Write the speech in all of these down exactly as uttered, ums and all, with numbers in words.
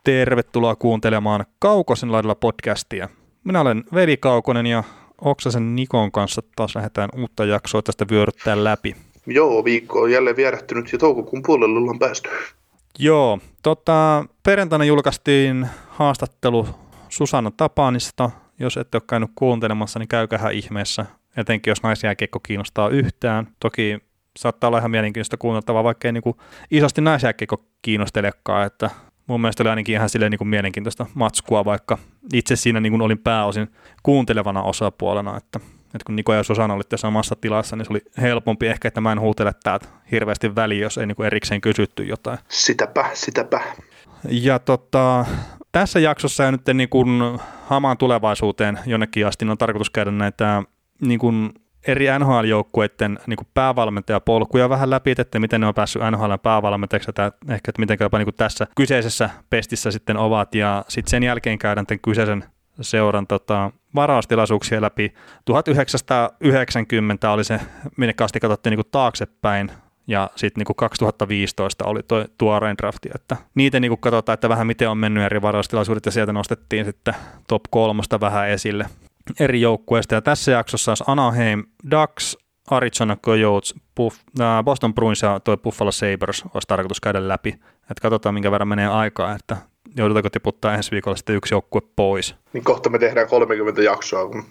Tervetuloa kuuntelemaan Kaukosen laidalla podcastia. Minä olen Veli Kaukonen ja Oksasen Nikon kanssa taas lähdetään uutta jaksoa tästä vyöryttää läpi. Joo, viikko on jälleen vierähtynyt ja toukokuun puolelle ollaan päästy. Joo, tota, perjantaina julkaistiin haastattelu Susanna Tapanista. Jos ette ole käynyt kuuntelemassa, niin käykähän ihmeessä, etenkin jos naisjääkiekko kiinnostaa yhtään. Toki saattaa olla ihan mielenkiintoista kuunneltavaa, vaikka ei niin kuin isosti naisjääkiekko kiinnostelekaan, että mun mielestä oli ainakin ihan silleen niin kuin mielenkiintoista matskua, vaikka itse siinä niin kuin olin pääosin kuuntelevana osapuolena, että, että kun Niko ja Susanna olitte samassa tilassa, niin se oli helpompi ehkä, että mä en huutele täältä hirveästi väliin, jos ei niin kuin erikseen kysytty jotain. Sitäpä, sitäpä. Ja tota, tässä jaksossa ja nyt niin kuin hamaan tulevaisuuteen jonnekin asti on tarkoitus käydä näitä niin kuin eri N H L-joukkueiden niin kuin päävalmentajapolkuja vähän läpi, että miten ne on päässyt N H L:n päävalmentajaksi, että ehkä että miten jopa niin kuin tässä kyseisessä pestissä sitten ovat, ja sitten sen jälkeen käydään tämän kyseisen seuran tota, varaustilaisuuksia läpi. tuhatyhdeksänsataayhdeksänkymmentä oli se, minne asti katsottiin niin kuin taaksepäin, ja sitten niin kuin kaksituhattaviisitoista oli tuo tuorein drafti, että niitä niin kuin katsotaan, että vähän miten on mennyt eri varaustilaisuudet, ja sieltä nostettiin sitten top kolmosta vähän esille eri joukkueista, ja tässä jaksossa olisi Anaheim Ducks, Arizona Coyotes, Buff, äh, Boston Bruins ja tuo Buffalo Sabres olisi tarkoitus käydä läpi, että katsotaan minkä verran menee aikaa, että joudutaanko tiputtaa ensi viikolla sitten yksi joukkue pois. Niin kohta me tehdään kolmekymmentä jaksoa, kun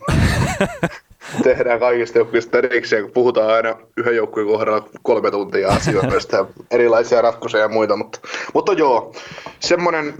tehdään kaikista joukkueista erikseen, kun puhutaan aina yhden joukkueen kohdalla kolme tuntia asioista ja erilaisia ratkaisuja ja muita, mutta, mutta joo, semmoinen,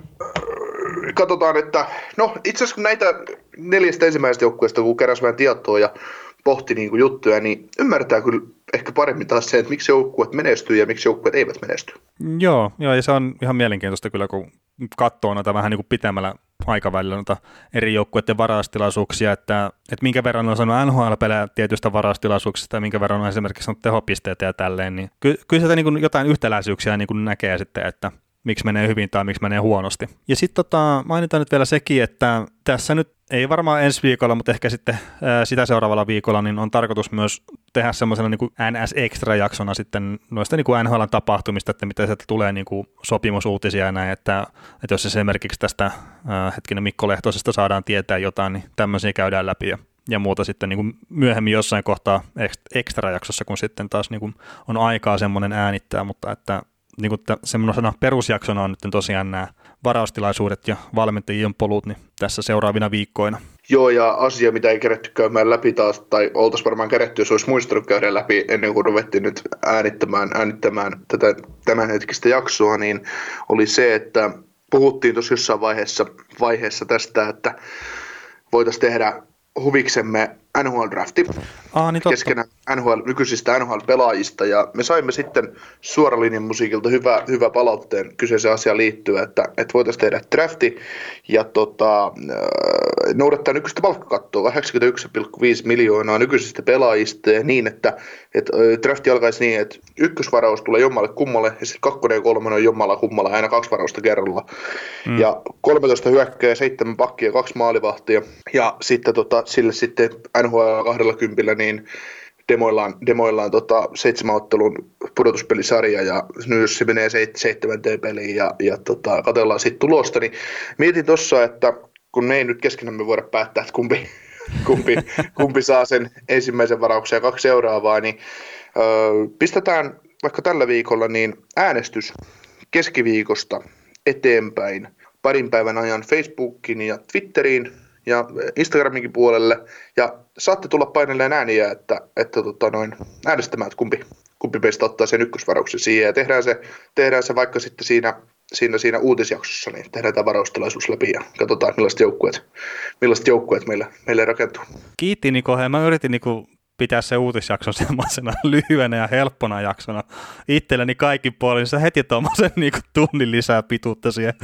katsotaan, että no itse asiassa kun näitä neljästä ensimmäisestä joukkueesta, kun keräsi vähän tietoa ja pohti niin kuin juttuja, niin ymmärtää kyllä ehkä paremmin taas se, että miksi joukkueet menestyy ja miksi joukkueet eivät menesty. Joo, joo, ja se on ihan mielenkiintoista kyllä, kun katsoo noita vähän niin kuin pitemmällä aikavälillä noita eri joukkueiden varaustilaisuuksia, että, että minkä verran on saanut N H L-pelejä tietystä varaustilaisuuksista ja minkä verran on esimerkiksi saanut tehopisteitä ja tälleen, niin ky- kyllä sieltä niin kuin jotain yhtäläisyyksiä niin kuin näkee sitten, että miksi menee hyvin tai miksi menee huonosti. Ja sitten tota, mainitaan nyt vielä sekin, että tässä nyt ei varmaan ensi viikolla, mutta ehkä sitten ää, sitä seuraavalla viikolla, niin on tarkoitus myös tehdä semmoisena niin kuin N S-extra-jaksona sitten noista niin kuin N H L-tapahtumista, että mitä sieltä tulee niin kuin sopimusuutisia ja näin, että, että jos esimerkiksi tästä ää, hetkinen Mikko Lehtosesta saadaan tietää jotain, niin tämmöisiä käydään läpi ja, ja muuta sitten niin kuin myöhemmin jossain kohtaa extra-jaksossa, kun sitten taas niin kuin on aikaa semmoinen äänittää, mutta että niin kuin semmoisena perusjaksona on nyt tosiaan nämä varaustilaisuudet ja valmentajien polut niin tässä seuraavina viikkoina. Joo, ja asia, mitä ei keretty käymään läpi taas, tai oltaisiin varmaan keretty, jos olisi muistanut käydä läpi ennen kuin ruvettiin nyt äänittämään, äänittämään tätä tämänhetkistä jaksoa, niin oli se, että puhuttiin tuossa jossain vaiheessa, vaiheessa tästä, että voitaisiin tehdä huviksemme N H L-drafti ah, niin keskenään N H L, nykyisistä N H L-pelaajista, ja me saimme sitten Suoralinjan musiikilta hyvä, hyvä palautteen kyseiseen asiaan liittyen, että, että voitaisiin tehdä drafti ja tota, noudattaa nykyistä palkkakattoa kahdeksankymmentäyksi pilkku viisi miljoonaa nykyisistä pelaajista ja niin, että, että drafti alkaisi niin, että ykkösvaraus tulee jommalle kummalle ja sitten kakkonen ja kolmonen on jommalla kummalla aina kaksi varausta kerralla. Mm. Ja kolmetoista hyökkääjää, seitsemän pakkia ja kaksi maalivahtia ja sitten tota, sille sitten N H L kaksikymmentä niin demoillaan, demoillaan tota seitsemän ottelun pudotuspelisarja ja nyt jos se menee seitsemän T-peliin ja, ja tota, katsellaan siitä tulosta, niin mietin tuossa, että kun me ei nyt keskenämme voida päättää, että kumpi, kumpi, kumpi saa sen ensimmäisen varauksen ja kaksi seuraavaa, niin öö, pistetään vaikka tällä viikolla niin äänestys keskiviikosta eteenpäin parin päivän ajan Facebookiin ja Twitteriin ja Instagraminkin puolelle, ja saatte tulla painelleen ääniä, että, että tota noin, äänestämään, että kumpi, kumpi meistä ottaa sen ykkösvarauksen siihen, ja tehdään se, tehdään se vaikka sitten siinä, siinä, siinä uutisjaksossa, niin tehdään tämä varaustilaisuus läpi, ja katsotaan millaiset joukkueet, millaiset joukkueet meille, meille rakentuu. Kiitti Niko, hei, mä yritin Niko pitää se uutisjakson semmoisena lyhyenä ja helppona jaksona itselleni kaikin puolin, sä heti tuommoisen niin tunnin lisää pituutta siihen.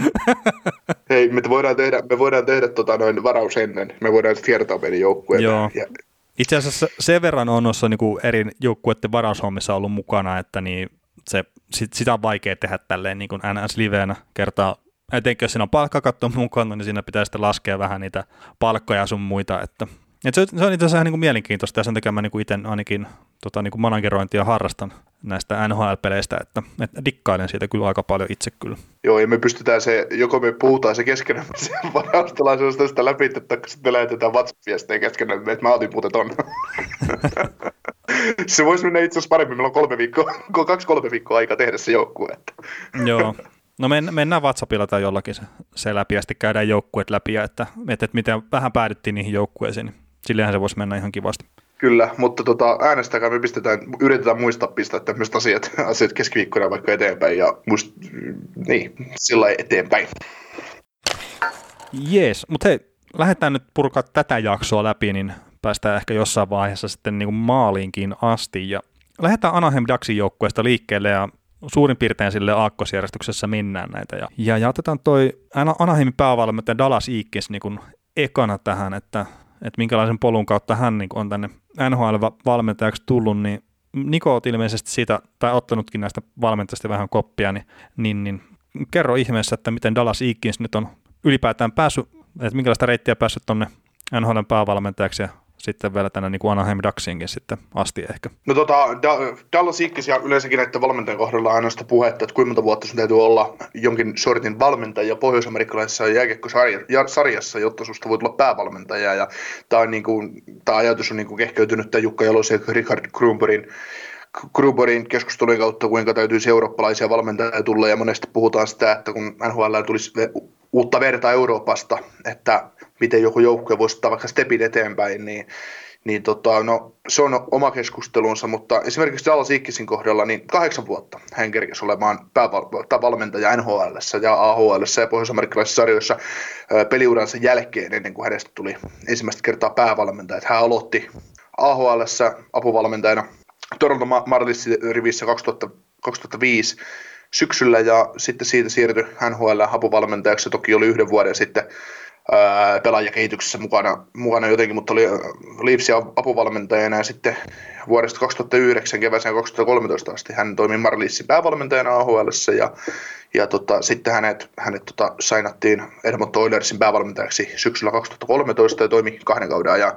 Hei, me voidaan tehdä, me voidaan tehdä tota noin varaus ennen, me voidaan kertoa meidän joukkueita. Joo. Ja itse asiassa sen verran on noissa niin kuin eri joukkueiden varaushommissa ollut mukana, että niin se, sitä on vaikea tehdä tälleen niin kuin N S-liveenä kertaa. Etenkin jos siinä on palkkakatto mukana, niin siinä pitää sitten laskea vähän niitä palkkoja sun muita, että Et se, se on itse asiassa ihan niin kuin mielenkiintoista, ja sen takia mä niin kuin itse ainakin tota, niin kuin managerointia harrastan näistä N H L-peleistä, että, että dikkailen siitä kyllä aika paljon itse kyllä. Joo, ja me pystytään se, joko me puhutaan se keskenään varastelaisuudesta sitä läpi, että sitten lähetetään WhatsApp-viestejä keskenään, että mä otin muuten ton. Se voisi mennä itse asiassa paremmin, meillä on kolme viikkoa, kaksi-kolme viikkoa aikaa tehdä se joukkue. Joo, no men, mennään WhatsAppilla tai jollakin se, se läpi ja sitten käydään joukkueet läpi, ja että, että, että miten vähän päädyttiin niihin joukkueisiin, niin sillähän se voisi mennä ihan kivasti. Kyllä, mutta tota, äänestäkää, me pistetään, yritetään muistaa pistää tämmöiset asiat, asiat keskiviikkona vaikka eteenpäin ja muist, niin, sillä lailla eteenpäin. Jees, mutta hei, lähdetään nyt purkaa tätä jaksoa läpi, niin päästään ehkä jossain vaiheessa sitten niin kuin maaliinkin asti. Ja lähdetään Anaheim Ducksin joukkueesta liikkeelle ja suurin piirtein sille aakkosjärjestyksessä mennään näitä. Ja, ja, ja otetaan toi Anaheimin päävalmentaja Dallas Eakins niin kuin ekana tähän, että, että minkälaisen polun kautta hän niin kuin on tänne N H L-valmentajaksi tullut, niin Niko olet ilmeisesti siitä, tai ottanutkin näistä valmentajista vähän koppia, niin, niin, niin kerro ihmeessä, että miten Dallas Eakins nyt on ylipäätään päässyt, että minkälaista reittiä päässyt tuonne N H L:n päävalmentajaksi ja sitten vielä tänne niin kuin Anaheim Ducksiinkin sitten asti ehkä. No tota, da- Dallas Eakins ja yleensäkin näiden valmentajan kohdalla on aina sitä puhetta, että kuinka monta vuotta sun täytyy olla jonkin sortin valmentaja pohjois-amerikkalaisessa jääkiekkosarjassa, jotta susta voi tulla päävalmentaja. Ja tämä niin kuin, ajatus on niin kuin kehkeytynyt tämän Jukka Jalosen ja Richard Kruberin Gruberin keskustelujen kautta, kuinka täytyisi eurooppalaisia valmentajia tulla, ja monesti puhutaan sitä, että kun N H L tulisi uutta verta Euroopasta, että miten joku joukkue voisi ottaa vaikka stepin eteenpäin, niin, niin tota, no, se on oma keskustelunsa, mutta esimerkiksi Dallas Eakinsin kohdalla niin kahdeksan vuotta hän kerkesi olemaan päävalmentaja N H L:ssä ja A H L:ssä ja pohjois-amerikkalaisissa sarjoissa peliuransa jälkeen, ennen kuin hänestä tuli ensimmäistä kertaa päävalmentaja. Hän aloitti A H L:ssä apuvalmentajana Toronto Marliessin rivissä kaksituhattaviisi syksyllä ja sitten siitä siirtyi N H L apuvalmentajaksi. Toki oli yhden vuoden sitten ää, pelaajakehityksessä mukana, mukana jotenkin, mutta oli Leafsin apuvalmentajana ja sitten vuodesta kaksituhattayhdeksän kevääseen kaksituhattakolmetoista asti hän toimi Marliessin päävalmentajana A H L:ssä ja, ja tota, sitten hänet, hänet tota, sainattiin Edmonton Oilersin päävalmentajaksi syksyllä kaksituhattakolmetoista ja toimi kahden kauden ajan.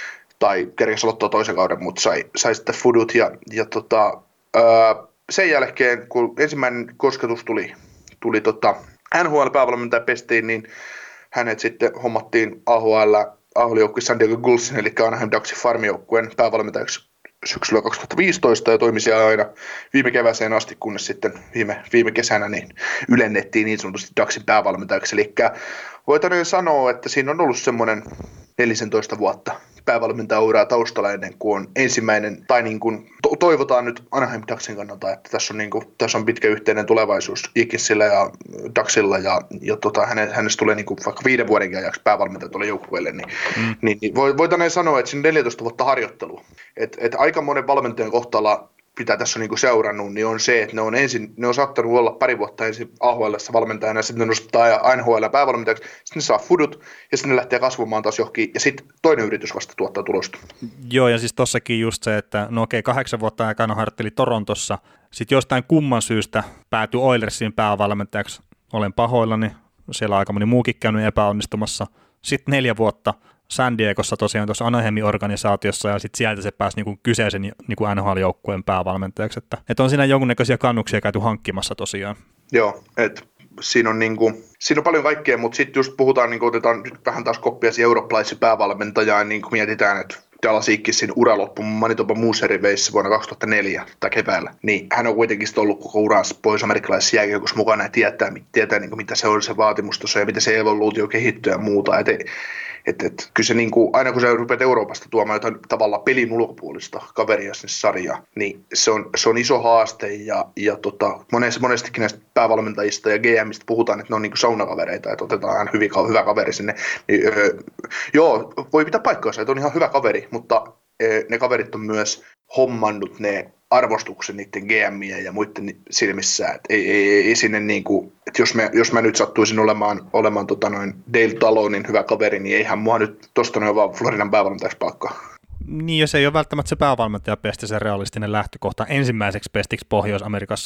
Tai kerkesi aloittaa toisen kauden, mutta sai, sai sitten fudut. Ja, ja tota, ää, sen jälkeen, kun ensimmäinen kosketus tuli, tuli tota N H L-päävalmentaja pestiin, niin hänet sitten hommattiin A H L, A H L-joukkue San Diego Gullsin, eli Anaheim Ducksin farmijoukkueen päävalmentajaksi syksyllä kaksituhattaviisitoista, ja toimi siellä aina viime kevääseen asti, kunnes sitten viime, viime kesänä niin ylennettiin niin sanotusti Ducksin päävalmentajaksi. Eli voitaneen sanoa, että siinä on ollut semmoinen neljätoista vuotta päävalmentajauraa taustalla ennen kuin on ensimmäinen, tai niin kuin to- toivotaan nyt Anaheim Ducksin kannalta, että tässä on, niin kuin, tässä on pitkä yhteinen tulevaisuus Eakinsillä ja Ducksilla, ja, ja tota, häne, hänestä tulee niin kuin vaikka viiden vuodenkin ajaksi päävalmentaja tuolle joukkueelle, niin, mm. niin, niin voitaneen sanoa, että siinä neljätoista vuotta harjoittelua. Että et aika monen valmentajan kohtalla, mitä tässä on niin kuin seurannut, niin on se, että ne on ensin, ne on saattanut olla pari vuotta ensin A H L:ssä valmentajana, ja sitten ne nostaa N H L päävalmentajaksi, sitten ne saa fudut, ja sitten ne lähtee kasvamaan taas johonkin, ja sitten toinen yritys vasta tuottaa tulosta. Joo, ja siis tossakin just se, että no okei, kahdeksan vuotta aikana harjoitteli Torontossa, sitten jostain kumman syystä päätyi Oilersiin päävalmentajaksi, olen pahoillani, siellä on aika moni muukin käynyt epäonnistumassa, sitten neljä vuotta San Diegossa tosiaan tuossa Anaheimin organisaatiossa, ja sitten sieltä se pääsi niinku kyseisen niinku N H L-joukkueen päävalmentajaksi, että, että on siinä jonkunnäköisiä kannuksia käyty hankkimassa tosiaan. Joo, että siinä on, niinku, siinä on paljon kaikkea, mutta sitten just puhutaan, niinku, otetaan nyt vähän taas koppia siihen eurooppalaisiin päävalmentajaan, niin kuin mietitään, että Dallas Eakinsin ura loppui Manitoba Moose Riveissä vuonna kaksituhattaneljä tai keväällä, niin hän on kuitenkin ollut koko uransa pohjois-amerikkalaisessa jääkiekossa mukana ja tietää, tietää niin kuin, mitä se on se vaatimustossa ja miten se evoluutio kehittyy ja muuta. Et, et, et, kyllä se niin kuin, aina kun sä rupeat Euroopasta tuomaan jotain tavallaan pelin ulkopuolista kaveria sinne sarjaan, niin se on, se on iso haaste ja, ja tota, monesti, monestikin näistä päävalmentajista ja G Mistä puhutaan, että ne on niin kuin saunakavereita, että otetaan aina hyvin, hyvä kaveri sinne. Niin, öö, joo, voi pitää paikkaansa, että on ihan hyvä kaveri, mutta ne kaverit on myös hommannut ne arvostuksen niiden G M:ien ja muiden silmissä. Et ei, ei, ei sinne niinku, että jos, me, jos mä nyt sattuisin olemaan, olemaan tota noin Dale Talonin hyvä kaveri, niin eihän mua nyt tosta noin vaan Floridan päävalmentajaksi palkkaa. Niin, ja se ei ole välttämättä se päävalmentaja pesti se realistinen lähtökohta ensimmäiseksi pestiksi Pohjois-Amerikassa.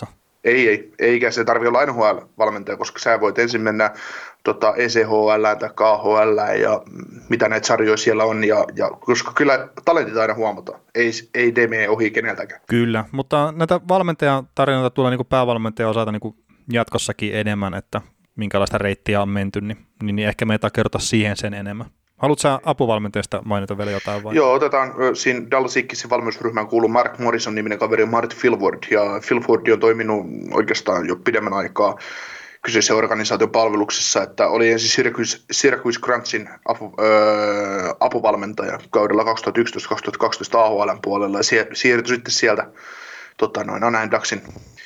Ei, ei, eikä se tarvitse olla N H L-valmentaja, koska sä voit ensin mennä tota, E C H L tai K H L ja mitä näitä sarjoja siellä on, ja, ja koska kyllä talentit aina huomataan, ei, ei D M E ohi keneltäkään. Kyllä, mutta näitä valmentajatarinoita tulee niin kuin päävalmentajan osalta niin kuin jatkossakin enemmän, että minkälaista reittiä on menty, niin, niin ehkä meitä kertoa siihen sen enemmän. Haluatko sä apuvalmentajasta mainita vielä jotain vai? Joo, otetaan siinä Dallas Eakinsin valmennusryhmään kuuluu Mark Morrison niminen kaveri Marty Filford, ja Filford on toiminut oikeastaan jo pidemmän aikaa kyseisen organisaation palveluksessa, että oli ensin Syracuse, Syracuse Crunchin apu, öö, apuvalmentaja kaudella kaksituhattayksitoista kaksituhattakaksitoista A H L:n puolella, ja siirtyi sitten sieltä tota, noin Anaheim Ducksin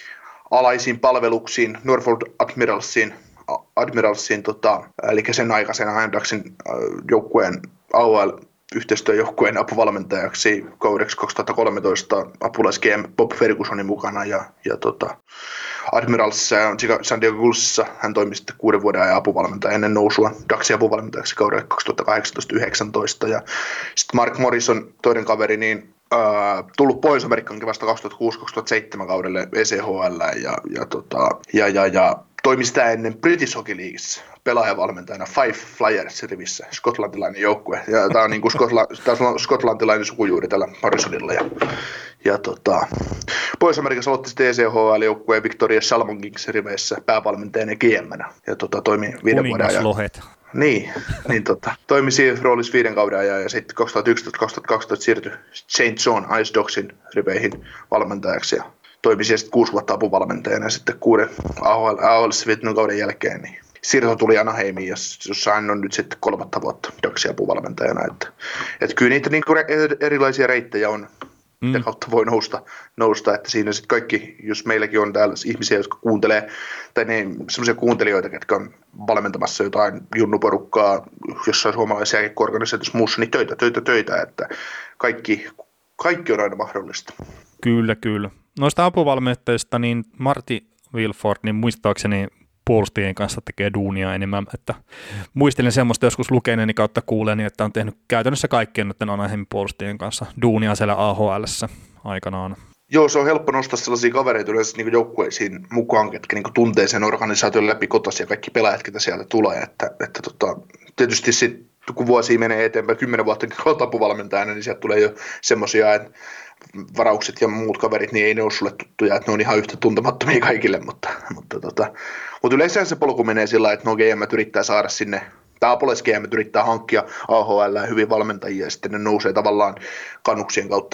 alaisiin palveluksiin, Norfolk Admiralsiin, Admiralsiin, tota, eli sen aikaisen Anaheim Ducksin joukkueen A H L-yhteistyöjoukkueen apuvalmentajaksi kaudeksi kaksituhattakolmetoista apulais-G M Bob Fergusonin mukana, ja, ja tota, Admiralsissa ja San Diego Gullsissa hän toimi sitten kuuden vuoden ajan apuvalmentaja ennen nousua Ducksin apuvalmentajaksi kaudelle kaksituhattakahdeksantoista yhdeksäntoista, ja sitten Mark Morrison, toinen kaveri, niin Uh, tullut Pohjois-Amerikkaankin vasta kaksituhattakuusi kaksituhattaseitsemän kaudelle E C H L ja, ja, tota, ja, ja, ja toimi sitä ennen British Hockey Leagueissa pelaajavalmentajana Five Flyers-rivissä, skotlantilainen joukkue. Ja tämä on, niin kuin Skotla- on skotlantilainen sukujuuri tällä Morrisonilla. Ja, ja tota, Pohjois-Amerikassa aloitti sitten E C H L-joukkueen Victoria Salmon Kings-riveissä päävalmentajana ja G M-nä. Ja tota, toimi viiden vuoden ajan. Niin, niin tota, toimi siinä roolissa viiden kauden ajan, ja sitten kaksituhattayksitoista kaksituhattakaksitoista siirtyi Saint John Ice Dogsin riveihin valmentajaksi ja toimi siellä sitten kuusi vuotta apuvalmentajana, ja sitten kuuden A H L:ssä viettyneen kauden jälkeen niin siirto tuli Anaheimiin, jossa hän on nyt sitten kolmatta vuotta Dogsin apuvalmentajana. Että, että kyllä niitä niin kuin erilaisia reittejä on, mitä kautta voi nousta, nousta, että siinä sitten kaikki, jos meilläkin on täällä ihmisiä, jotka kuuntelee, tai ne semmoisia kuuntelijoita, jotka on valmentamassa jotain junnuporukkaa jossain suomalaisessa organisaatiossa muussa, niin töitä, töitä, töitä, että kaikki, kaikki on aina mahdollista. Kyllä, kyllä. Noista apuvalmentajista, niin Marty Wilford, niin muistaakseni puolustajien kanssa tekee duunia enemmän, että muistelin semmoista joskus lukeneeni kautta kuuleeni, että on tehnyt käytännössä kaikkien noiden Anaheimin puolustajien kanssa duunia siellä A H L:ssä aikanaan. Joo, se on helppo nostaa sellaisia kavereita yleensä niin joukkueisiin mukaan, ketkä niin tuntee sen organisaation läpi kotosi ja kaikki pelaajat, ketä sieltä tulee, että, että tota, tietysti sitten kun vuosia menee eteenpäin, kymmenen vuotta kun apuvalmentajana, niin sieltä tulee jo semmoisia, että varaukset ja muut kaverit, niin ei ne ole sulle tuttuja, että ne on ihan yhtä tuntemattomia kaikille, mutta, mutta, tota, mutta yleensä se polku menee sillä, että no G M yrittää saada sinne, tai apulais G M yrittää hankkia A H L hyvin valmentajia, ja sitten ne nousee tavallaan kannuksien kautta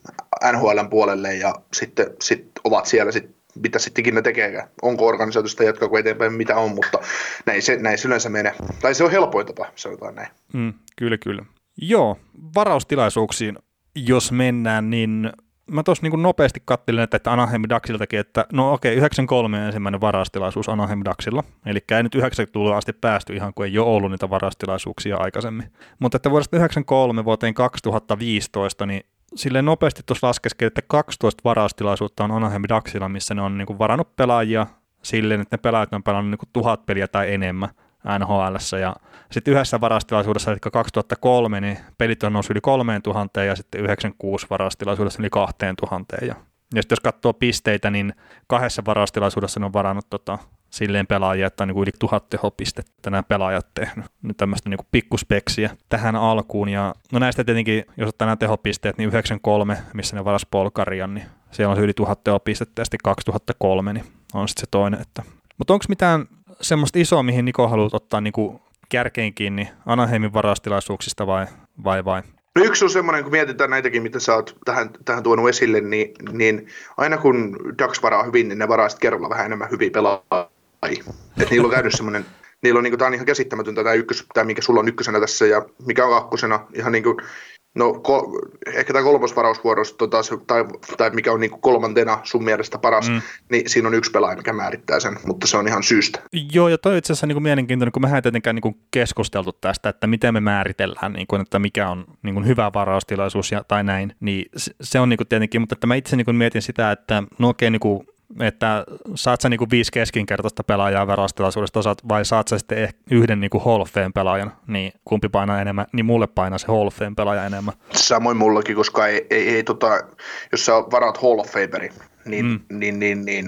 N H L:n puolelle, ja sitten sit ovat siellä sitten, mitä sittenkin ne tekeekään. Onko organisaatiosta jatkaako eteenpäin, mitä on, mutta näin se, näin se yleensä menee. Tai se on helpoin tapa, sanotaan näin. Mm, kyllä, kyllä. Joo, varaustilaisuuksiin, jos mennään, niin mä tuossa niin nopeasti katselin, että Anaheim Ducksiltakin, että no okei, yhdeksänkymmentäkolme ensimmäinen varaustilaisuus Anaheim Ducksilla, eli ei nyt yhdeksänkymmentäluvun asti päästy ihan, kun ei ole ollut niitä varaustilaisuuksia aikaisemmin. Mutta että vuodesta yhdeksänkymmentäkolme vuoteen kaksituhattaviisitoista, niin silleen nopeasti tuossa laskeskelin, että kaksitoista varaustilaisuutta on Anaheim Ducksilla, missä ne on niin kuin varannut pelaajia silleen, että ne pelaajat on pelannut niin kuin tuhat peliä tai enemmän N H L:ssä, ja sitten yhdessä varaustilaisuudessa, eli kaksituhattakolme, niin pelit on noussut yli kolmeen tuhanteen, ja sitten yhdeksänkymmentäkuusi varaustilaisuudessa yli kahteen tuhanteen, ja, ja sitten jos katsoo pisteitä, niin kahdessa varaustilaisuudessa ne on varannut tota, silleen pelaajia, että on niin kuin yli tuhat tehopistettä nämä pelaajat tehnyt, nyt tämmöistä niin kuin pikkuspeksiä tähän alkuun, ja no näistä tietenkin, jos ottaa nämä tehopisteet, niin yhdeksänkymmentäkolme, missä ne varas Polkarian, niin siellä on se yli tuhat tehopistettä, ja sitten kaksituhattakolme, niin on sitten se toinen, että mutta onko mitään semmoista isoa, mihin Niko haluat ottaa niinku kärkeen kiinni Anaheimin varaustilaisuuksista vai, vai, vai? No yksi on semmoinen, kun mietitään näitäkin, mitä sä oot tähän, tähän tuonut esille, niin, niin aina kun Ducks varaa hyvin, niin ne varaa sitten kerralla vähän enemmän hyviä pelaajia. Että niillä on käynyt semmoinen, niillä on, niin kuin, tämä on ihan käsittämätöntä, tämä, ykkös, tämä mikä sulla on ykkösenä tässä ja mikä on kakkosena, ihan niin kuin, no kol, ehkä tämä kolmosvarausvuorossa, tota, tai, tai mikä on niin kuin kolmantena sun mielestä paras, mm. niin siinä on yksi pelaaja, mikä määrittää sen, mutta se on ihan syystä. Joo, ja toi itse asiassa niin kuin mielenkiintoinen, kun mehän ei tietenkään niin kuin keskusteltu tästä, että miten me määritellään, niin kuin, että mikä on niin kuin hyvä varaustilaisuus ja, tai näin, niin se on niin kuin tietenkin, mutta että mä itse niin kuin mietin sitä, että no okei, niin kuin että saat sä niinku viisi keskinkertaista pelaajaa varaustilaisuudesta vai saat sä sitten ehkä yhden niinku Hall of Fame pelaajan, niin kumpi painaa enemmän, niin mulle painaa se Hall of Fame pelaaja enemmän. Samoin mullakin, koska ei, ei, ei tota, jos sä varaat Hall of Fameri, niin, mm. niin, niin, niin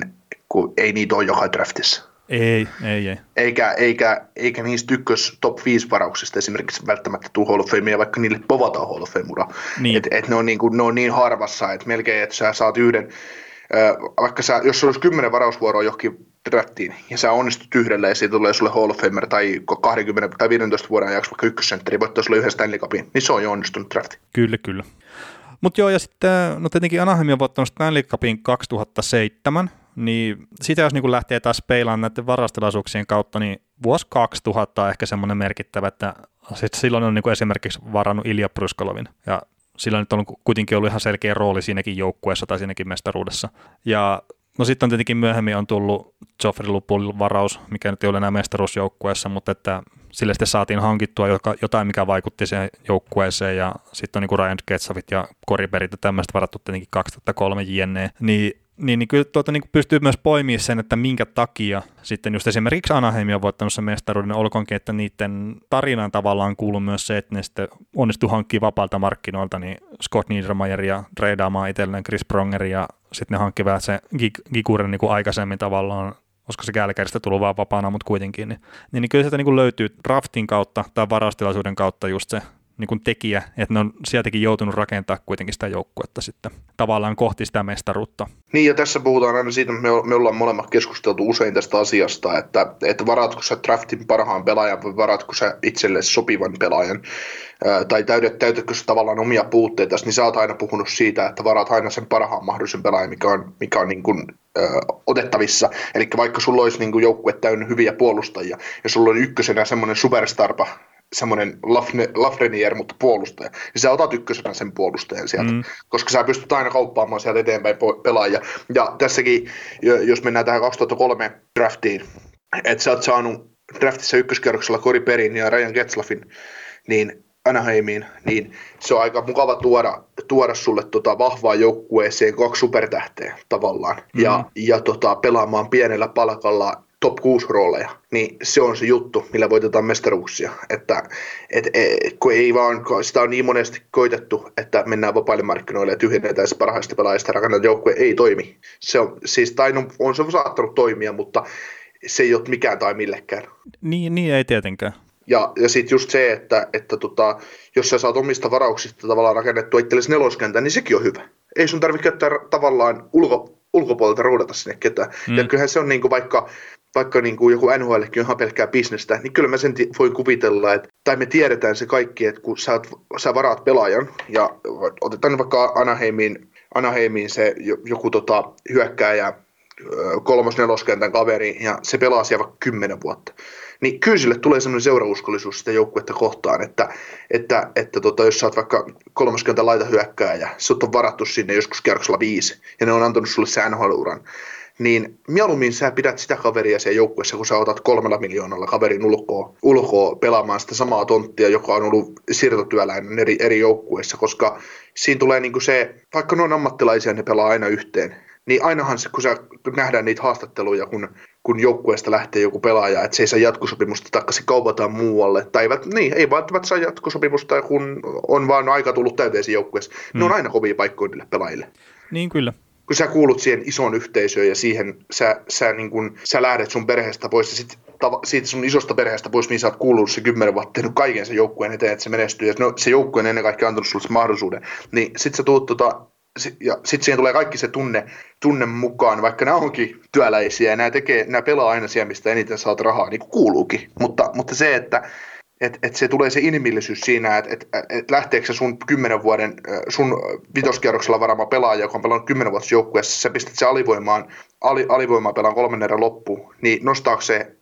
kun ei niitä ole joka draftissa. Ei, ei, ei. Eikä, eikä, eikä niistä ykkös top viisi varauksista esimerkiksi välttämättä tuu Hall of Famea, vaikka niille povataan Hall of Fame-ura. Niin. Et, et ne, on niin kuin, ne on niin harvassa, että melkein, että sä saat yhden, äh, vaikka sä, jos olisi kymmenen varausvuoroa johonkin draftiin, ja sä onnistut yhdellä, ja siitä tulee sulle Hall of Famer tai kaksikymmentä tai viisitoista vuoden ajaksi vaikka ykkössentteri, voittaa sulle yhden Stanley Cupin, niin se on jo onnistunut drafti. Kyllä, kyllä. Mutta joo, ja sitten, no tietenkin Anaheim on voittanut Stanley Cupin kaksituhattaseitsemän, niin sitä jos niin lähtee taas peilaan näiden varastilaisuuksien kautta, niin vuosi kaksituhatta on ehkä semmoinen merkittävä, että silloin on niin esimerkiksi varannut Ilja Pryskolovin, ja sillä nyt on kuitenkin ollut ihan selkeä rooli siinäkin joukkueessa tai siinäkin mestaruudessa. Ja no sitten on tietenkin myöhemmin on tullut Joffrey Lupulin varaus, mikä nyt ei ole enää mestaruusjoukkueessa, mutta että sille sitten saatiin hankittua jotain, mikä vaikutti siihen joukkueeseen, ja sitten on niin kuin Ryan Getzlaffit ja Corey Perryt ja tämmöistä varattu tietenkin kaksituhattakolme jne. Niin Niin, niin kyllä tuota, niin pystyy myös poimimaan sen, että minkä takia sitten just esimerkiksi Anaheim on voittanut sen mestaruuden, olkoonkin, että niiden tarinaan tavallaan kuuluu myös se, että ne sitten onnistuu hankkimaan vapaalta markkinoilta niin Scott Niedermayer ja treidaamaan itselleen Chris Pronger ja sitten ne hankkivat se Giguren niin kuin aikaisemmin tavallaan, koska se Kälkäristä tullut vaan vapaana, mutta kuitenkin, niin, niin, niin kyllä sieltä niin kuin löytyy draftin kautta tai varaustilaisuuden kautta just se niin kuin tekijä, että ne on sieltäkin joutunut rakentaa kuitenkin sitä joukkuetta sitten tavallaan kohti sitä mestaruutta. Niin, ja tässä puhutaan aina siitä, että me ollaan molemmat keskusteltu usein tästä asiasta, että, että varatko sä draftin parhaan pelaajan vai varatko sä itselle sopivan pelaajan, ää, tai täydet, täytätkö sä tavallaan omia puutteita, niin sä oot aina puhunut siitä, että varat aina sen parhaan mahdollisen pelaajan, mikä on, mikä on niin kuin, ää, otettavissa. Eli vaikka sulla olisi niin kuin joukkue täynnä hyviä puolustajia, ja sulla on ykkösenä semmoinen superstarpa, semmoinen Lafreniere, mutta puolustaja, niin sä otat ykkösenä sen puolustajan sieltä, mm. koska sä pystyt aina kauppaamaan sieltä eteenpäin pelaajia. Ja tässäkin, jos mennään tähän kaksituhattakolme draftiin, että sä oot saanut draftissa ykköskierroksella Corey Perryn ja Ryan Getzlaffin, niin Anaheimiin, niin se on aika mukava tuoda, tuoda sulle tota vahvaa joukkueeseen kaksi supertähteä tavallaan, mm. ja, ja tota, pelaamaan pienellä palkalla top kuusi rooleja, niin se on se juttu, millä voitetaan mestaruuksia. Että et, et, kun ei vaan, sitä on niin monesti koitettu, että mennään vapaille markkinoille ja tyhjennetään se parhaista pelaajista ja rakennetaan joukkue, ei toimi. Se on, siis tainu, on se saattanut toimia, mutta se ei ole mikään tai millekään. Niin, niin ei tietenkään. Ja, ja sitten just se, että, että tota, jos sä saat omista varauksista tavallaan rakennettua itsellesi neloskentän, niin sekin on hyvä. Ei sun tarvitse käyttää tavallaan ulko, ulkopuolelta ruudata sinne ketään. Mm. Ja kyllähän se on niinku vaikka, vaikka niinku joku N H L:kin on ihan pelkkää bisnestä, niin kyllä mä sen t- voin kuvitella, että, tai me tiedetään se kaikki, että kun sä, oot, sä varaat pelaajan, ja otetaan vaikka Anaheimiin, Anaheimiin se joku tota, hyökkääjä, kolmos neloskentän kaveri, ja se pelaa siellä vaikka kymmenen vuotta. Niin kyllä sille tulee sellainen seurauskollisuus sitä joukkuetta kohtaan, että, että, että tota, jos sä oot vaikka kolmaskymmentä laita hyökkää ja sut on varattu sinne joskus kierroksella viisi ja ne on antanut sulle se N H L-uran, niin mieluummin sä pidät sitä kaveria siellä joukkueessa, kun sä otat kolmella miljoonalla kaverin ulkoa, ulkoa pelaamaan sitä samaa tonttia, joka on ollut siirtotyöläinen eri, eri joukkueissa, koska siinä tulee niinku se, vaikka ne on ammattilaisia, ne pelaa aina yhteen, niin ainahan se, kun sä nähdään niitä haastatteluja, kun, kun joukkueesta lähtee joku pelaaja, että se ei saa jatkosopimusta, taikka se kaupataan muualle, tai eivät, niin, ei välttämättä saa jatkosopimusta, kun on vaan aika tullut täyteen siinä joukkueessa. Hmm. Ne on aina kovia paikkoja niille pelaajille. Niin kyllä. Kun sä kuulut siihen isoon yhteisöön ja siihen, sä, sä, niin kun, sä lähdet sun perheestä pois ja sit, tava, siitä sun isosta perheestä pois, mihin sä oot kuullut se kymmenen vuotta, tehnyt kaiken sen joukkueen eteen, että se menestyy, ja no, se joukkue on ennen kaikkea antanut sulle se mahdollisuuden, niin sit sä tuut tota, ja sitten siihen tulee kaikki se tunne, tunne mukaan, vaikka nämä onkin työläisiä ja nämä, tekee, nämä pelaa aina siellä, mistä eniten saat rahaa, niin kuin kuuluukin. Mutta, mutta se, että et, et se tulee se inhimillisyys siinä, että et, et lähteekö se sun kymmenen vuoden, sun vitoskierroksella varaama pelaaja, joka on pelannut kymmenen vuotta joukkueessa, sä pistät se alivoimaan, ali, alivoimaan pelaan kolmen erän loppuun, niin nostaako se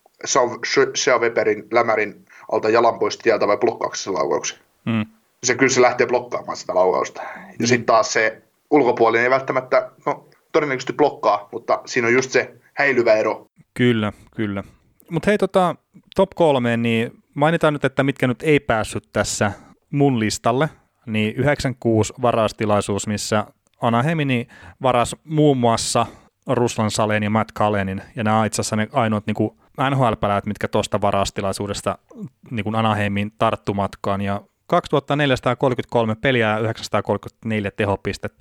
Shea Weberin lämärin alta jalan pois tieltä vai blokkaako se laukauksen? Mm. Se kyllä se lähtee blokkaamaan sitä laukausta. Ja mm. sitten taas se ulkopuolinen ei välttämättä, no todennäköisesti blokkaa, mutta siinä on just se häilyvä ero. Kyllä, kyllä. Mutta hei tota, top kolmeen, niin mainitaan nyt, että mitkä nyt ei päässyt tässä mun listalle, niin yhdeksänkymmentäkuusi varaustilaisuus, missä Anaheim niin varas muun muassa Ruslan Salen ja Matt Cullenin, ja nämä on itse asiassa ne ainoat niin kuin N H L-pelaajat, mitkä tuosta varaustilaisuudesta niin kuin Anaheimin tarttumatkaan, ja kaksituhattaneljäsataakolmekymmentäkolme peliä ja yhdeksänsataakolmekymmentäneljä tehopistettä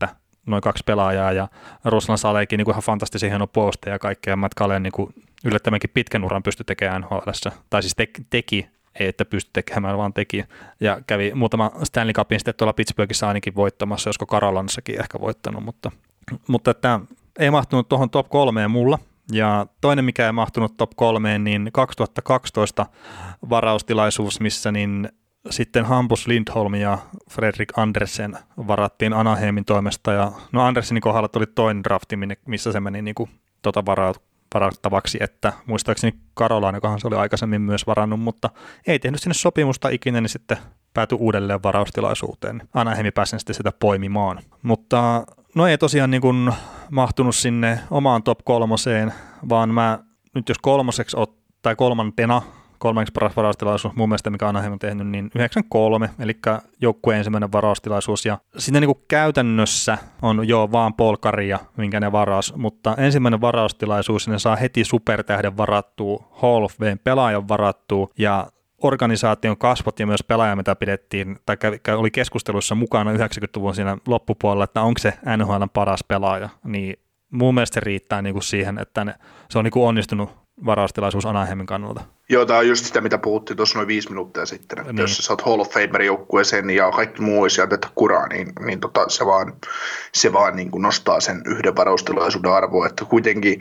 noin kaksi pelaajaa, ja Ruslan Saleekin niin ihan fantastisen hieno puolustaja ja kaikkea, ja Matt Cullen niin yllättävänkin pitkän uran pystyi tekemään N H L:ssä, tai siis te- teki, ei että pysty tekemään, vaan teki, ja kävi muutama Stanley Cupin sitten tuolla Pittsburghissa ainakin voittamassa, josko Carolinassakin ehkä voittanut, mutta, mutta että ei mahtunut tuohon top kolmeen mulla. Ja toinen, mikä ei mahtunut top kolmeen, niin kaksituhattakaksitoista varaustilaisuus, missä niin sitten Hampus Lindholm ja Fredrik Andersen varattiin Anaheimin toimesta. Ja no Andersenin kohdalla tuli toinen drafti, missä se meni niin kuin tota varattavaksi, että muistaakseni Carolina, jokohan se oli aikaisemmin myös varannut, mutta ei tehnyt sinne sopimusta ikinä, niin sitten päätyi uudelleen varaustilaisuuteen. Anaheimi pääsi sitten sitä poimimaan. Mutta no ei tosiaan niin kuin mahtunut sinne omaan top kolmoseen, vaan mä nyt jos kolmoseksi ot, tai kolmantena, kolmanneksi paras varaustilaisuus mun mielestä, mikä Anaheim on tehnyt, niin yhdeksänkymmentäkolme, eli joukkueen ensimmäinen varaustilaisuus, ja siinä niin kuin käytännössä on jo vaan Paul Kariya, minkä ne varas, mutta ensimmäinen varaustilaisuus, ne saa heti supertähden varattua, Hall of Fame pelaajan varattua, ja organisaation kasvot ja myös pelaaja, mitä pidettiin, tai oli keskusteluissa mukana yhdeksänkymmentäluvun siinä loppupuolella, että onko se N H L:n paras pelaaja, niin mun mielestä se riittää niin kuin siihen, että ne, se on niin kuin onnistunut varaustilaisuus Anaheimin kannalta. Joo, tämä on just sitä, mitä puhuttiin tuossa noin viisi minuuttia sitten, että niin. Jos sä oot Hall of Famer joukkueeseen ja kaikki muu olisi jätetä kuraa, niin, niin tota, se vaan, se vaan niin kuin nostaa sen yhden varaustilaisuuden arvoa, että kuitenkin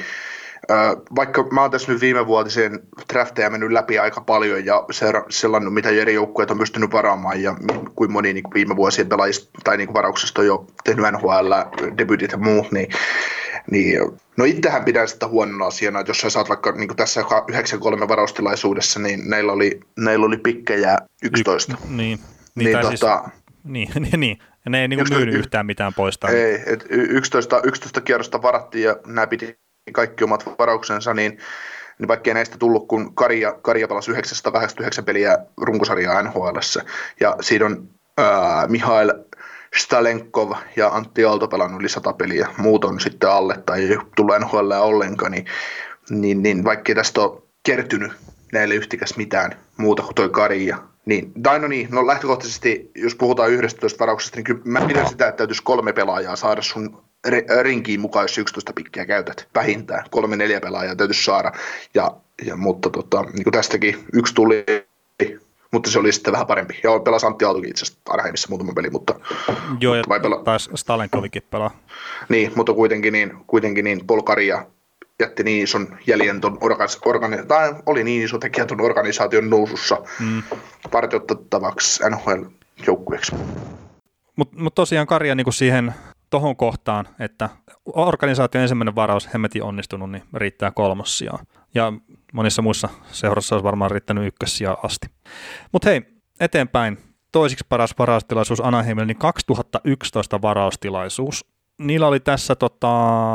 vaikka mä oon tässä nyt viimevuotiseen drafteja mennyt läpi aika paljon ja sellainen, mitä eri joukkueet on pystynyt varaamaan ja kuin moni niin kuin viime vuosien pelaajista tai niin kuin varauksesta on jo tehnyt N H L, debutit ja muut, niin, niin no itsehän pidän sitä huonona asiana, että jos sä saat vaikka niin kuin tässä yhdeksänkymmentäkolme varaustilaisuudessa, niin näillä oli, näillä oli pikkejä yksitoista. Y- niin, niin, niin, tota, siis, niin, niin, niin. Ja ne ei niin kuin myynyt y- yhtään mitään poistaa. Ei, et yksitoista, yksitoista kierrosta varattiin ja nämä piti kaikki omat varauksensa, niin, niin vaikkei näistä tullut, kun Kariya, Kariya pelasi yhdeksänsataakahdeksankymmentäyhdeksän peliä runkosarjaa N H L:ssä, ja siinä on ää, Mihail Stalenkov ja Antti Aalto pelannut yli sata peliä, muut on sitten alle tai ei tullut N H L ollenkaan, niin, niin, niin vaikkei tästä ole kertynyt näille yhtikäs mitään muuta kuin toi Kariya. Niin, tai no niin, no lähtökohtaisesti, jos puhutaan yhdestätoista varauksesta, niin kyllä mä pidän sitä, että täytyisi kolme pelaajaa saada sun rinkiin mukaan, jos yksitoista pikkiä käytät vähintään. Kolme neljä pelaajaa täytyisi saada, ja, ja, mutta tota, niin kuin tästäkin yksi tuli, mutta se oli sitten vähän parempi. Ja pelasi Antti Aaltokin itse asiassa Anaheimissa muutama peli, mutta... Joo, mutta ja pela... taisi Stalenkovikin pelaa. Niin, mutta kuitenkin niin, kuitenkin niin Paul Kariya jätti niin ison jäljen ton organis- organi- tai oli niin iso tekijä ton organisaation nousussa mm. partioitettavaksi N H L-joukkueeksi. Mutta mut tosiaan Kariya niinku siihen tohon kohtaan, että organisaation ensimmäinen varaus hemmetin onnistunut, niin riittää kolmossijaan. Ja monissa muissa seurassa olisi varmaan riittänyt ykkössijaan asti. Mutta hei, eteenpäin. Toisiksi paras varaustilaisuus Anaheimille, niin kaksituhattayksitoista varaustilaisuus. Niillä oli tässä, tota,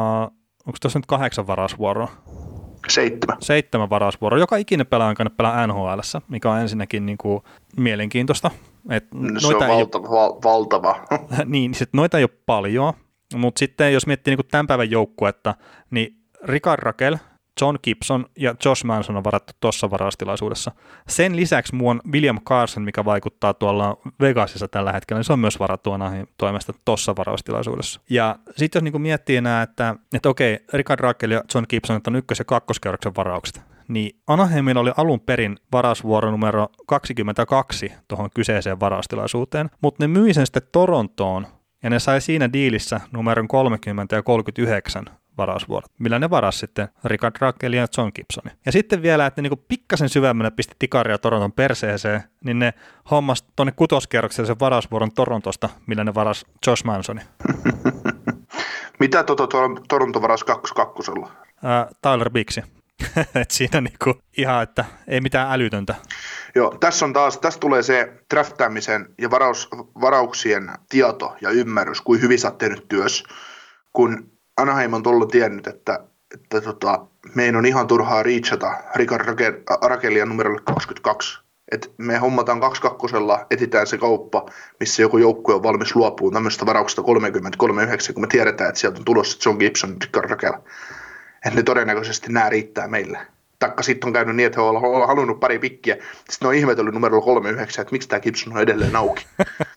onko tässä nyt kahdeksan varausvuoroa? Seitsemän. Seitsemän varausvuoroa. Joka ikinen pelaaja on pelaa N H L:ssä, mikä on ensinnäkin niin kuin mielenkiintoista. Et no, se on valtava. Ole, valtava. niin, sit noita ei ole paljon, mutta sitten jos miettii niin kuin tämän päivän joukkuetta, niin Rickard Rakell, John Gibson ja Josh Manson on varattu tuossa varaustilaisuudessa. Sen lisäksi muun William Carson, mikä vaikuttaa tuolla Vegasissa tällä hetkellä, niin se on myös varattu Anaheimin toimesta tuossa varaustilaisuudessa. Ja sitten jos niinku miettii enää, että, että okei, Rickard Rakell ja John Gibson on ykkös- ja kakkoskerroksen varaukset, niin Anaheimilla oli alun perin varausvuoro numero kaksikymmentäkaksi tuohon kyseiseen varaustilaisuuteen, mutta ne myi sen sitten Torontoon, ja ne sai siinä diilissä numeron kolmekymmentä ja kolmekymmentäyhdeksän varausvuorot, millä ne varasi sitten Rickard Rakell ja John Gibsonin. Ja sitten vielä, että ne niinku pikkasen syvemmällä pisti tikaria Toronton perseeseen, niin ne hommas tuonne kutoskerrokselle sen varausvuoron Torontosta, millä ne varasi Josh Mansonin. Mitä tuota Toronto varasi kakkoskakkosella? Ää, Tyler Biggsy. Että siinä niinku ihan, että ei mitään älytöntä. Joo, tässä on taas, tässä tulee se draftaamisen ja varaus, varauksien tieto ja ymmärrys, kuin hyvin sä oot tehnyt työs, kun Anaheim on tuolla tiennyt, että, että tota, meidän on ihan turhaa reachata Rickard Rakellia numerolle kaksikymmentäkaksi. että me hommataan kaksikymmentäkaksi, etsitään se kauppa, missä joku joukkue on valmis luopumaan tämmöistä varauksesta kolmekymmentä kolmekymmentäyhdeksän, kun me tiedetään, että sieltä on tulossa John Gibson, Rickard Rakell. Että ne todennäköisesti nämä riittää meille. Taikka sitten on käynyt niin, että he ovat halunnut pari pikkiä. Sitten ne on ihmetellyt numerolla kolmekymmentäyhdeksän, että miksi tämä Gibson on edelleen auki.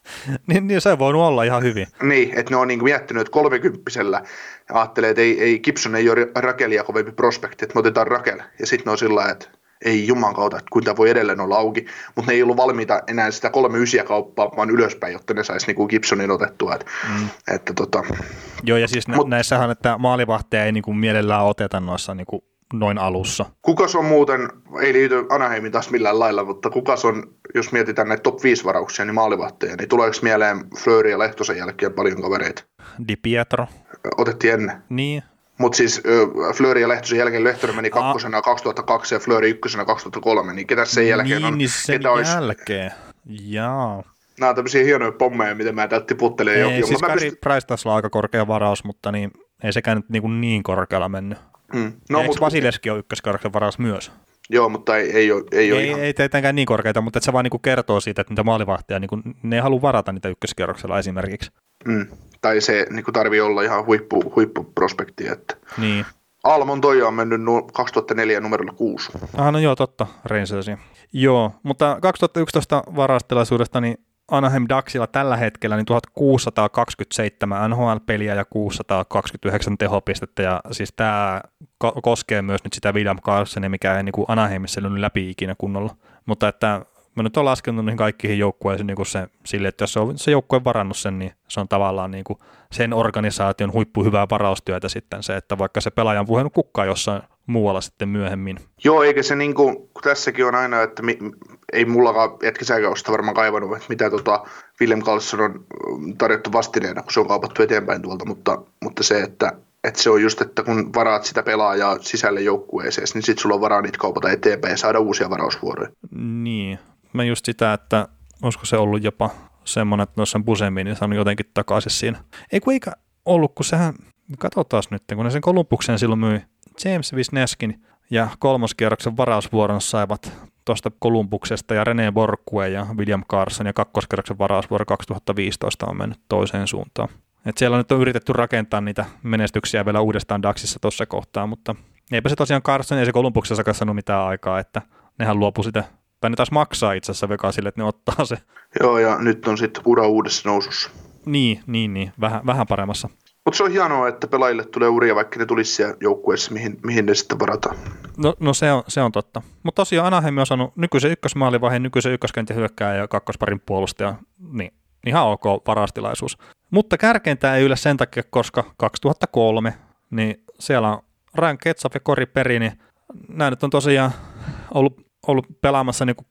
niin, niin se voi olla ihan hyvin. Niin, että ne on niin miettinyt, että kolmekymppisellä ajattelee, että ei, ei Gibson ei ole Rakelia kovempi prospekti, että me otetaan Rakel. Ja sitten ne on sillä lailla, että ei juman kautta, että kuinka voi edelleen olla auki. Mutta ne ei ollut valmiita enää sitä kolme ysiä kauppaa, vaan ylöspäin, jotta ne saisi niin Gibsonin otettua. Että, mm. että, tota. Joo, ja siis Mut, näissähän, että maalivahteja ei niin kuin mielellään oteta noissa niin kuin noin alussa. Kukas on muuten, ei liity Anaheimin taas millään lailla, mutta kukas on, jos mietitään näitä top viisi varauksia, niin maalivahteja, niin tuleeko mieleen Fleury ja Lehtosen jälkeen paljon kavereita? Di Pietro. Otettiin ennen. Niin. Mutta siis Fleury ja Lehtosen jälkeen Lehtonen meni kakkosena ah. kaksituhattakaksi ja Fleury ykkösenä kaksituhattakolme, niin ketä sen jälkeen on? Niin, sen ketä jälkeen. Olisi... Jaa. Nämä on tämmöisiä hienoja pommeja, mitä mä täältä tiputtelen. Ei, jo, siis Carey pystyt... Price taisi olla aika korkea varaus, mutta niin, ei sekään nyt niin, niin korkealla mennyt. Hmm. No, eikö mut... Vasileski ole ykköskorkean varaus myös? Joo, mutta ei, ei, ole, ei, ole ei, ihan... ei tietenkään niin korkeita, mutta se vaan niinku kertoo siitä, että niitä maalivahtia, niinku, ne ei halua varata niitä ykköskierroksella esimerkiksi. Hmm. Tai se niinku tarvii olla ihan huippu, huippuprospekti. Että... Niin. Almon Toija on mennyt nu- kaksituhattaneljä numerolla kuusi. Ah, no joo, totta, Rangersia. Joo, mutta kaksituhattayksitoista varastilaisuudesta, niin Anaheim Ducksilla tällä hetkellä niin tuhatkuusisataakaksikymmentäseitsemän N H L-peliä ja kuusisataakaksikymmentäyhdeksän tehopistettä, ja siis tämä ko- koskee myös nyt sitä William Karlssonia, mikä ei niin kuin Anaheimissa lyönyt läpi ikinä kunnolla. Mutta että mä nyt olen laskenut niihin kaikkiin joukkueisiin niin kuin se, sille, että jos se on se joukkue varannut sen, niin se on tavallaan niin kuin sen organisaation huippu hyvää varaustyötä sitten se, että vaikka se pelaaja on puhunut kukkaa jossain muualla sitten myöhemmin. Joo, eikä se niin kuin, kun tässäkin on aina, että mi, ei mullakaan, etkä säkään ole sitä varmaan kaivannut, että mitä tota William Karlsson on tarjottu vastineena, kun se on kaupattu eteenpäin tuolta, mutta, mutta se, että, että se on just, että kun varaat sitä pelaajaa sisälle joukkueeseen, niin sitten sulla on varaa niitä kaupata eteenpäin ja saada uusia varausvuoroja. Niin, mä just sitä, että olisiko se ollut jopa semmoinen, että noissa Busemiin niin saanut jotenkin takaisin siinä. Ei kun eikä ollut, kun sehän, katsotaan nyt, kun ne sen Kolumbukseen silloin myi James Wisniewskin ja kolmoskierroksen varausvuoron saivat tuosta Kolumbuksesta ja René Borkue ja William Karlsson ja kakkoskierroksen varausvuoro kaksituhattaviisitoista on mennyt toiseen suuntaan. Et siellä on nyt on yritetty rakentaa niitä menestyksiä vielä uudestaan Ducksissa tuossa kohtaa, mutta eipä se tosiaan Karlsson ei se Kolumbuksessa saanut mitään aikaa, että nehän luopui sitä, tai ne taas maksaa itse asiassa Vegasille, että ne ottaa se. Joo, ja nyt on sitten ura uudessa nousussa. Niin, niin, niin. Vähän, vähän paremmassa. Mutta se on hienoa, että pelaajille tulee uria, vaikka ne tulisi siellä joukkueessa, mihin, mihin ne sitten varataan. No, no se, on, se on totta. Mutta tosiaan Anaheim on saanut nykyisen ykkösmaalivaiheen, nykyisen ykköskentän hyökkääjä ja kakkosparin puolustaja. Niin, ihan ok varastilaisuus. Mutta kärkeintä ei yllä sen takia, koska kaksituhattakolme, niin siellä on Ryan Getzlaf ja Corey Perry, niin nämä nyt on tosiaan ollut, ollut pelaamassa niin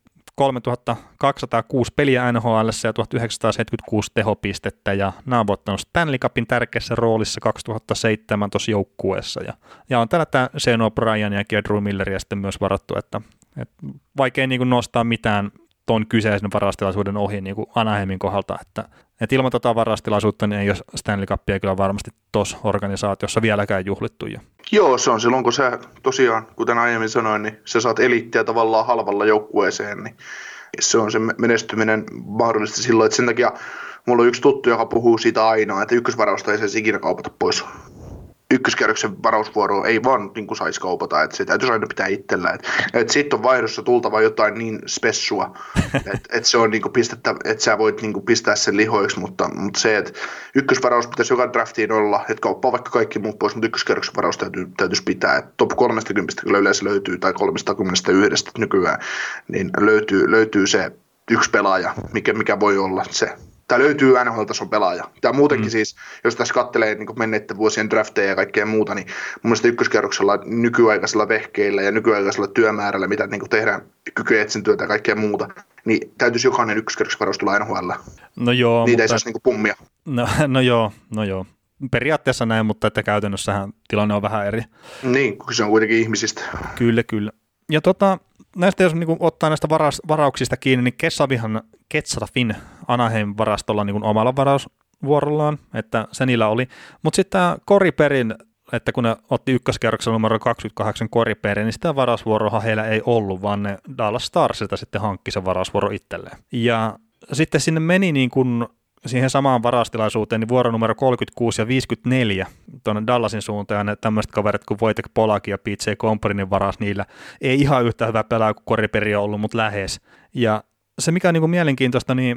kolmetuhattakaksisataakuusi peliä N H L:ssä ja tuhatyhdeksänsataaseitsemänkymmentäkuusi tehopistettä, ja nämä on voittanut Stanley Cupin tärkeässä roolissa kaksituhattaseitsemän tuossa joukkueessa, ja, ja on täällä tämä Shane O'Brien ja Drew Milleria sitten myös varattu, että, että vaikea niin kuin nostaa mitään tuon kyseisen varastilaisuuden ohi niin kuin Anaheimin kohdalta, että, että ilman tätä varastilaisuutta niin ei ole Stanley Cupia kyllä varmasti tuossa organisaatiossa vieläkään juhlittu. Jo. Joo, se on silloin, kun sä tosiaan, kuten aiemmin sanoin, niin sä saat eliittiä tavallaan halvalla joukkueeseen, niin se on se menestyminen mahdollista silloin, että sen takia mulla on yksi tuttu, joka puhuu siitä aina, että ykkösvarausta ei saisi ikinä kaupata pois. Ykköskierroksen varausvuoroa ei vaan niin kuin saisi kaupata, että se täytyisi aina pitää itsellä. Että et siitä on vaihdossa tultava jotain niin spessua, että et se on niin kuin pistettä, että sä voit niin kuin pistää sen lihoiksi, mutta, mutta se, että ykkösvaraus pitäisi joka draftiin olla, että kauppaa vaikka kaikki muut pois, mutta ykköskierroksen varaus täytyy, täytyisi pitää. Et top kolmekymmentä kyllä yleensä löytyy, tai kolmekymmentäyksi nykyään, niin löytyy, löytyy se yksi pelaaja, mikä, mikä voi olla se. Tämä löytyy N H L-tason pelaaja. Tämä muutenkin mm. siis, jos tässä katselee niin menneiden vuosien drafteja ja kaikkea muuta, niin mun mielestä ykköskerroksella nykyaikaisella vehkeillä ja nykyaikaisella työmäärällä, mitä niin tehdään kykyetsin työtä ja kaikkea muuta, niin täytyisi jokainen ykköskerroksen varaus tulla N H L. No joo, niitä mutta... ei saisi niin pummia. No, no joo, no joo. Periaatteessa näin, mutta että käytännössähän tilanne on vähän eri. Niin, kun se on kuitenkin ihmisistä. Kyllä, kyllä. Ja tota, näistä jos niin ottaa näistä varaus, varauksista kiinni, niin Kessavihan Getzlafin Anaheim-varastolla niin omalla varausvuorollaan, että se niillä oli. Mutta sitten tämä Corey Perryn, että kun ne otti ykköskerroksen numero kaksikymmentäkahdeksan Corey Perry, niin sitä varausvuoroa heillä ei ollut, vaan ne Dallas Starsilta sitten hankki sen varausvuoro itselleen. Ja sitten sinne meni niin kuin siihen samaan varastilaisuuteen niin vuoro numero kolmekymmentäkuusi ja viisikymmentäneljä tuonne Dallasin suuntaan, ja ne tämmöiset kaverit kuin Wojtek Polak ja P J Komparinin varas niillä ei ihan yhtä hyvä pelaa kuin Corey Perry on ollut, mutta lähes. Ja se mikä on niin kuin mielenkiintoista, niin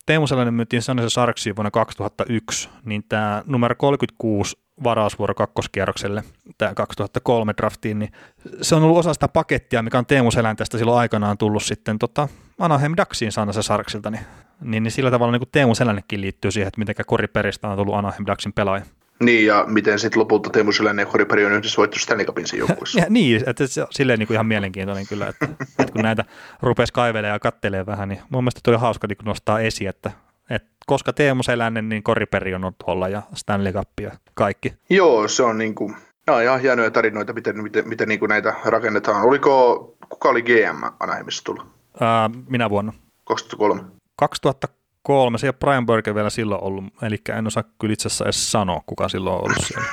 Teemu Selänen myytiin San Jose Sharksiin vuonna kaksituhattayksi, niin tämä numero kolmekymmentäkuusi varausvuoro kakkoskierrokselle, tämä kaksituhattakolme draftiin, niin se on ollut osa sitä pakettia, mikä on Teemu Selänteestä silloin aikanaan tullut sitten tota Anaheim Ducksiin San Jose Sharksilta, niin, niin, niin sillä tavalla niin kuin Teemu Selännekin liittyy siihen, että miten Corey Perrystä on tullut Anaheim Ducksin pelaaja. Niin, ja miten sitten lopulta Teemu Selänen ja Corey Perry on yhdessä voittu Stanley Cupin siinä joukkueessa. Niin, että se on silleen niin kuin ihan mielenkiintoinen kyllä, että, että kun näitä rupesi kaivelemaan ja kattelee vähän, niin mun mielestä tuli hauska niin nostaa esiin, että, että koska Teemu Selänen, niin Corey Perry on ollut tuolla ja Stanley Cup ja kaikki. Joo, se on niin kuin, no, ihan hienoja tarinoita, miten, miten, miten niin kuin näitä rakennetaan. Oliko, kuka oli G M Anaheimissa tullut? Ää, minä vuonna? kaksituhattakolme. kaksituhattakolme, se ei ole Brian Burke vielä silloin ollut, eli en osaa kyllä itse asiassa edes sanoa, kuka silloin on ollut siellä.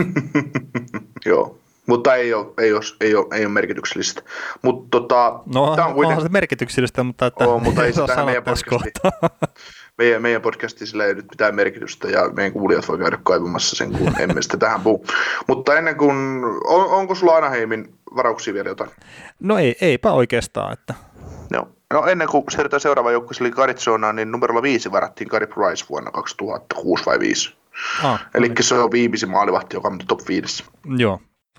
Joo, mutta ei ole, ei ole, ei ole, ei ole merkityksellistä. Mut, tota, no tämä on kuitenkin... onhan se merkityksellistä, mutta, että Oo, mutta ei se tähän meidän podcastiin. Meidän, meidän podcastiin sillä ei nyt mitään merkitystä ja meidän kuulijat voi käydä kaivamassa sen, kun emme sitä tähän puhu. Mutta ennen kuin, on, onko sulla Anaheimin varauksia vielä jotain? No ei, eipä oikeastaan. Että... No, no ennen kuin siirrytään seuraava joukkueeseen, eli Arizonaan, niin numerolla viisi varattiin Gary Price vuonna kaksituhattakuusi vai viisi. Ah, eli no niin. Se on viimeisin maalivahti, joka on top viidessä. Joo.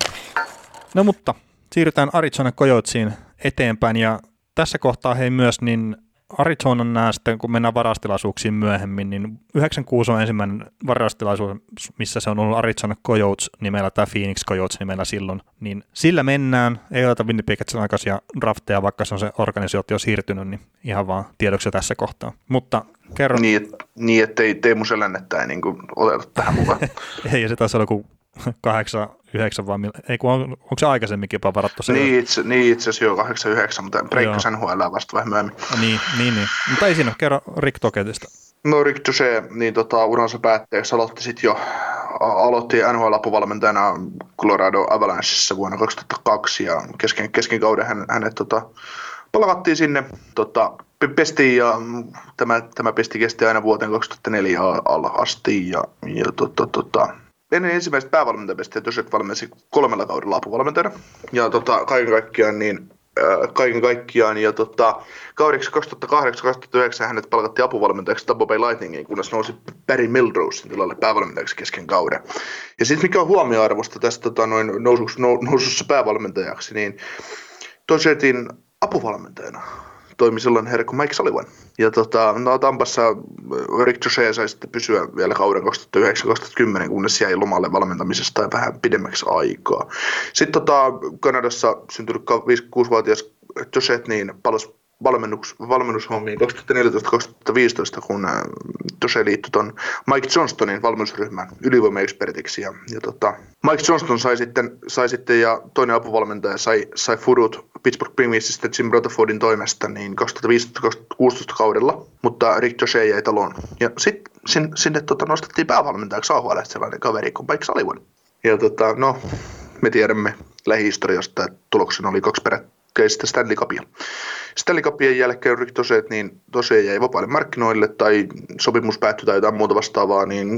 No mutta siirrytään Arizona Coyotesiin eteenpäin ja tässä kohtaa hei myös niin Arizonan nämä sitten, kun mennään varastilaisuuksiin myöhemmin, niin yhdeksänkymmentäkuusi on ensimmäinen varastilaisuus, missä se on ollut Arizona Coyotes nimellä tai Phoenix Coyotes nimellä silloin, niin sillä mennään, ei oteta Winnipegin aikaisia drafteja, vaikka se on se organisaatio siirtynyt, niin ihan vaan tiedoksi tässä kohtaa. Mutta kerro. Niin, et, niin ettei Teemu Selännettä ei niin kuin oteta tähän mukaan. Ei, ja se taisi olla kuin kahdeksan, yhdeksän vai millä, ei kun on, onko se aikaisemminkin jopa varattu se? Niin itse, niin itse asiassa jo kahdeksan yhdeksän, mutta breikkas N H L vasta vähän myöhemmin. Niin, niin, niin. Mutta ei siinä ole, kerro Rick Tocchetista. No Rick Tocchet, niin tota, uransa päätteeksi aloitti sitten jo, aloitti N H L-apuvalmentajana Colorado Avalanchessa vuonna kaksituhattakaksi ja kesken, kesken kauden hän, hänet tota, palkattiin sinne, tota, pestiin ja tämä, tämä pesti kesti aina vuoteen kaksituhattaneljä alla asti ja, ja tota, tota, ennen ensimmäistä päävalmentajapestiä Tocchet valmensi kolmella kaudella apuvalmentajana ja tota, kaiken kaikkiaan niin äh, kaiken kaikkiaan ja tota, kaudeksi kaksituhattakahdeksan kaksituhattayhdeksän hänet palkattiin apuvalmentajaksi Tampa Bay Lightningiin, kunnes nousi Barry Milrosein tilalle päävalmentajaksi kesken kauden. Ja sitten mikä on huomioarvosta tässä tota, noin nousussa, nousussa päävalmentajaksi, niin Tocchettin apuvalmentajana toimi silloin herra kuin Mike Sullivan. Ja tota, no, Tampassa Rick Tocchet sai sitten pysyä vielä kauden kaksituhattayhdeksän kaksituhattakymmenen, kunnes jäi lomalle valmentamisesta ja vähän pidemmäksi aikaa. Sitten tota, Kanadassa syntynyt viisikymmentäkuusivuotias Tocchet niin palasi valmennus, valmennushommiin kaksituhattaneljätoista kaksituhattaviisitoista, kun Tocchet liittyi ton Mike Johnstonin valmennusryhmän ylivoimaekspertiksi. Ja, ja tota, Mike Johnston sai sitten, sai sitten ja toinen apuvalmentaja sai, sai fudut Pittsburgh Penguinsista Jim Rutherfordin toimesta niin kaksituhattaviisitoista kaksituhattakuusitoista kaudella, mutta Rick Tocchet jäi taloon. Ja sitten sinne, sinne tota, nostettiin päävalmentajaksi A H L sellainen kaveri kuin Mike Sullivan. Ja tota, no, me tiedämme lähihistoriasta, että tuloksena oli kaksi peräkkäistä Stanley Cupia. Stanley Cupien jälkeen Rick Tocchet, niin Tocchet jäi vapaille markkinoille tai sopimus päättyi tai jotain muuta vastaavaa, niin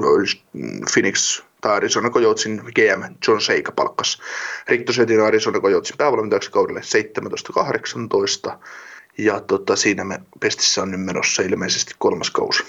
Phoenix tai Arizona Coyotesin G M John Seika palkkasi Rick Tocchetin Arizona Coyotesin päävalmentajaksi kaudelle seitsemäntoista kahdeksantoista ja tota, siinä me pestissä on nyt menossa ilmeisesti kolmas kausi.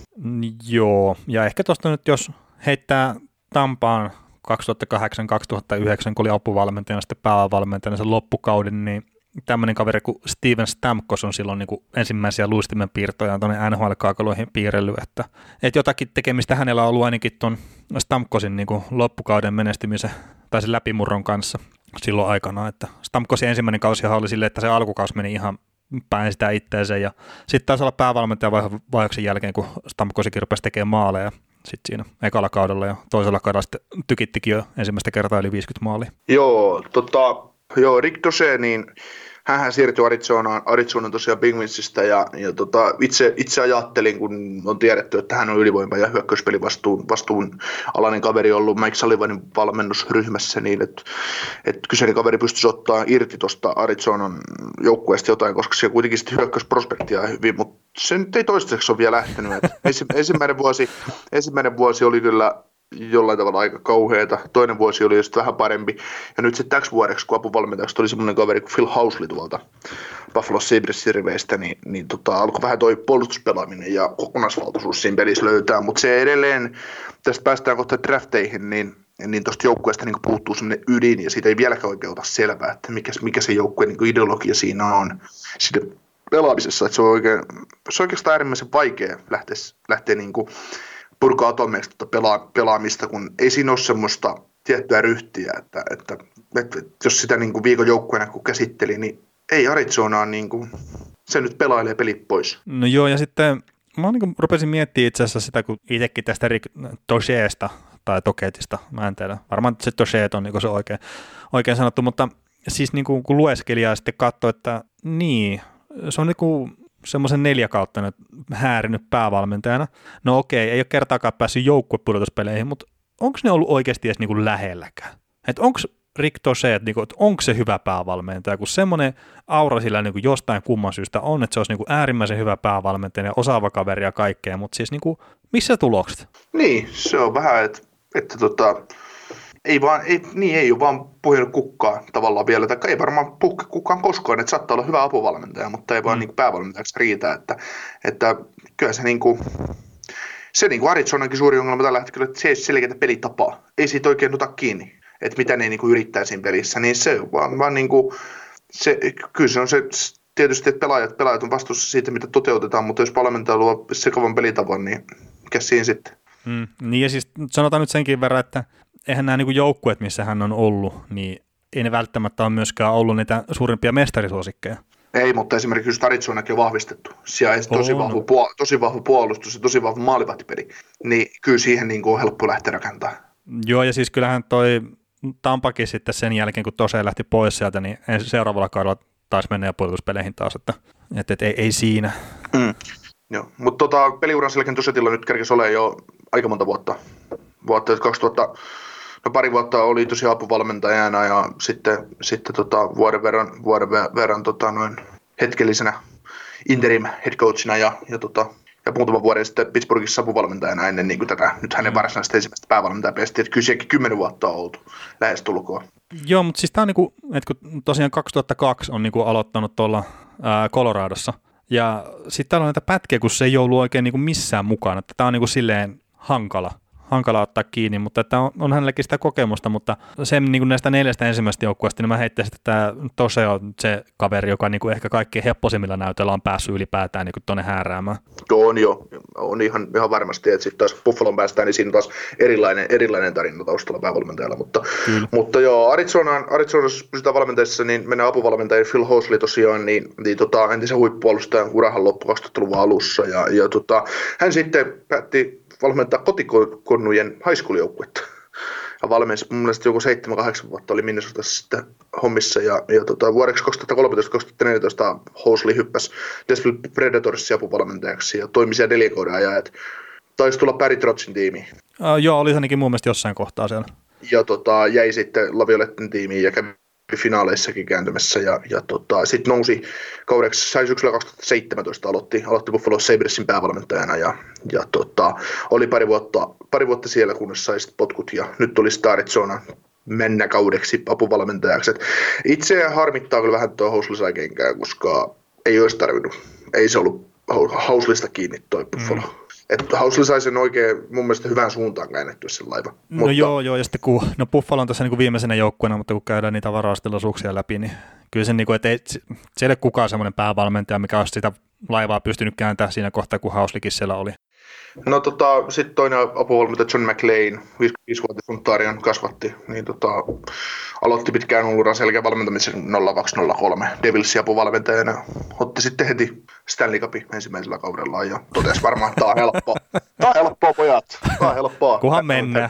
Joo, ja ehkä tuosta nyt jos heittää Tampaan kaksituhattakahdeksan kaksituhattayhdeksän, kun oli apuvalmentajana sitten päävalmentajana sen loppukauden, niin tämmöinen kaveri kuin Steven Stamkos on silloin niin kuin ensimmäisiä luistimen piirtoja tuonne N H L-kaakaloihin piirrellyt, että, että jotakin tekemistä hänellä on ollut ainakin tuon Stamkosin niin kuin loppukauden menestymisen tai sen läpimurron kanssa silloin aikana, että Stamkosin ensimmäinen kausi oli silleen, että se alkukausi meni ihan päin sitä itteeseen ja sitten taisi olla päävalmentajavaihdoksen jälkeen, kun Stamkosikin rupesi tekemään maaleja sitten siinä ekalla kaudella ja toisella kaudella sitten tykittikin jo ensimmäistä kertaa yli viisikymmentä maalia. Joo, tota... Joo, Rick Tocchet, niin hänhän siirtyi Arizonaan, Arizonan tosiaan Penguinsista ja, ja tota, itse, itse ajattelin, kun on tiedetty, että hän on ylivoima- ja hyökkäyspelin vastuun, vastuun alainen kaveri ollut Mike Sullivanin valmennusryhmässä, niin että et kyseinen kaveri pystyisi ottaa irti tuosta Arizonan joukkueesta jotain, koska siellä kuitenkin sitten hyökkäysprospektia hyvin, mutta se nyt ei toistaiseksi ole vielä lähtenyt. Ensi, ensimmäinen, vuosi, ensimmäinen vuosi oli kyllä jollain tavalla aika kauheata. Toinen vuosi oli just vähän parempi. Ja nyt sitten täksi vuodeksi, kun apuvalmentajaksi tuli semmoinen kaveri kuin Phil Housley tuolta Buffalo Sabresin riveistä, niin, niin tota, alkoi vähän toi puolustuspelaaminen ja kokonaisvaltaisuus siinä pelissä löytää. Mutta se edelleen, tästä päästään kohta drafteihin, niin niin tuosta joukkueesta niin puuttuu semmoinen ydin, ja siitä ei vieläkään oikein ota selvää, että mikä, mikä se joukkueen niin ideologia siinä on siinä pelaamisessa. Että se, on oikein, se on oikeastaan äärimmäisen vaikea lähteä, lähteä niin purkaa atomeiksi tuota pela, pelaamista, kun ei siinä ole semmoista tiettyä ryhtiä, että, että, että, että jos sitä niin viikon joukkueena kun käsitteli, niin ei Arizonaan, niin kuin, se nyt pelailee pelit pois. No joo, ja sitten mä niin rupesin miettimään itse asiassa sitä, kun itsekin tästä Rick Tocheesta tai Toketista, mä en tiedä, varmaan se Tocheet on niin se oikein, oikein sanottu, mutta siis niin kuin, kun lueskeli ja sitten katsoi, että niin, se on niin kuin semmoisen neljä kautta nyt häärinyt päävalmentajana. No okei, ei ole kertaakaan päässyt joukkuepudotuspeleihin, mutta onko ne ollut oikeasti edes niin kuin lähelläkään? Että onko Rick Tocheet, niin kuin, että onko se hyvä päävalmentaja, kun semmoinen aura sillä niin kuin jostain kumman syystä on, että se olisi niin kuin äärimmäisen hyvä päävalmentaja ja osaava kaveri ja kaikkea, mutta siis niin kuin, missä tulokset? Niin, se on vähän, että, että tota, ei vaan, ei, niin ei ole vaan puhunut kukkaan tavallaan vielä, tai ei varmaan puhu kukaan koskaan, että saattaa olla hyvä apuvalmentaja, mutta ei vaan mm. niin päävalmentajaksi riitä, että, että kyllä se niin kuin, se niin kuin Arizonankin suuri ongelma tällä hetkellä, että se ei selkeätä pelitapaa, ei siitä oikein ota kiinni, että mitä ne niin kuin yrittää siinä pelissä, niin se vaan, vaan niin kuin, se, kyllä se on se tietysti, että pelaajat, pelaajat on vastuussa siitä, mitä toteutetaan, mutta jos valmentaja luo sekavan pelitavan, niin mikä siinä sitten? Mm, niin ja siis sanotaan nyt senkin verran, että eihän nämä niin joukkueet, missä hän on ollut, niin ei ne välttämättä ole myöskään ollut niitä suurimpia mestarisuosikkeja. Ei, mutta esimerkiksi just Arizonakin on vahvistettu. Siellä on tosi, vahva, puol- tosi vahva puolustus ja tosi vahva maalivahtipeli. Niin kyllä siihen niin kuin on helppo lähteä rakentamaan. Joo, ja siis kyllähän toi Tampakin sitten sen jälkeen, kun Tose lähti pois sieltä, niin seuraavalla kaudella taas mennä jo pudotuspeleihin taas, että, että, että ei, ei siinä. Mm. Joo, mutta tota, peliuran selkeän Tosetilla nyt kerkesi olemaan jo aika monta vuotta. Vuotta kaksituhatta, no pari vuotta oli tosiaan apuvalmentajana ja sitten, sitten tota, vuoden verran, vuoden verran tota, noin hetkellisenä interim head coachina ja, ja, tota, ja muutaman vuoden sitten Pittsburghissa apuvalmentajana ennen niin kuin tätä nyt hänen varsinaista ensimmäistä päävalmentajapestiä. Että kyllä sielläkin kymmenen vuotta on oltu lähestulkoon. Joo, mutta siis tämä on niin kuin, että kun tosiaan kaksituhattakaksi on niin kuin aloittanut tuolla ää, Coloradossa ja sitten täällä on näitä pätkiä, kun se ei ollut oikein niin kuin missään mukana. Tämä on niin kuin silleen hankala. hankala ottaa kiinni, mutta että on, on hänelläkin sitä kokemusta, mutta sen niin kuin näistä neljästä ensimmäistä joukkueesta, niin mä heittäisin, että tämä Tose on se kaveri, joka niin kuin ehkä kaikkein hepposimmilla näytöillä on päässyt ylipäätään niin kuin tuonne hääräämään. Tuo on jo, on ihan, ihan varmasti, että sitten taas Buffalon päästään, niin siinä on taas erilainen, erilainen tarina taustalla päävalmentajalla, mutta, mutta joo, Arizonaan, Arizonassa pysytään valmentajassa, niin mennään apuvalmentajien Phil Housley tosiaan, niin, niin tota, entisen huippupuolustajan urahan loppu kaksituhattaluvun alussa, ja, ja tota, hän sitten päätti valmentaa kotikonnujen high school-joukkuetta. Ja valmensi mun mielestä joku seitsemän kahdeksan vuotta oli Minnesotassa sitten hommissa. Ja, ja tota, vuodeksi kaksituhattakolmetoista kaksituhattaneljätoista Housley hyppäsi Nashville Predatorsin apuvalmentajaksi ja toimi siellä neljän kauden ajan. Taisi tulla Barry Trotzin tiimiin. Uh, joo, oli ainakin mun mielestä jossain kohtaa siellä. Ja tota, jäi sitten Lavioletten tiimiin ja kävi finaaleissakin kääntymässä ja, ja tota, sitten nousi kaudeksi, sai syksyllä kaksituhattaseitsemäntoista aloitti, aloitti Buffalo Sabresin päävalmentajana ja, ja tota, oli pari vuotta, pari vuotta siellä, kunnes sai sitten potkut ja nyt tuli sitten Arizona mennä kaudeksi apuvalmentajaksi. Et itse harmittaa kyllä vähän tuo Housley kenkään, koska ei olisi tarvinnut, ei se ollut Housleysta kiinni toi Buffalo. Mm. Että Housley sai sen oikein mun mielestä hyvään suuntaan käännettyä sen laiva. No mutta joo, joo, ja sitten kun, no Buffalo on tässä niin kuin viimeisenä joukkueena, mutta kun käydään niitä varaustilaisuuksia läpi, niin kyllä se, niin kuin, että ei, se ei ole kukaan semmoinen päävalmentaja, mikä olisi sitä laivaa pystynyt kääntämään siinä kohtaa, kun Housleykin siellä oli. No tota, sitten toinen apuvalmentaja John McLean, viisikymmentäviisivuotias Ontarion kasvatti, niin tota, aloitti pitkään uran selkeä valmentamisen nolla kaksi nolla kolme Devilsin apuvalmentajana. Otti sitten heti Stanley Cupin ensimmäisellä kaudellaan ja totesi varmaan, että tämä on helppoa. Tämä on helppoa, pojat. Tämä on helppoa. Kunhan mennään.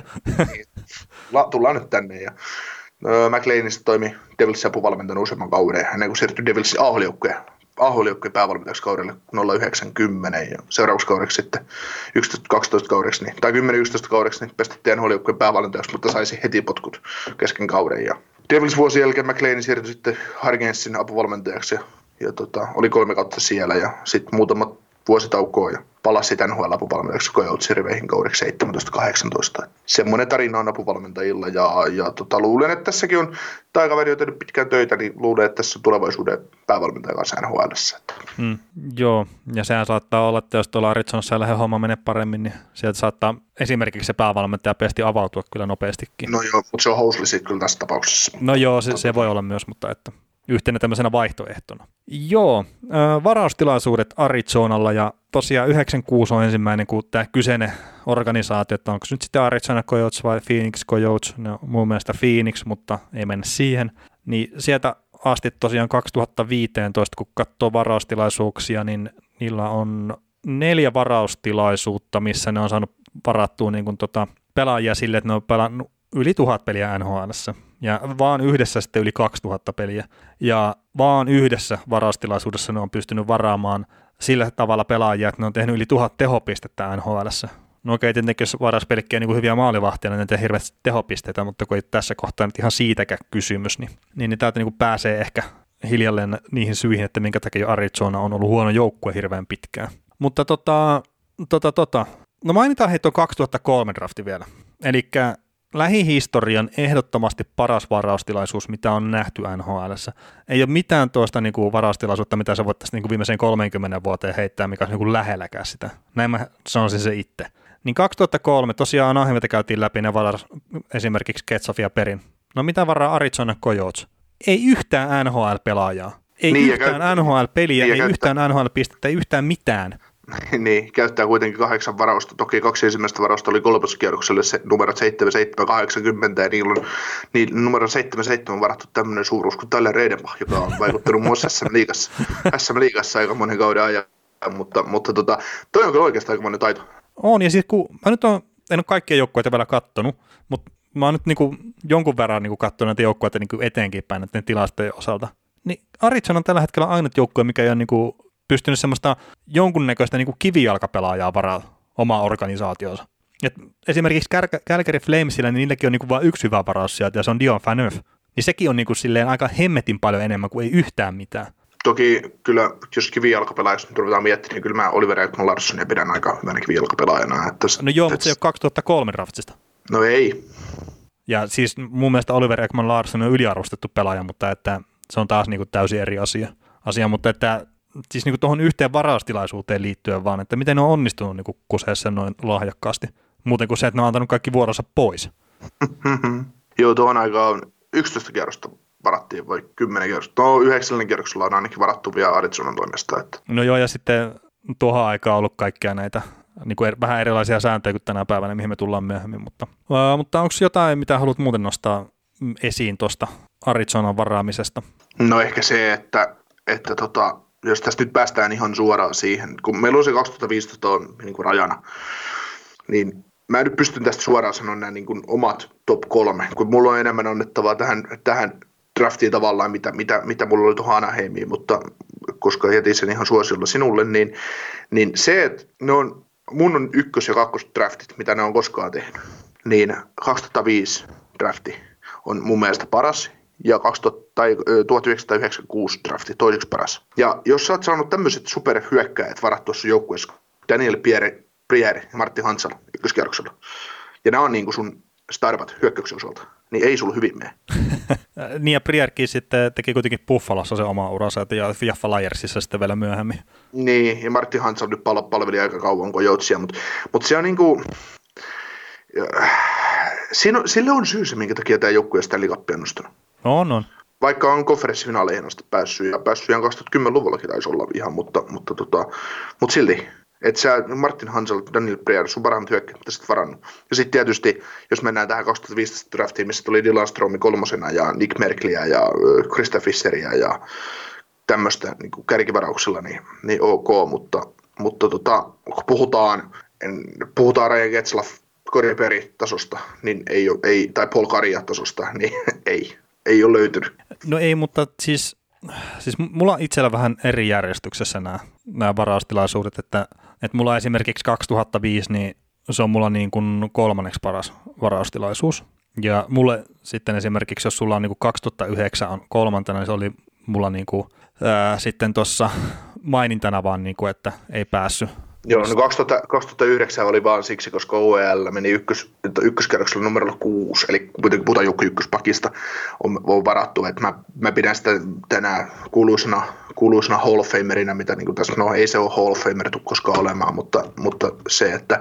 Tullaan nyt tänne. Ja McLeanista toimi Devilsin apuvalmentajana useamman kauden, ennen kuin siirtyi Devilsin A H L-joukkueen. A H L-joukkueen päävalmentajaksi kaudelle nolla yhdeksän kymmenen ja seuraavaksi kaudeksi sitten yksitoista kaksitoista kaudeksi, niin, tai kymmenen yksitoista kaudeksi, niin pestettiin N H L-joukkueen päävalmentajaksi, mutta saisi heti potkut kesken kauden. Ja Devils vuosien jälkeen McLean siirtyi sitten Hargensin apuvalmentajaksi ja, ja tota, oli kolme kautta siellä ja sitten muutama vuositaukoon ja palasi sitten N H L-apuvalmentajaksi Coyotes-riveihin kaudeksi seitsemäntoista kahdeksantoista. Semmoinen tarina on apuvalmentajilla ja, ja tota, luulen, että tässäkin on, tämä kaveri on tehnyt pitkään töitä, niin luulen, että tässä on tulevaisuuden päävalmentajan kanssa N H L:ssä. Mm, joo, ja sehän saattaa olla, että jos tuolla Arizonassa ei lähde homma menee paremmin, niin sieltä saattaa esimerkiksi se päävalmentaja pesti avautua kyllä nopeastikin. No joo, mutta se on Housley sitten kyllä tässä tapauksessa. No joo, se, se voi olla myös, mutta että yhtenä tämmöisenä vaihtoehtona. Joo, äh, varaustilaisuudet Arizonalla ja tosiaan yhdeksänkymmentäkuusi on ensimmäinen, kun tämä kyseinen organisaatio, että onko nyt sitten Arizona Coyotes vai Phoenix Coyotes, no mun mielestä Phoenix, mutta ei mennä siihen, niin sieltä asti tosiaan kaksituhattaviisitoista, kun katsoo varaustilaisuuksia, niin niillä on neljä varaustilaisuutta, missä ne on saanut varattua niin kuin tota pelaajia sille, että ne on pelannut yli tuhat peliä N H L:ssä. Ja vaan yhdessä sitten yli kaksituhatta peliä. Ja vaan yhdessä varaustilaisuudessa ne on pystynyt varaamaan sillä tavalla pelaajia, että ne on tehnyt yli tuhat tehopistettä N H L:ssä. No okei, tietenkin jos varauspelikkejä niin kuin hyviä maalivahtia, niin ne tekee hirveästi tehopisteitä, mutta kun ei tässä kohtaa nyt ihan siitäkään kysymys, niin, niin, niin täältä niin kuin pääsee ehkä hiljalleen niihin syihin, että minkä takia Arizona on ollut huono joukkue hirveän pitkään. Mutta tota, tota, tota. no mainitaan heitä on kaksituhattakolme drafti vielä. Elikkä lähihistorian ehdottomasti paras varaustilaisuus, mitä on nähty N H L:ssä. Ei ole mitään tuosta niin kuin varaustilaisuutta, mitä sä voittaisiin niin kuin viimeiseen kolmekymmentä vuoteen heittää, mikä olisi niin kuin lähelläkään sitä. Näin mä sanoisin se itse. Niin kaksituhattakolme tosiaan Anaheimilta käytiin läpi ne varas, esimerkiksi Ketsov ja Perin. No mitä varaa Arizona Coyotes? Ei yhtään N H L-pelaajaa. Ei niin, yhtään käy... N H L-peliä, niin, ei yhtään N H L-pistettä, ei yhtään mitään. Niin, käyttää kuitenkin kahdeksan varausta. Toki kaksi ensimmäistä varausta oli kolmoskierrokselle se numerot seitsemän seitsemän kahdeksankymmentä, ja niillä on niin numero seitsemän seitsemän varattu tämmöinen suuruus kuin Tyler Reidenbach, joka on vaikuttanut muassa S M-liigassa, S M-liigassa aika monen kauden ajan, mutta, mutta tota, toi on kyllä oikeastaan aika monen taito. On, ja sitten kun mä nyt on, en ole kaikkia joukkueita vielä kattonut, mutta mä oon nyt niinku jonkun verran niinku katsonut näitä joukkueita niinku eteenkin päin näiden tilastojen osalta, niin Arizona on tällä hetkellä ainut joukkue, mikä ei ole niinku pystynyt semmoista jonkunnäköistä niin kuin kivijalkapelaajaa varaa omaa organisaatioonsa. Et esimerkiksi Calgary Flamesillä, niin niilläkin on niin kuin vain yksi hyvä varaus sieltä, ja se on Dion Phaneuf. Niin sekin on niin kuin silleen aika hemmetin paljon enemmän kuin ei yhtään mitään. Toki kyllä, jos kivijalkapelaajaksi nyt ruvetaan miettimään, niin kyllä mä Oliver Ekman Larssonia pidän aika hyvänä kivijalkapelaajana. Että no joo, et... mutta se ei ole kaksituhattakolme draftista. No ei. Ja siis mun mielestä Oliver Ekman Larsson on yliarvostettu pelaaja, mutta että se on taas niin kuin täysin eri asia. asia mutta että siis niin tuohon yhteen varaustilaisuuteen liittyen vaan, että miten ne on onnistunut niin kuseessa noin lahjakkaasti, muuten kuin se, että ne on antanut kaikki vuoronsa pois. Joo, tuohon aikaan yksitoista kierrosta varattiin, vai kymmenen kierrosta. No yhdeksännen kierroksella on ainakin varattu vielä Arizonan toimesta. Että. No joo, ja sitten tuohon aikaan on ollut kaikkia näitä niin kuin vähän erilaisia sääntöjä kuin tänä päivänä, mihin me tullaan myöhemmin. Mutta, uh, mutta onko jotain, mitä haluat muuten nostaa esiin tuosta Arizonan varaamisesta? No ehkä se, että, että tota, jos tästä nyt päästään ihan suoraan siihen, kun meillä on se kaksituhattaviisitoista on niin kuin rajana, niin mä en nyt pystyn tästä suoraan sanoa nämä niin kuin omat top kolme, kun mulla on enemmän annettavaa tähän, tähän draftiin tavallaan, mitä, mitä, mitä mulla oli tuohon Anaheimiin, mutta koska jätin sen ihan suosiolla sinulle, niin, niin se, että ne on, mun on ykkös- ja kakkosdraftit, mitä ne on koskaan tehnyt, niin kaksituhattaviisi drafti on mun mielestä paras, ja kaksituhatta, tai tuhatyhdeksänsataayhdeksänkymmentäkuusi drafti toiseksi paras. Ja jos sä oot saanut tämmöiset superhyökkäjät varattua sun joukkueessa, Daniel Pierre, Pierre ja Martti Hansal ykköskierroksella, ja nämä on niin kuin sun starbat hyökkäyksen osalta, niin ei sulla hyvin mene. Niin ja Prierkin sitten teki kuitenkin Buffalossa se oma uransa, ja Jaffa Lajersissa sitten vielä myöhemmin. Niin, ja Martti Hansal nyt pal- palveli aika kauan Coyotesia, mutta, mutta se on niin kuin, on, sille on syy se, minkä takia tämä joukkue Stanley Cupia on nostanut. On, on. Vaikka on konferenssifinaaleihin asti päässyt, ja päässyt ihan kaksituhattakymmenluvullakin taisi olla ihan, mutta, mutta, tota, mutta silti. Että sä Martin Hansel, Daniel Briere, sun parhaimmat hyökkäät, mitä sä varannut. Ja sitten tietysti, jos mennään tähän kaksituhattaviisitoista draftiin, missä tuli Dylan Stromi kolmosena ja Nick Merkliä ja Krista Fisseria ja tämmöistä niin kärkivarauksella, niin, niin ok, mutta, mutta tota, kun puhutaan, en, puhutaan Ryan Getzlaff, Corey Perry-tasosta, niin ei ole, ei, tai Paul Kariya-tasosta, niin ei, ei ole löytynyt. No ei, mutta siis, siis mulla on itsellä vähän eri järjestyksessä nämä, nämä varaustilaisuudet, että, että mulla esimerkiksi kaksituhattaviisi, niin se on mulla niin kuin kolmanneksi paras varaustilaisuus. Ja mulle sitten esimerkiksi, jos sulla on niin kuin kaksituhattayhdeksän on kolmantena, niin se oli mulla niin kuin, ää, sitten tuossa mainintana vaan, niin kuin, että ei päässyt. Joo, no kaksituhatta, kaksituhattayhdeksän oli vaan siksi, koska O E L meni ykkös, ykköskerroksella numerolla kuusi, eli kuitenkin puhutaan joukko ykköspakista on, on varattu, että mä, mä pidän sitä tänään kuuluisena, kuuluisena Hall of Famerina, mitä niin kuin tässä, no ei se ole Hall of Famer tule koskaan olemaan, mutta, mutta se, että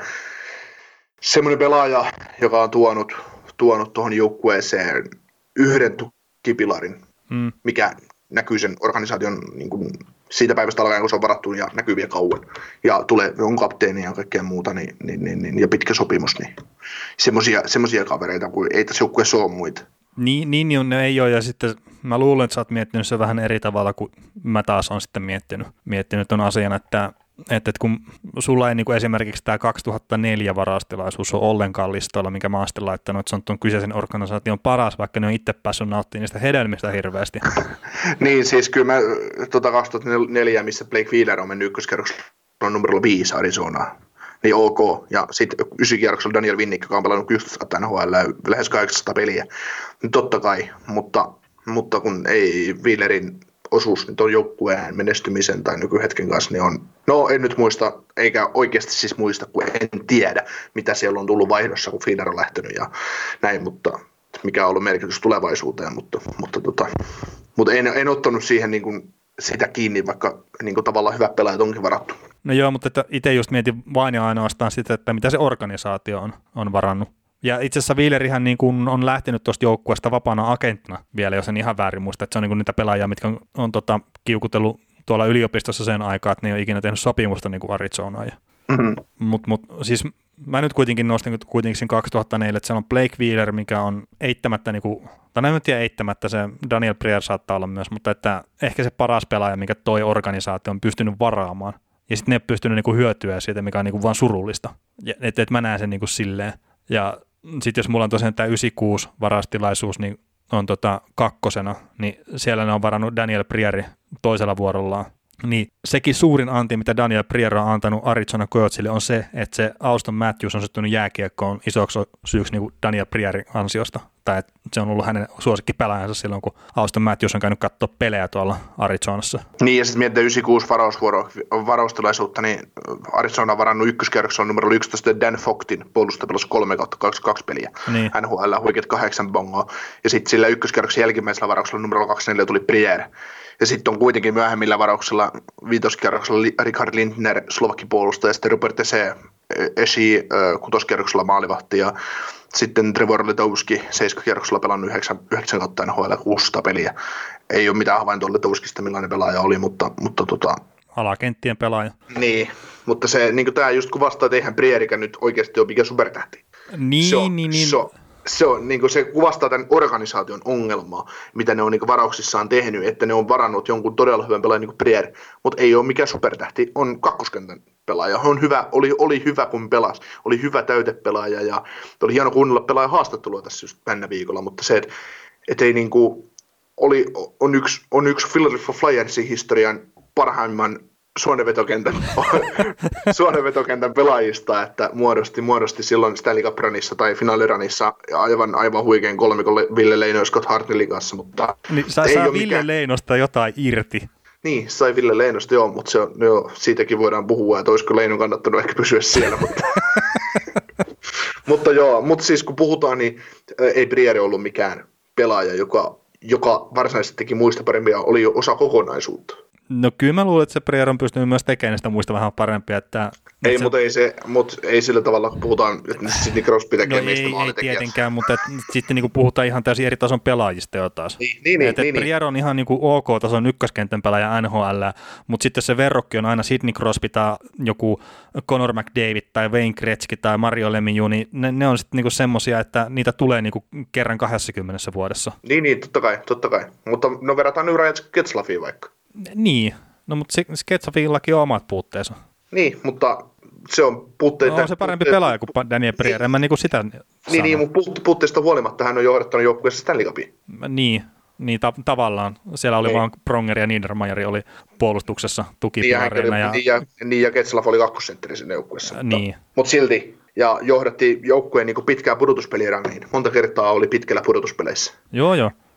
semmoinen pelaaja, joka on tuonut, tuonut tuohon joukkueeseen yhden tukipilarin, mm. mikä näkyy sen organisaation niin kuin siitä päivästä alkaen, kun se on varattu ja näkyy vielä kauan. Ja tulee, on kapteeni ja kaikkea muuta, niin, niin, niin, niin, ja pitkä sopimus, niin semmoisia kavereita, kun ei tässä joukkueessa ole muita. Niin, niin on, ne ei ole, ja sitten mä luulen, että sä oot miettinyt se vähän eri tavalla kuin mä taas on sitten miettinyt, miettinyt ton asian, että Että et kun sulla ei niinku esimerkiksi tämä kaksituhattaneljä varastilaisuus ole ollenkaan listoilla, minkä mä oon sitten laittanut, että se on tuon kyseisen organisaation paras, vaikka ne on itse päässyt nauttimaan niistä hedelmistä hirveästi. Niin, siis kyllä mä tota kaksituhattaneljä, missä Blake Wheeler on mennyt ykköskerroksella numerolla viisi Arizonaa, niin ok. Ja sitten ysikierroksella Daniel Winnick, joka on pelannut yksitoista N H L lähes kahdeksansataa peliä. Niin totta kai, mutta, mutta kun ei Wheelerin osuus nyt on joukkueen menestymisen tai nykyhetken kanssa, niin on, no en nyt muista, eikä oikeasti siis muista, kun en tiedä, mitä siellä on tullut vaihdossa, kun Feeder on lähtenyt ja näin, mutta mikä on ollut merkitys tulevaisuuteen, mutta, mutta, tota, mutta en, en ottanut siihen niin kuin sitä kiinni, vaikka niin kuin tavallaan hyvät pelaajat onkin varattu. No joo, mutta itse just mietin vain ja ainoastaan sitä, että mitä se organisaatio on, on varannut. Ja itse asiassa Wheelerihän niin kuin on lähtenyt tuosta joukkueesta vapaana agenttina vielä, jos en ihan väärin muista, että se on niin kuin niitä pelaajia, mitkä on, on tota, kiukutellut tuolla yliopistossa sen aikaa, että ne ei ole ikinä tehnyt sopimusta niin kuin Arizonaan. Mm-hmm. Mutta mut, siis mä nyt kuitenkin nostin kuitenkin siinä kaksituhattaneljä, että siellä on Blake Wheeler, mikä on eittämättä, niin kuin, tai en tiedä eittämättä, se Daniel Briere saattaa olla myös, mutta että ehkä se paras pelaaja, mikä toi organisaatio on pystynyt varaamaan. Ja sitten ne ei pystynyt niin kuin hyötyä siitä, mikä on niin kuin vaan surullista. Että et mä näen sen niin kuin silleen. Ja sitten jos mulla on tosiaan tämä yhdeksänkymmentäkuusi varastilaisuus, niin on tota kakkosena, niin siellä ne on varannut Daniel Briere toisella vuorollaan. Niin sekin suurin anti, mitä Daniel Briere on antanut Arizona Coyotesille, on se, että se Auston Matthews on syttynyt jääkiekkoon isoksi syyksi niin kuin Daniel Briere ansiosta. Tai että se on ollut hänen suosikkipelaajansa silloin, kun Auston Matthews on käynyt katsoa pelejä tuolla Arizonassa. Niin, ja sitten miettii yhdeksänkymmentäkuusi varausvuoro, varaustilaisuutta, niin Arizona on varannut ykköskerroksella numero yksitoista Dan Fogtin puolustapelossa kolme kautta kaksi peliä. Niin. N H L huikeat kahdeksan bongoa. Ja sitten sillä ykköskerroksen jälkimmäisellä varauksella numero kaksikymmentäneljä tuli Briere. Ja sitten on kuitenkin myöhemmillä varauksella viitoskerroksella Richard Lindner, Slovakki-puolustaja, ja sitten Robert Tese, Esi, kutoskerroksella maalivahti, ja sitten Trevor Letowski, seiskakierroksella pelannut yhdeksän, yhdeksän kautta N H L kuusisataa peliä. Ei ole mitään havaintoa Letowskista, millainen pelaaja oli, mutta... mutta tota, alakenttien pelaaja. Niin, mutta se, niin tämä just kuvastaa, että eihän Brierikä nyt oikeasti ole mikä supertähti. Niin, se on, niin, niin. Se on, se, on, niin se kuvastaa tämän organisaation ongelmaa, mitä ne on niin varauksissaan tehnyt, että ne on varannut jonkun todella hyvän pelaajan niin kuin Briere, mutta ei ole mikään supertähti, on kakkoskentän pelaaja, on hyvä, oli, oli hyvä kun pelasi, oli hyvä täytepelaaja ja oli hieno kuunnella pelaajan haastattelua tässä just mennä viikolla, mutta se, että et ei niin kuin, oli, on yksi, on yksi Philadelphia Flyersin historian parhaimman suonenvetokentän, suonenvetokentän pelaajista, että muodosti, muodosti silloin Stanley Cup Runissa tai finaaliranissa aivan, aivan huikein kolmikon Ville Leino ja Scott Hartnellin kanssa, mutta niin, saa, ei saa ole Ville mikään... Leinosta jotain irti. Niin, sai Ville Leinosta joo, mutta se on, joo, siitäkin voidaan puhua, että olisiko Leinon kannattanut ehkä pysyä siellä, mutta... mutta joo, mutta siis kun puhutaan, niin ei Briere ollut mikään pelaaja, joka, joka varsinaisesti teki muista parempia, oli jo osa kokonaisuutta. No kyllä mä luulen, että se Briere on pystynyt myös tekemään sitä muista vähän parempia. Että, ei, että mutta se... ei, se, mut ei sillä tavalla, kun puhutaan, että Sidney Crosby tekee no meistä ei, maalintekijät. ei tietenkään, mutta et, sitten niinku puhutaan ihan täysin eri tason pelaajista jo taas. Niin, niin, et, niin, et niin. Briere on ihan niinku OK-tason ykköskentän pelaaja N H L, mutta sitten se verrokki on aina Sidney Crosby tai joku Connor McDavid tai Wayne Gretzky tai Mario Lemieux, niin ne, ne on sitten niinku semmoisia, että niitä tulee niinku kerran kaksikymmentä vuodessa. Niin, niin, totta kai, totta kai. Mutta no verrataan nyt Ryan Getzlafiin vaikka. Niin. No, mutta Getzlafillakin on omat puutteensa. Niin, mutta se on puutteita... No, on se parempi puutteita, pelaaja kuin Daniel Briere, en mä niinku sitä Niin, niin, mutta puutteista huolimatta hän on johdattanut joukkueessa Stanley Cupia. Niin, niin ta- tavallaan. Siellä oli niin. vaan Pronger ja Niedermayer oli puolustuksessa tukipilareina. Niin, ja, niin, ja, niin, ja Getzlaf oli kakkosentteri siinä joukkueessa. Niin. Mutta, mutta silti, ja johdatti joukkueen niin pitkään pudotuspelirangiin. Monta kertaa oli pitkällä pudotuspeleissä. Joo, joo.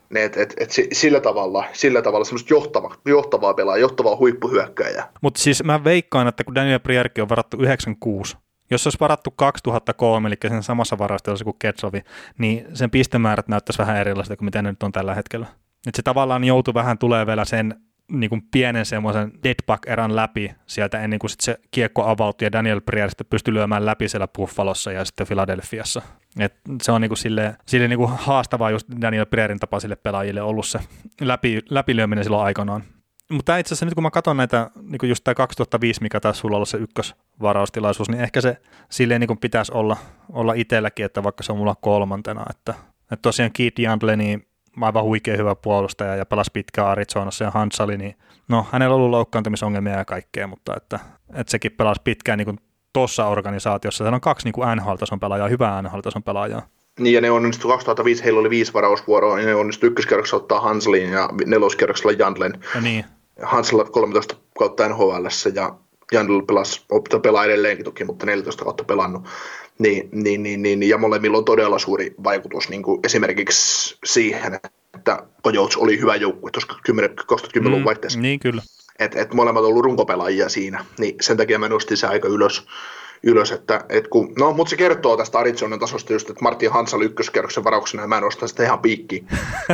Et, et, et sillä tavalla, sillä tavalla semmoista johtava, johtavaa pelaa, johtavaa huippuhyökkääjää. Mutta siis mä veikkaan, että kun Daniel Brierkin on varattu yhdeksänkymmentäkuusi, jos se olisi varattu kaksituhattakolme, eli sen samassa varastelussa kuin Ketsovi, niin sen pistemäärät näyttäisi vähän erilaista kuin mitä ne nyt on tällä hetkellä. Et se tavallaan joutui vähän tulee vielä sen niin kuin pienen semmoisen deadback-erän läpi sieltä ennen kuin sit se kiekko avautui ja Daniel Briere sitten pystyi lyömään läpi siellä Buffalossa ja sitten Philadelphiassa. Et se on niin kuin silleen, silleen niin kuin haastavaa just Daniel Brierin tapaisille pelaajille ollut se läpi, läpilyöminen silloin aikanaan. Mutta itse asiassa nyt kun mä katson näitä, niin kuin just tämä kaksituhattaviisi, mikä taas sulla ollut se ykkösvaraustilaisuus, niin ehkä se silleen niin kuin pitäisi olla, olla itselläkin, että vaikka se on mulla kolmantena. Että, että tosiaan Keith Yandle, niin aivan huikea hyvä puolustaja ja pelasi pitkään Arizonassa ja Hansali, niin no hänellä on ollut loukkaantumisongelmia ja kaikkea, mutta että, että sekin pelasi pitkään niin kuin tuossa organisaatiossa. Siellä on kaksi niin kuin N H L-tason pelaajaa, hyvää N H L-tason pelaajaa. Niin ja ne onnistui kaksituhattaviisi, heillä oli viisi varausvuoroa, niin ne onnistui ykköskierroksella ottaa Hanselin ja neloskierroksella Jandlen. Ja niin. Hansel kolmetoista kautta N H L:ssä ja Jandl pelasi, pelaa edelleenkin toki, mutta neljätoista kautta pelannut. Niin, niin, niin, niin, ja molemmilla on todella suuri vaikutus niin kuin esimerkiksi siihen, että Coyotes oli hyvä joukkue tuossa kaksituhattakymmenluvun mm, vaihteessa. Niin kyllä. Että et molemmat on ollut runkopelaajia siinä, niin sen takia mä nostin se aika ylös. ylös että, et kun, no, mutta se kertoo tästä Arizonan tasosta just, että Martin Hansel ykköskerroksen varauksena ja mä nostan sitä ihan piikkiin.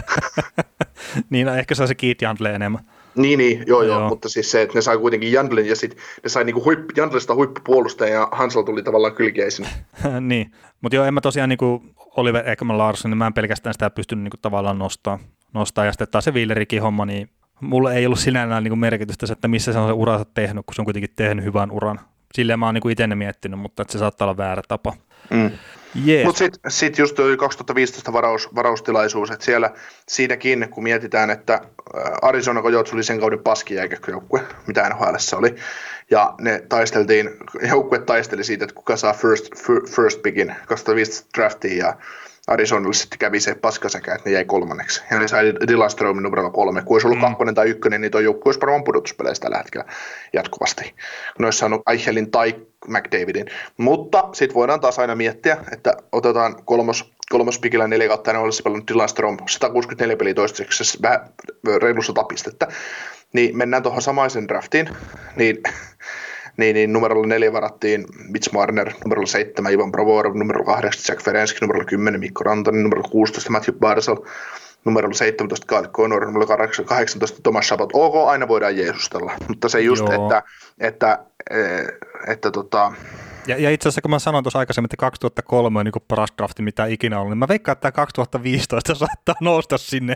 Niin, no, ehkä se on se Keith Yandle enemmän. Niin, niin joo, joo, joo, mutta siis se, että ne sai kuitenkin Jandlen ja sitten ne sai niinku huippu, Jandlesta huippupuolustajan ja Hansel tuli tavallaan kylkiäisenä. Niin, mutta joo, en mä tosiaan niinku Oliver Ekman-Larsson, niin mä en pelkästään sitä pystynyt niinku tavallaan nostaa, nostaa. Ja sitten taas se Wheelerikin homma, niin mulle ei ollut sinällään niinku merkitystä se, että missä se on se uransa tehnyt, kun se on kuitenkin tehnyt hyvän uran. Silleen mä oon niinku itse miettinyt, mutta että se saattaa olla väärä tapa. Mm. Yes. Mutta sitten sit just kaksituhattaviisitoista varaus, varaustilaisuus, että siellä siinäkin, kun mietitään, että Arizona Coyotes oli sen kauden paskin jääkiekko-joukkue, mitä N H L:ssä oli, ja ne taisteltiin, joukkue taisteli siitä, että kuka saa first, first pickin kaksituhattaviisitoista draftiin, ja Arizonalle sitten kävi se paskasäkä, että ne jäi kolmanneksi. Ja ne sai Dylan Stromin numerolla kolme. Kun olisi ollut mm. kakkonen tai ykkönen, niin tuo joukkue olisi varmaan pudotuspeleissä tällä hetkellä jatkuvasti. Kun ne olisi saanut Eichelin tai McDavidin. Mutta sitten voidaan taas aina miettiä, että otetaan kolmos, kolmospikillä neljä kautta, ne olisi pelannut Dylan Strom, sata kuusikymmentäneljä peliä toistaiseksi, vähän reilu sata pistettä. Niin mennään tuohon samaisen draftiin, niin... Niin, niin numerolla neljä varattiin Mitch Marner, numerolla seitsemän Ivan Provorov, numerolla kahdeksan Jack Ferenski, numerolla kymmenen Mikko Rantanen, numerolla kuusitoista Matthew Barzal, numerolla seitsemäntoista Kyle Connor, numerolla kahdeksantoista Thomas Chabot. Ok, aina voidaan jeesustella, mutta se just, Joo. että, että, että, että tota... Ja, ja itse asiassa kun mä sanoin tuossa aikaisemmin, että kaksituhattakolme on niin kuin paras drafti, mitä ikinä ollut, niin mä veikkaan, että tämä kaksituhattaviisitoista saattaa nousta sinne.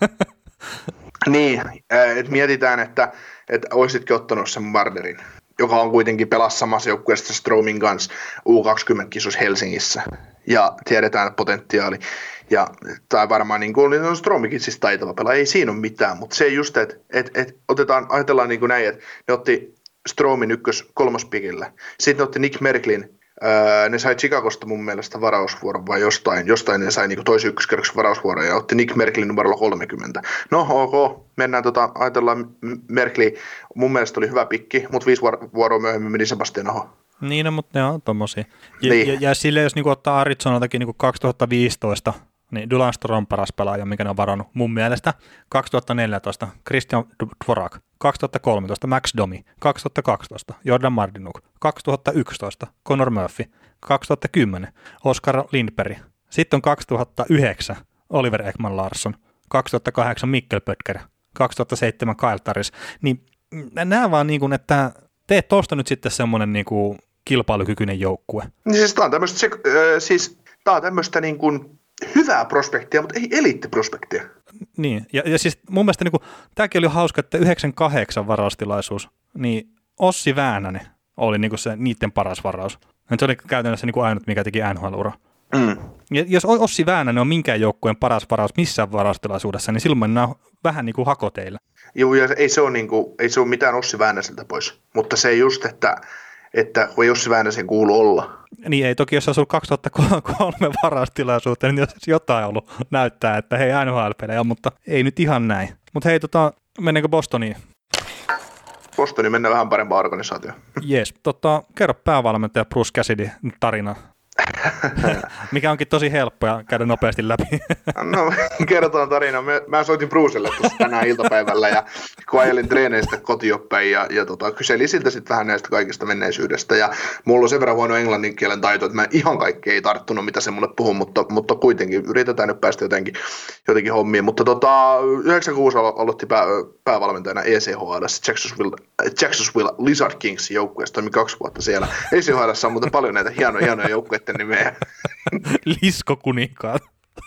Niin, että mietitään, että, että olisitkin ottanut sen Marnerin, joka on kuitenkin pelassa samassa joukkueessa Stromin kanssa U kaksikymmentä-kisossa Helsingissä. Ja tiedetään potentiaali. Ja tai varmaan niin kuin on Stromikin siis taitava pelaaja, ei siinä ole mitään. Mutta se just, että et, et otetaan, ajatellaan niin kuin näin, että ne otti Stromin ykkös kolmospikillä. Sitten ne otti Nick Merklin. Öö, ne sai Chicagosta mun mielestä varausvuoron vai jostain. Jostain ne sai niin toisen ykköskerroksen varausvuoron ja otti Nick Merklin numerolla kolmekymmentä. No ok, mennään tota, ajatellaan Merkli. Mun mielestä oli hyvä pikki, mutta viisi vuoroa myöhemmin meni Sebastian Aho. Niin, no, mutta ne on tommosia. Ja, niin. ja, ja sille, jos niinku ottaa Arizonaltakin niinku kaksituhattaviisitoista, niin Dylan Strom paras pelaaja, mikä ne on varannut mun mielestä. kaksituhattaneljätoista Christian Dvorak, kaksituhattakolmetoista Max Domi, kaksituhattakaksitoista Jordan Martinook, kaksituhattayksitoista Connor Murphy, kaksituhattakymmenen Oskar Lindberg, sitten on kaksituhattayhdeksän Oliver Ekman-Larsson, kaksituhattakahdeksan Mikkel Pöttger, kaksituhattaseitsemän Kyle Turris, niin nämä vaan niin kuin, että teet tuosta nyt sitten semmoinen niin kuin kilpailukykyinen joukkue. Niin siis tämä on tämmöistä, se, äh, siis, tää on tämmöistä niin kuin hyvää prospektia, mutta ei eliittiprospektia. Niin, ja, ja siis mun mielestä niin kuin, tämäkin oli hauska, että yhdeksänkymmentäkahdeksan varaustilaisuus, niin Ossi Väänänen oli niin kuin se niiden paras varaus. Se oli käytännössä niin kuin ainut, mikä teki N H L-ura. Mm. Ja jos Ossi Väänänen on minkään joukkueen paras varaus missään varaustilaisuudessa, niin silloin mennään vähän niin kuin hakoteilla. Joo, ja ei se ole, niin kuin, ei se ole mitään Ossi Väänäseltä pois, mutta se just, että, että kun Ossi Väänäsen kuuluu olla. Niin ei toki, jos olisi ollut kaksituhattakolme varaustilaisuutta, niin olisi jotain ollut näyttää, että hei N H L-pelejä, mutta ei nyt ihan näin. Mutta hei, tota, mennäänkö Bostoniin? Bostoniin mennään vähän parempaan organisaatioon. Jes, tota, kerro päävalmentaja Bruce Cassidy tarina. Mikä onkin tosi helppoa käydä nopeasti läpi. No, kerrotaan tarina. Mä soitin Brucelle tuossa tänään iltapäivällä ja kun ajelin treeneistä kotioppäin ja, ja tota, kyselin siltä sitten vähän näistä kaikista menneisyydestä. Ja mulla on sen verran huono englannin kielen taito, että mä ihan kaikki ei tarttunut, mitä se mulle puhuu, mutta, mutta kuitenkin yritetään nyt päästä jotenkin, jotenkin hommiin. Mutta tota, yhdeksänkymmentäkuusi aloitti pää, päävalmentajana E C H L, Jacksonville, Jacksonville Lizard Kings joukkueesta, toimi kaksi vuotta siellä. E C H L on muuten paljon näitä hienoja, hienoja joukkueiden nimeä. Lisko kuninkaat.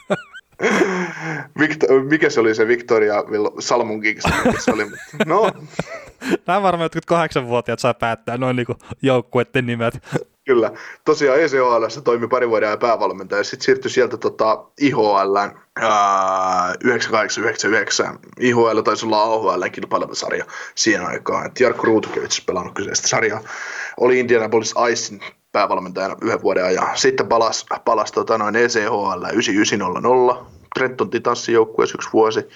Victor, mikä se oli se Victoria Salmon Kings? Se oli, no. Nämä varmaan jotkut kahdeksanvuotiaat saa päättää noin niin joukkueiden nimet. Kyllä. Tosiaan E C H L toimi pari vuoden ajan päävalmentaja ja sitten siirtyi sieltä tota I H L:ään yhdeksänkymmentäkahdeksan yhdeksänkymmentäyhdeksän. I H L taisi olla A H L:n kilpaileva sarja siihen aikaan. Et Jarkko Ruutukevits pelannut kyseistä sarjaa. Oli Indianapolis Icein päävalmentajana yhden vuoden ajan. Sitten palasi, palasi tota noin E C H L yhdeksänkymmentäyhdeksän nolla nolla. Trenton Titansin joukkueessa yksi vuosi.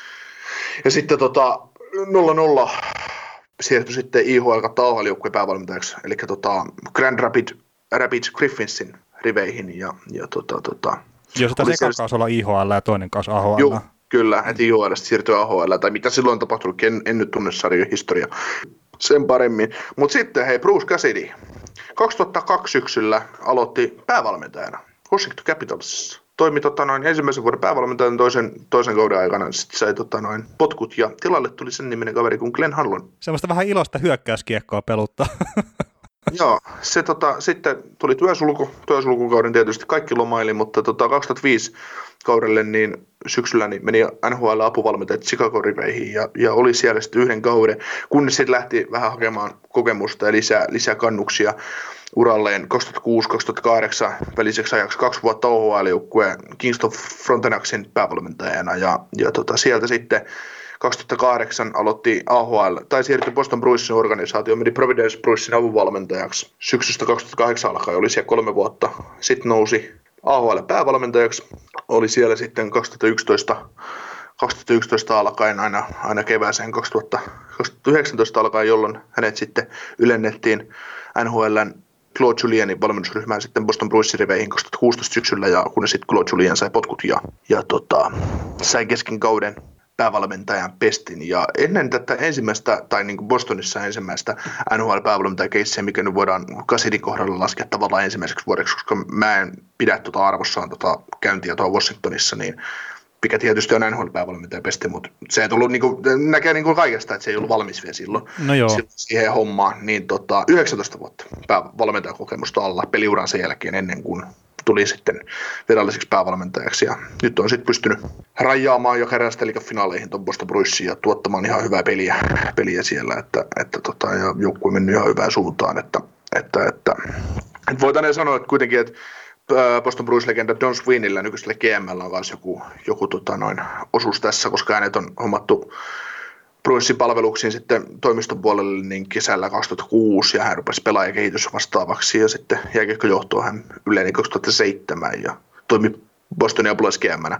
Ja sitten tota nolla nolla siirtyi sitten I H L kautta A H L-joukkueen päävalmentajaksi, eli tota Grand Rapid, Rapids Griffinsin riveihin. Ja, ja tota, tota, Jos taisi eka kaus olla I H L ja toinen kaus A H L. Joo, kyllä, että I H L:stä siirtyi A H L, tai mitä silloin tapahtunut, en, en nyt tunne sarjan historiaa sen paremmin. Mutta sitten hei, Bruce Cassidy, kaksituhattakaksi syksyllä aloitti päävalmentajana Washington Capitalsissa. Toimi tota, noin ensimmäisen vuoden päävalmentajan toisen, toisen kauden aikana, sitten sai tota, noin potkut ja tilalle tuli sen niminen kaveri kuin Glenn Hanlon. Semmoista vähän iloista hyökkäyskiekkoa peluttaa. Joo, se tota, sitten tuli työsulku, työsulkukauden tietysti kaikki lomaili, mutta tota, kaksituhattaviisi kaudelle niin syksyllä niin meni N H L-apuvalmentajat Chicago-riveihin ja, ja oli siellä sitten yhden kauden, kunnes sitten lähti vähän hakemaan kokemusta ja lisää, lisää kannuksia uralleen kaksituhattakuusi kaksituhattakahdeksan väliseksi ajaksi kaksi vuotta O H L-joukkueen Kingston Frontenacin päävalmentajana ja, ja tota, sieltä sitten kaksituhattakahdeksan aloitti A H L, tai siirtyi Boston Bruinsin organisaatioon, meni Providence Bruinsin avunvalmentajaksi. Syksystä kaksituhattakahdeksan alkaen oli siellä kolme vuotta. Sitten nousi A H L päävalmentajaksi, oli siellä sitten kaksituhattayksitoista, kaksituhattayksitoista alkaen aina, aina kevääseen kaksituhattayhdeksäntoista alkaen, jolloin hänet sitten ylennettiin N H L:n Claude Julienin valmennusryhmään sitten Boston Bruinsin riveihin kaksituhattakuusitoista syksyllä, ja kun sitten Claude Julien sai potkut ja, ja tota, sai kesken kauden päävalmentajan pestin. Ja ennen tätä ensimmäistä, tai niin kuin Bostonissa ensimmäistä N H L-päävalmentajakeissiä, mikä nyt voidaan Cassidyn kohdalla laskea tavallaan ensimmäiseksi vuodeksi, koska mä en pidä tuota arvossaan tuota käyntiä tuolla Washingtonissa, niin mikä tietysti on N H L-päävalmentajan pesti, mutta se ei tullut, niin kuin, näkee niin kuin kaikesta, että se ei ollut valmis vielä silloin, no joo. silloin siihen hommaan, niin tota, yhdeksäntoista vuotta päävalmentajakokemusta alla peliuran sen jälkeen ennen kuin tuli sitten viralliseksi päävalmentajaksi ja nyt on sitten pystynyt rajaamaan jo kerran Stanley Cup-finaaleihin tuon Boston Bruinsiin ja tuottamaan ihan hyvää peliä, peliä siellä, että, että tota, ja joukkue on mennyt ihan hyvään suuntaan, että, että, että, että voitaneen sanoa, että kuitenkin, että Boston Bruins-legenda Don Sweeneyllä, nykyisellä G M:llä on myös joku, joku tota, noin, osuus tässä, koska hänet on hommattu Bruinsin palveluksiin sitten toimiston puolelle niin kesällä kaksituhattakuusi ja hän rupesi pelaajakehitys vastaavaksi ja sitten jääkiekkojohtoon hän yleni kaksituhattaseitsemän ja toimi Bostonin apulais G M:nä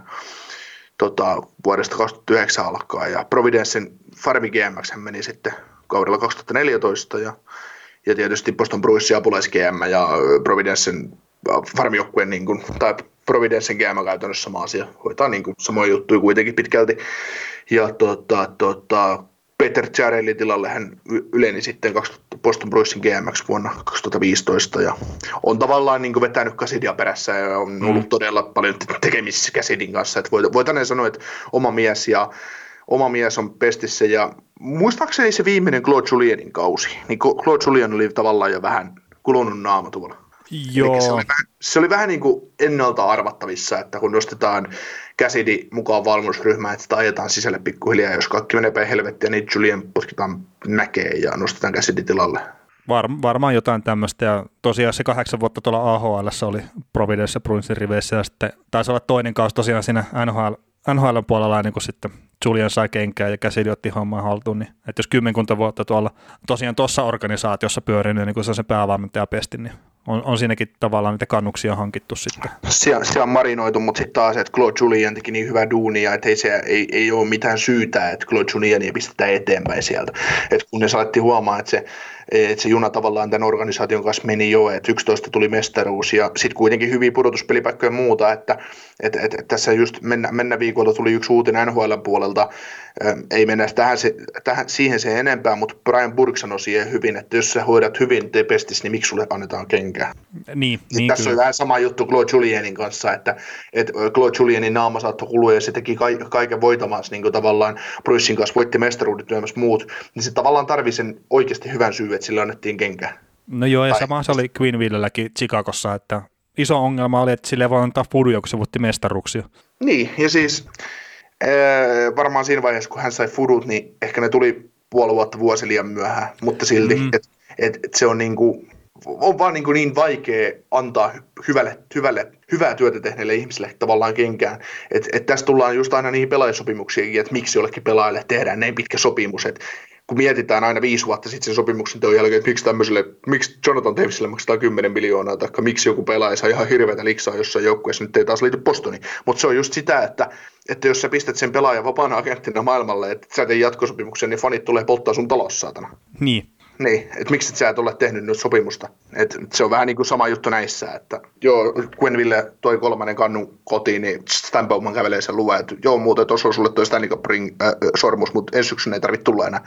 tota, vuodesta kaksituhattayhdeksän alkaen ja Providencen farmi G M:ksi hän meni sitten kaudella kaksituhattaneljätoista ja, ja tietysti Boston Bruinsin apulais G M ja Providencen farmijoukkueen niin kuin, tai Providencen G M käytännössä sama asia, hoitaa niin kuin samoja juttuja kuitenkin pitkälti. Ja tota, tota, Peter Jarellin tilalle hän yleni sitten Boston Bruinsin G M:ksi vuonna kaksituhattaviisitoista ja on tavallaan niin kuin vetänyt Cassidyä perässä ja on ollut mm. todella paljon tekemisissä Cassidyn kanssa. Että voitaneen sanoa, että oma mies ja oma mies on pestissä ja muistaakseni se viimeinen Claude Julienin kausi, niin Claude Julien oli tavallaan jo vähän kulunut naama tuolla. Joo. Se oli, vähän, se oli vähän niin kuin ennalta arvattavissa, että kun nostetaan Cassidy mukaan valmennusryhmään, että sitä ajetaan sisälle pikkuhiljaa, jos kaikki menee päin helvettiä, niin Julien potkitaan mäkeen ja nostetaan Cassidy tilalle. Var, varmaan jotain tämmöistä, ja tosiaan se kahdeksan vuotta tuolla A H L:ssä oli Providence ja Bruinsin riveissä, ja sitten taisi olla toinen kausi tosiaan siinä N H L, N H L:n puolella, niin kuin sitten Julien sai kenkää ja Cassidy otti homman haltuun, niin että jos kymmenkunta vuotta tuolla tosiaan tuossa organisaatiossa pyörinyt, niin kuin se on se päävalmentaja pesti, niin on, on siinäkin tavallaan niitä kannuksia hankittu sitten. Se on, se on marinoitu, mutta sitten taas, että Claude Julien teki niin hyvää duunia, että ei, se, ei, ei ole mitään syytä, että Claude Julienia pistetään eteenpäin sieltä. Että kun ne saatiin huomaa, että se että se juna tavallaan tämän organisaation kanssa meni jo, että yksitoista tuli mestaruus ja sitten kuitenkin hyviä pudotuspelipaikkoja ja muuta, että et, et, et tässä just mennä, mennä viikolla tuli yksi uutinen N H L:n puolelta, ei mennä tähän, se, tähän siihen sen enempää, mutta Brian Burke sanoi siihen hyvin, että jos sä hoidat hyvin te pestis, niin miksi sulle annetaan kenkää? Niin, niin tässä kyllä. on vähän sama juttu Claude Julienin kanssa, että, että Claude Julienin naama saattoi kulua ja se teki ka- kaiken voitamassa niin kuin tavallaan Brucein kanssa, voitti mestaruudet työmässä muut, niin se tavallaan tarvii sen oikeasti hyvän syyn, että sille annettiin kenkää. No joo, ja tai, sama se oli Queenvillelläkin Chicagossa, että iso ongelma oli, että sille ei voi antaa fuduja, kun se voitti mestaruuksia. Niin, ja siis ee, varmaan siinä vaiheessa, kun hän sai fudut, niin ehkä ne tuli puoli vuotta vuosi liian myöhään, mutta silti, mm-hmm. että et, et se on niin kuin, on vaan niin, niin vaikea antaa hyvälle, hyvälle, hyvää työtä tehneille ihmisille tavallaan kenkään. Että et tässä tullaan just aina niihin pelaajasopimuksiinkin, että miksi jollekin pelaajalle tehdään näin pitkä sopimus. Et kun mietitään aina viisi vuotta sitten sen sopimuksen teon jälkeen, että miksi tämmöiselle, miksi Jonathan Davisille maksetaan kymmenen miljoonaa, tai miksi joku pelaaja saa ihan hirveätä liksaa jossain joukkueessa, nyt ei taas liity Bostoniin. Mutta se on just sitä, että, että jos sä pistät sen pelaajan vapaana agenttina maailmalle, että sä teet jatkosopimuksen, niin fanit tulee polttaa sun talossa, saatana. Niin. Niin, että miksi et sä et ole tehnyt nyt sopimusta. Et se on vähän niin kuin sama juttu näissä, että joo, Quenneville toi kolmannen kannun kotiin, niin Stan Bowman kävelee sen luvan, että joo, muuten tuossa on sulle toi Stanley Cup ring, äh, sormus, mutta ensi syksynä ei tarvitse tulla enää.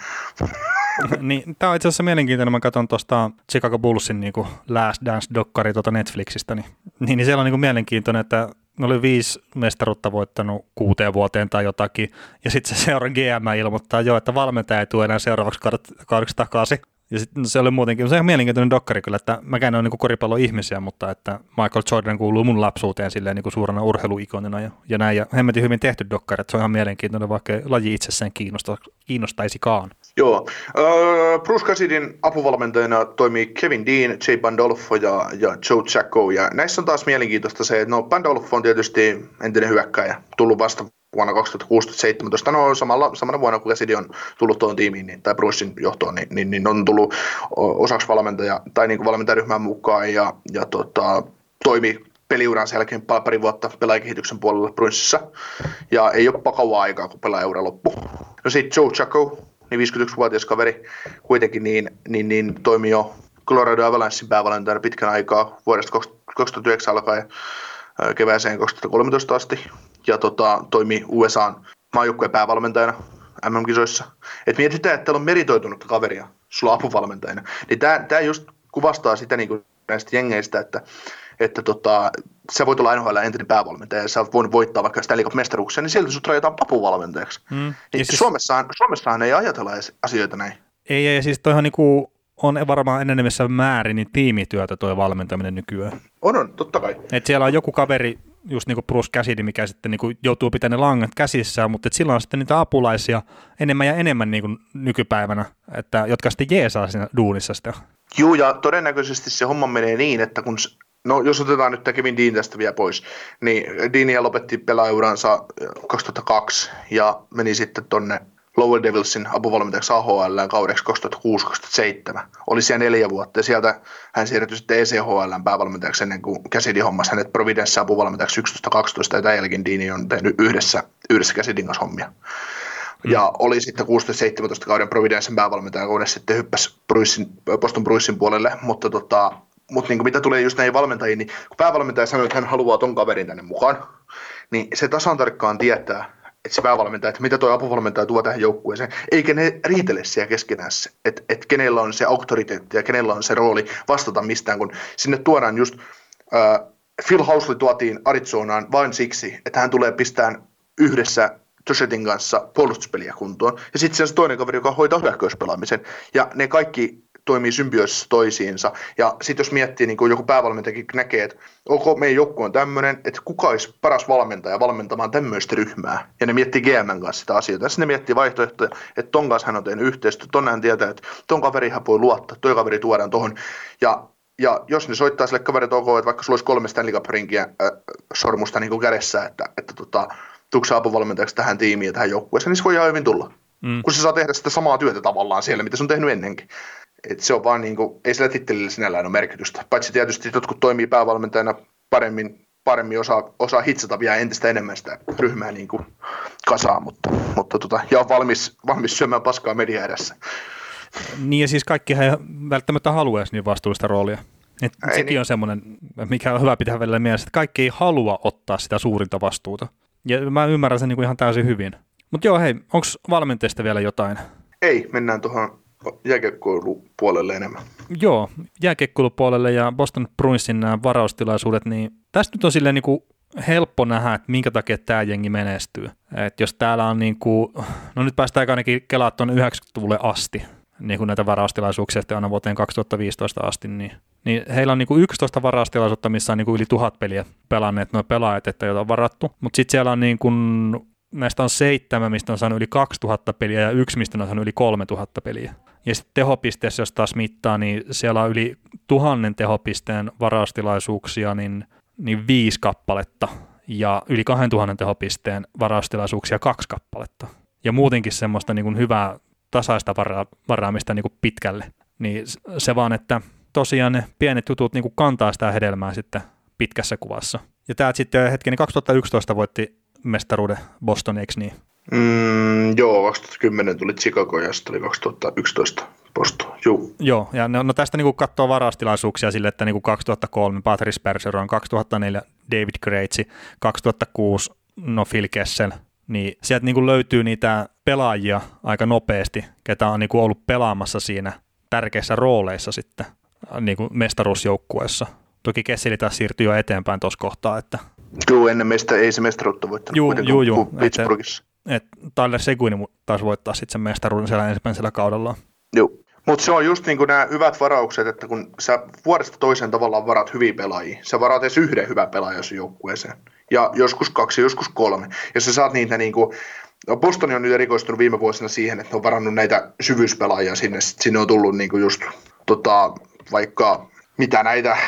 Niin, tämä on itse asiassa mielenkiintoinen, mä katson tuosta Chicago Bullsin niin kuin Last Dance-dokkari tuota Netflixistä, niin, niin, niin siellä on niin kuin mielenkiintoinen, että ne oli viisi mestaruutta voittanut kuuteen vuoteen tai jotakin, ja sitten se seuran G M ilmoittaa jo, että valmentaja ei tule enää seuraavaksi kaudeksi takaisin. Ja sitten se oli muutenkin, se on ihan mielenkiintoinen dokkari kyllä, että mäkään en ole niin koripallo-ihmisiä, mutta että Michael Jordan kuuluu mun lapsuuteen silleen niin kuin suurena urheiluikonina ja, ja näin, ja hemmetin hyvin tehty dokkari, että se on ihan mielenkiintoinen, vaikka laji itsessään kiinnosta, kiinnostaisikaan. Joo, uh, Bruce Cassidyn apuvalmentajana toimii Kevin Dean, Jay Pandolfo ja, ja Joe Jacko, ja näissä on taas mielenkiintoista se, että no Pandolfo on tietysti entinen hyökkääjä, tullut vasta vuonna kaksituhattakuusitoista seitsemäntoista, no samalla, samana vuonna kun Cassidy on tullut tuon tiimiin niin, tai Brucein johtoon, niin, niin, niin on tullut osaksi valmentaja, tai niin kuin valmentajaryhmään mukaan ja, ja tota, toimi peliuran jälkeen pari vuotta pelaajakehityksen puolella Bruceissa, ja ei ole pakauaa aikaa, kun pelaajaura loppu. No sitten Joe Jacko, niin viisikymmentäyksivuotias kaveri kuitenkin, niin, niin, niin toimi jo Colorado Avalanchein päävalmentajana pitkän aikaa vuodesta kaksituhattayhdeksän alkaen kevääseen kaksituhattakolmetoista asti, ja tota, toimi U S A:n maajoukkueen päävalmentajana M M-kisoissa. Et mietitään, että täällä on meritoitunutta kaveria sulla apuvalmentajana. Niin tämä just kuvastaa sitä niin kuin näistä jengeistä, että, että tota, sä voit olla N H L entinen päävalmentaja ja sä voit voittaa vaikka Stanley Cup-mestaruuksia, niin silti sut rajataan apuvalmentajaksi. Mm. Niin siis Suomessahan, Suomessahan ei ajatella asioita näin. Ei, ei siis toihan niinku on varmaan enenevissä määrin niin tiimityötä tuo valmentaminen nykyään. On, on, totta kai. Et siellä on joku kaveri, just niin kuin Bruce Cassidy, mikä sitten niin kuin joutuu pitämään ne langat käsissään, mutta sillä on sitten niitä apulaisia enemmän ja enemmän niin kuin nykypäivänä, että, jotka sitten jeesaa siinä duunissa sitä. Juu, ja todennäköisesti se homma menee niin, että kun, no jos otetaan nyt Kevin Dean tästä vielä pois, niin Deania lopetti pelaajauransa kaksituhattakaksi ja meni sitten tonne Lower Devilsin apuvalmentajaksi A H L:ään kaudeksi kaksituhattakuusi kaksituhattaseitsemän. Oli siellä neljä vuotta ja sieltä hän siirtyi sitten E C H L:ään päävalmentajaksi ennen kuin Cassidy hommasi hänet Providence apuvalmentajaksi yksitoista kaksitoista ja tämän jälkeen Dean on tehnyt yhdessä, yhdessä Cassidyn kanssa hommia. Mm. Ja oli sitten kuusitoista seitsemäntoista kauden Providencen päävalmentaja, kunnes sitten hyppäsi Brucein, Boston Brucein puolelle, mutta tota, mutta niin mitä tulee just näihin valmentajiin, niin kun päävalmentaja sanoi, että hän haluaa ton kaverin tänne mukaan, niin se tasan tarkkaan tietää, että se päävalmentaja, että mitä tuo apuvalmentaja tuo tähän joukkueeseen, eikä ne riitele siellä keskenään, että et kenellä on se auktoriteetti ja kenellä on se rooli vastata mistään, kun sinne tuodaan just, äh, Phil Housley tuotiin Arizonaan vain siksi, että hän tulee pistään yhdessä Toshetin kanssa puolustuspeliä kuntoon, ja sitten se on se toinen kaveri, joka hoitaa hyökkäyspelaamisen, ja ne kaikki toimii symbioosissa toisiinsa, ja sitten jos miettii, niin kuin joku päävalmentajakin näkee, että ok, meidän joukkue on tämmöinen, että kuka olisi paras valmentaja valmentamaan tämmöistä ryhmää, ja ne miettii G M:n kanssa sitä asiaa, ja sitten ne miettii vaihtoehtoja, että ton kanssa hän on tehnyt yhteistyötä, ton hän tietää, että ton kaverihan voi luottaa, toi kaveri tuodaan tohon, ja Ja jos ne soittaa sille kaverit ok, että vaikka sulla olisi kolme Stanley Cup-rinkiä äh, sormusta niin kuin kädessä, että, että tota, tuutko sä apuvalmentajaksi tähän tiimiin ja tähän joukkueeseen, niin se voi ihan hyvin tulla. Mm. Kun se saa tehdä sitä samaa työtä tavallaan siellä, mitä se on tehnyt ennenkin. Et se on vaan niin kuin, ei sillä tittelillä sinällään ole merkitystä. Paitsi tietysti jotkut toimii päävalmentajana paremmin, paremmin osaa, osaa hitsata vielä entistä enemmän sitä ryhmää niin kuin kasaan, mutta, mutta tota, ja on valmis, valmis syömään paskaa media edessä. Niin ja siis kaikkihan ei välttämättä haluaisi niin vastuullista roolia. Et sekin niin. on semmoinen, mikä on hyvä pitää välillä mielessä, että kaikki ei halua ottaa sitä suurinta vastuuta. Ja mä ymmärrän sen niin kuin ihan täysin hyvin. Mutta joo, hei, onko valmentajista vielä jotain? Ei, mennään tuohon jääkiekkoilupuolelle enemmän. Joo, jääkiekkoilupuolelle ja Boston Bruinsin nämä varaustilaisuudet, niin tästä nyt on silleen niin kuin helppo nähdä, että minkä takia tämä jengi menestyy. Et jos täällä on niin kuin, no nyt päästään ainakin kelaa tuonne yhdeksänkymmentäluvulle asti, niin kuin näitä varaustilaisuuksia sitten aina vuoteen kaksituhattaviisitoista asti, niin, niin heillä on niin kuin yksitoista varaustilaisuutta, missä on niin kuin yli tuhat peliä pelanneet nuo pelaajat, että joita on varattu, mutta sitten siellä on niin kuin, näistä on seitsemän, mistä on saanut yli kaksituhatta peliä ja yksi, mistä on saanut yli kolmetuhatta peliä. Ja sitten tehopisteessä, jos taas mittaa, niin siellä on yli tuhannen tehopisteen varaustilaisuuksia, niin, niin viisi kappaletta ja yli kahdentuhannen tehopisteen varaustilaisuuksia kaksi kappaletta. Ja muutenkin semmoista niin kuin hyvää tasaista vara- varaamista niin kuin pitkälle. Niin se vaan, että tosiaan ne pienet jutut niin kuin kantaa sitä hedelmää sitten pitkässä kuvassa. Ja tämä sitten hetkeni kaksituhattayksitoista voitti mestaruuden Boston, eikö niin? Mm, joo, kaksituhattakymmenen tuli Chicago ja sitten oli kaksituhattayksitoista Boston, juu. Joo, ja no, no tästä niin katsoo varaustilaisuuksia sille, että niin kaksituhattakolme Patrice Bergeron, kaksituhattaneljä David Krejci, kaksituhattakuusi no Phil Kessel, niin sieltä niin löytyy niitä pelaajia aika nopeasti, ketä on niin ollut pelaamassa siinä tärkeissä rooleissa sitten niin mestaruusjoukkueessa. Toki Kesseli taas siirtyi jo eteenpäin tuossa kohtaa, että Joo, ennen meistä ei se mestaruutta voittanut juu, juu, juu, Pittsburghissa. Että et Tyler Seguin taas voittaa sitten sen mestaruuden siellä ensimmäisellä kaudella. Joo, mutta se on just niin kuin nämä hyvät varaukset, että kun sä vuodesta toiseen tavallaan varat hyviä pelaajia, sä varaat edes yhden hyvän pelaajan sun joukkueeseen. Ja joskus kaksi, joskus kolme. Ja sä saat niitä niin kuin, Boston on nyt erikoistunut viime vuosina siihen, että ne on varannut näitä syvyyspelaajia sinne. Sinne on tullut niin kuin just tota, vaikka mitä näitä,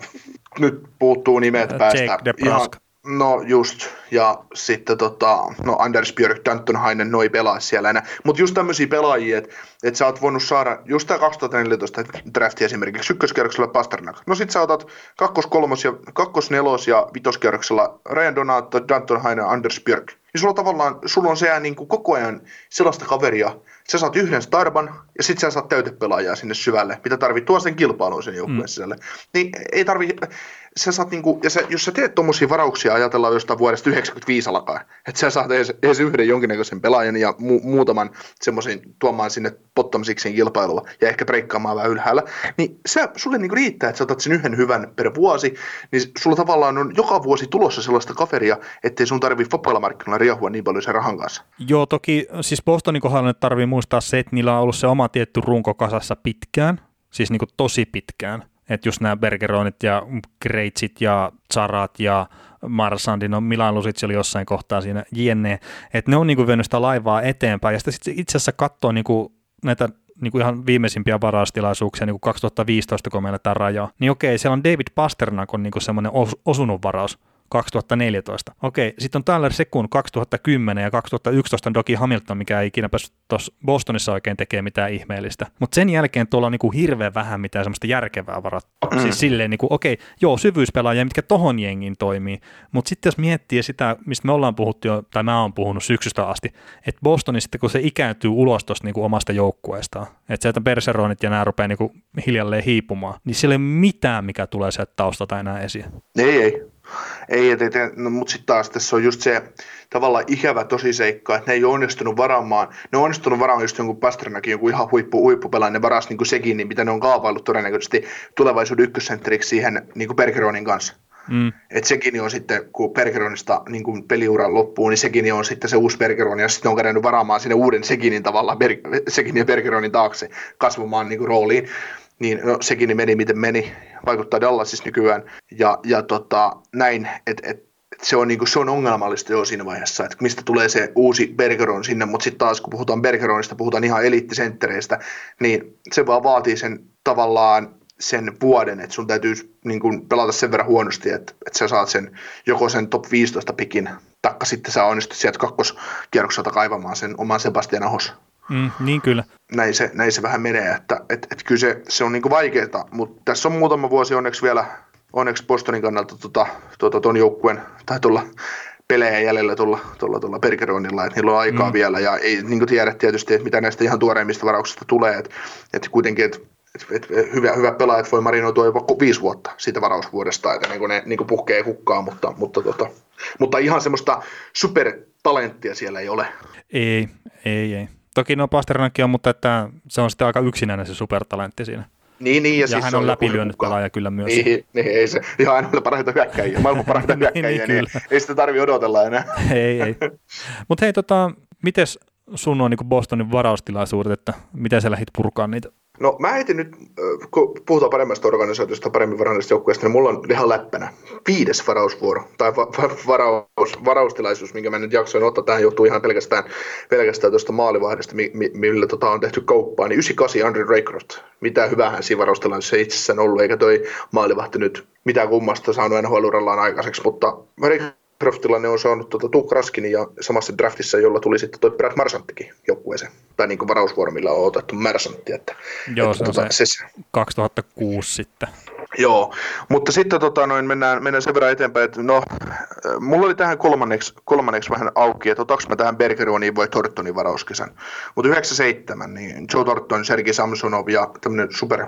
nyt puuttuu nimet päästä. Ihan, no just, ja sitten tota, no Anders Björk, Danton Heinen, noi pelaa siellä enää. Mutta just tämmöisiä pelaajia, että et sä oot voinut saada, just tää kaksituhattaneljätoista drafti esimerkiksi, ykköskierroksella Pasternak. No sit sä otat kakkos, kolmos ja kakkos, nelos ja vitoskierroksella Ryan Donato, Danton Heinen, Anders Björk. Ja sulla tavallaan, sulla on se niin kuin koko ajan sellaista kaveria, sä saat yhden starban ja sit sä saat täytepelaajaa sinne syvälle, mitä tarvii tuoda sen kilpailuun sen joukkueen mm. sisälle. Niin ei tarvii, sä saat niinku, ja sä, jos sä teet tommosia varauksia, ajatellaan jostain vuodesta yhdeksänkymmentäviisi alkaen, että sä saat edes, edes yhden jonkinnäköisen pelaajan ja mu- muutaman semmoisen tuomaan sinne bottom-sixin kilpailua ja ehkä breikkaamaan vähän ylhäällä, niin se sulle niinku riittää, että sä otat sen yhden hyvän per vuosi, niin sulla tavallaan on joka vuosi tulossa sellaista kaveria, ettei sun tarvii vapailla markkinoilla riehua niin paljon sen rahan kanssa. Joo, toki siis Bostonin kohdalla nyt tarvii muistaa se, että niillä on ollut se oma tietty runko kasassa pitkään, siis niinku tosi pitkään. Että just nämä Bergeronit ja Krejcit ja Zarat ja Marsandin, no Milan Lucic oli jossain kohtaa siinä jne. Että ne on niinku vienyt sitä laivaa eteenpäin. Ja sitten sit itse asiassa katsoo niinku näitä niinku ihan viimeisimpiä varaustilaisuuksia, niinku kaksituhattaviisitoista, kun meillä tämä raja. Niin okei, siellä on David Pasternak on niinku semmoinen os, osunut varaus. kaksituhattaneljätoista. Okei, sitten on Tyler Seguin kaksituhattakymmenen ja kaksituhattayksitoista on Dougie Hamilton, mikä ei ikinä päässyt tuossa Bostonissa oikein tekemään mitään ihmeellistä. Mutta sen jälkeen tuolla on niinku hirveän vähän mitään semmoista järkevää varattu. Mm. Siis silleen, niinku, okei, joo, syvyyspelaajia, mitkä tohon jengiin toimii. Mutta sitten jos miettii sitä, mistä me ollaan puhuttu jo, tai mä oon puhunut syksystä asti, että Bostonissa sitten kun se ikääntyy ulos tuosta niinku omasta joukkueestaan, että sieltä Bergeronit ja nämä rupeaa niinku hiljalleen hiipumaan, niin siellä ei ole mitään, mikä tulee sieltä taustalta enää esiin. Ei, ei. Ei, et, et, no, mutta sitten taas tässä on just se tavallaan ikävä tosiseikka, että ne ei ole onnistunut varaamaan, ne on onnistunut varaamaan just jonkun Pasternakin, jonkun ihan huippu, huippupelaajan, ne varasi niin kuin sekin, niin mitä ne on kaavaillut todennäköisesti tulevaisuuden ykkössentteriksi siihen niin kuin Bergeronin kanssa. Mm. Että sekin on sitten, kun Bergeronista niin kuin peliuran loppuu, niin sekin on sitten se uusi Bergeron, ja sitten on kädennyt varaamaan sinne uuden Seginin tavallaan, Ber- Seginin ja Bergeronin taakse kasvamaan niin kuin rooliin. Niin no, sekin meni miten meni, vaikuttaa Dallasissa nykyään, ja, ja tota, näin, että et, et se, on, niinku, se on ongelmallista jo siinä vaiheessa, että mistä tulee se uusi Bergeron sinne, mutta sitten taas kun puhutaan Bergeronista, puhutaan ihan eliittisenttereistä, niin se vaan vaatii sen tavallaan sen vuoden, että sun täytyy niin kun, pelata sen verran huonosti, että, että sä saat sen joko sen top viisitoista pikin, taikka sitten sä onnistut sieltä kakkoskierrokselta kaivamaan sen oman Sebastian Ahos. Mm, niin kyllä. Näin se, näin se vähän menee, että et, et kyllä se, se on niinku vaikeaa, mutta tässä on muutama vuosi onneksi vielä, onneksi Bostonin kannalta tota, tota, ton joukkueen, tai tuolla pelejä jäljellä tuolla, tuolla, tuolla Bergeronilla, että niillä on aikaa mm. vielä, ja ei niin kuin tiedät tietysti, että mitä näistä ihan tuoreimmista varauksista tulee, että, että kuitenkin, että Et, et, hyvä, hyvä pelaajat voi marinoitua jopa viisi vuotta siitä varausvuodesta, että niin ne niin puhkee hukkaan, mutta, mutta, tota, mutta ihan semmoista supertalenttia siellä ei ole. Ei, ei, ei. Toki no Pasternakki on, mutta että se on sitten aika yksinäinen se supertalentti siinä. Niin, niin, ja, ja siis hän on läpilyönnyt pelaaja kyllä myös. Niin, niin ei se ihan aina parhaita hyökkäjiä, maailman parhaita hyökkäjiä, niin, niin, niin ei sitä tarvitse odotella enää. ei, ei. Mutta hei, tota, mites sun on niin Bostonin varaustilaisuudet, että miten sä lähdit purkaan niitä? No mä heitin nyt, kun puhutaan paremmasta organisaatiosta, paremmin varanneista joukkueesta, niin mulla on ihan läppänä viides varausvuoro, tai va- va- varaus, varaustilaisuus, minkä mä nyt jaksoin ottaa. Tähän johtuu ihan pelkästään, pelkästään tuosta maalivahdesta, mi- mi- millä tota on tehty kauppaa, niin yhdeksänkymmentäkahdeksan Andre Raycroft. Mitä hyvähän siinä varaustilaisuudessa itsessään ollut, eikä toi maalivahti nyt mitään kummasta saanut N H L-urallaan aikaiseksi, mutta Raycroftilla ne on saanut tuota Tuukka Raskinin ja samassa draftissa, jolla tuli sitten toi Brad Marsanttikin joukkueeseen. Tai niin kuin varausvuoro, millä on otettu Marsantti. Että, Joo, että, se on tota, se se kaksituhattakuusi sitten. Joo, mutta sitten tota, noin, mennään, mennään sen verran eteenpäin, että no, mulla oli tähän kolmanneksi, kolmanneksi vähän auki, että otanko mä tähän Bergeroniin vai Tortonin varauskesän. Mutta yhdeksänkymmentäseitsemän, niin Joe Torton, Sergei Samsonov ja tämmöinen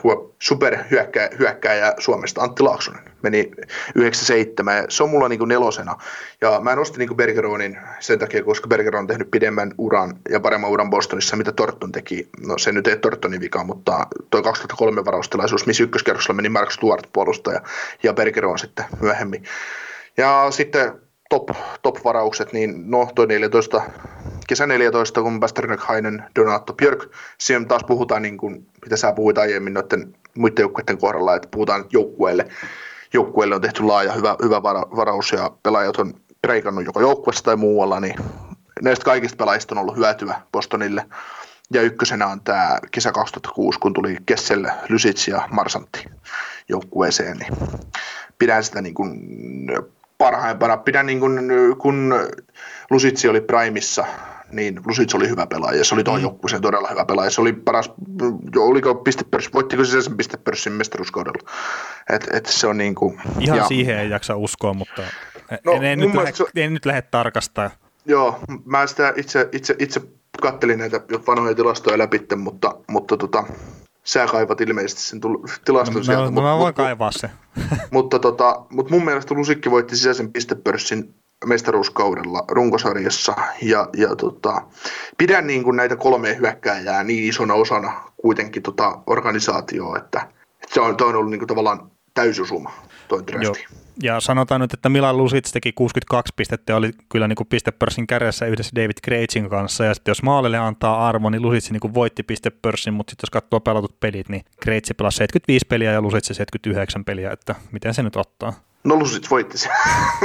superhyökkääjä Suomesta, Antti Laaksonen, meni yhdeksänkymmentäseitsemän, ja se on mulla niinku nelosena. Ja mä nostin niinku Bergeronin sen takia, koska Bergeron on tehnyt pidemmän uran ja paremman uran Bostonissa, mitä Torton teki. No se nyt ei Tortonin vika, mutta toi kaksituhattakolme varaustilaisuus, missä ykköskerroksella meni Mark Stuart puolustaja ja Bergeron sitten myöhemmin. Ja sitten top, top-varaukset, niin no toi neljätoista, kesä neljätoista, kun Pasternak, Heinen, Donato, Björk, siinä taas puhutaan niin kuin, mitä sä puhuit aiemmin noiden muiden joukkueiden kohdalla, että puhutaan joukkueelle. Joukkueelle on tehty laaja, hyvä, hyvä varaus ja pelaajat on preikannut joko joukkueessa tai muualla, niin näistä kaikista pelaajista on ollut hyötyä Bostonille. Ja ykkösenä on tämä kesä kaksituhattakuusi, kun tuli Kessel, Lysits ja Marsantti joukkueeseen, niin pidän sitä niin kuin parhaimpana. Pidän niin kuin, kun Lusitsi oli Primessa, niin Lusits oli hyvä pelaaja, se oli tuon mm. joukkueeseen todella hyvä pelaaja. Se oli paras, oliko pistepörssi, voittiko sisäisen pistepörssin mestaruuskaudella? Et, et se on niin kuin, ihan ja, siihen ei jaksa uskoa, mutta no, en, en, nyt lähde, se, en nyt lähde tarkastaa. Joo, mä sitä itse, itse, itse kattelin näitä vanhoja tilastoja läpi, mutta, mutta tota, sä kaivat ilmeisesti sen tilaston no, sieltä. No, mut, mä voin mut, kaivaa se. mutta, tota, mutta mun mielestä Lusikki voitti sisäisen pistepörssin mestaruuskaudella runkosarjassa, ja, ja tota, pidän niin kuin näitä kolmea hyökkääjää niin isona osana kuitenkin tota organisaatioa, että, että se on, on ollut niin kuin tavallaan täysosuma toi drafti. Joo. Ja sanotaan nyt, että Milan Lucic teki kuusikymmentäkaksi pistettä ja oli kyllä niin kuin pistepörssin kärjessä yhdessä David Krejcin kanssa. Ja sitten jos maalille antaa arvo, niin Lucic niin kuin voitti pistepörssin, mutta sitten jos katsoo pelatut pelit, niin Krejci pelasi seitsemänkymmentäviisi peliä ja Lucic seitsemänkymmentäyhdeksän peliä, että miten se nyt ottaa? No Lucic voitti sen.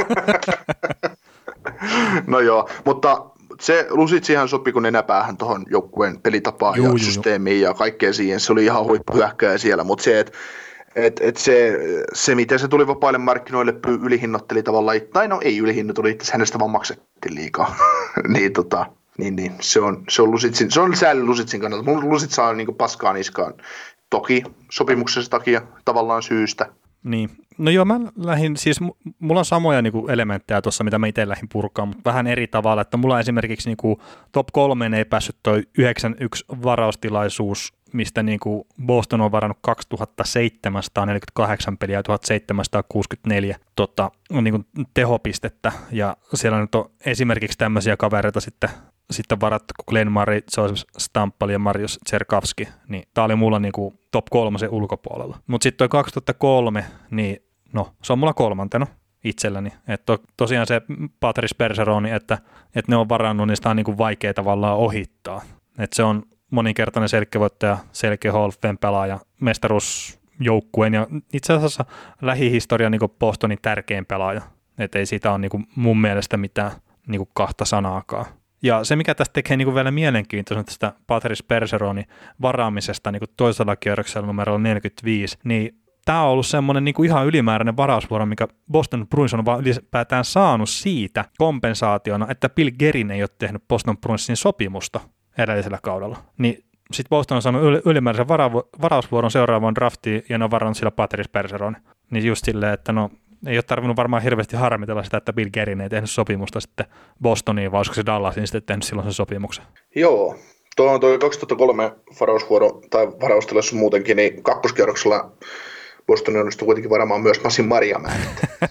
No joo, mutta se Lucic sopi kun nenäpäähän tuohon joukkueen pelitapaan juu, ja juu, systeemiin ja kaikkeen siihen. Se oli ihan huippuhyökkääjä siellä, mutta se, että Et, et se, se, miten se tuli vapaille markkinoille, ylihinnoitteli tavallaan, tai no ei ylihinnoitteli, itse hänestä vaan maksettiin liikaa. niin, tota, niin, niin, se on, se on Lusitsin, se on sääli Lusitsin kannalta. Mun Lusit saa niin paskaa niskaan, toki sopimuksessa takia tavallaan syystä. Niin, no joo, mä lähdin, siis mulla on samoja niin kuin elementtejä tuossa, mitä mä itse lähdin purkaan, mutta vähän eri tavalla, että mulla esimerkiksi niin kuin top kolmeen ei päässyt toi yhdeksänkymmentäyksi varaustilaisuus, mistä niin kuin Boston on varannut kaksituhattaseitsemänsataaneljäkymmentäkahdeksan peliä ja tuhatseitsemänsataakuusikymmentäneljä tota, niin kuin tehopistettä, ja siellä nyt on esimerkiksi tämmöisiä kavereita sitten, sitten varattu kuin Glenn Murray, Joseph Stampal ja Marius Tserkavski, niin tää oli mulla niin kuin top kolmosen ulkopuolella. Mutta sitten toi kaksituhattakolme, niin no, se on mulla kolmantena itselläni. Että to, tosiaan se Patrice Bergeroni, että, että ne on varannut, niin sitä on niin kuin vaikea tavallaan ohittaa. Että se on moninkertainen selkeävoittaja, selkeä Hall of Fame pelaaja, mestaruusjoukkueen ja itse asiassa lähihistorian niin Bostonin tärkein pelaaja. Että ei siitä ole niin kuin mun mielestä mitään niin kuin kahta sanaakaan. Ja se, mikä tästä tekee niin kuin vielä mielenkiintoisen tästä Patrice Bergeronin varaamisesta niin kuin toisella kierroksella numerolla neljäkymmentäviisi, niin tämä on ollut semmoinen niin kuin ihan ylimääräinen varausvuoro, mikä Boston Bruins on vaan ylipäätään saanut siitä kompensaationa, että Bill Guerin ei ole tehnyt Boston Bruinsin sopimusta edellisellä kaudella. Niin sitten Boston on saanut ylimääräisen vara- varausvuoron seuraavaan draftiin ja ne on varannut sillä Patrice Bergeron. Niin just silleen, että no ei ole tarvinnut varmaan hirveästi harmitella sitä, että Bill Guerin ei tehnyt sopimusta sitten Bostoniin, vai olisiko se Dallasin sitten tehnyt silloin sen sopimuksen? Joo, tuo on tuo kaksituhattakolme varausvuoro tai varaustelussa muutenkin, niin kakkoskierroksella Boston onnistui kuitenkin varaamaan myös Masin Marjamäen.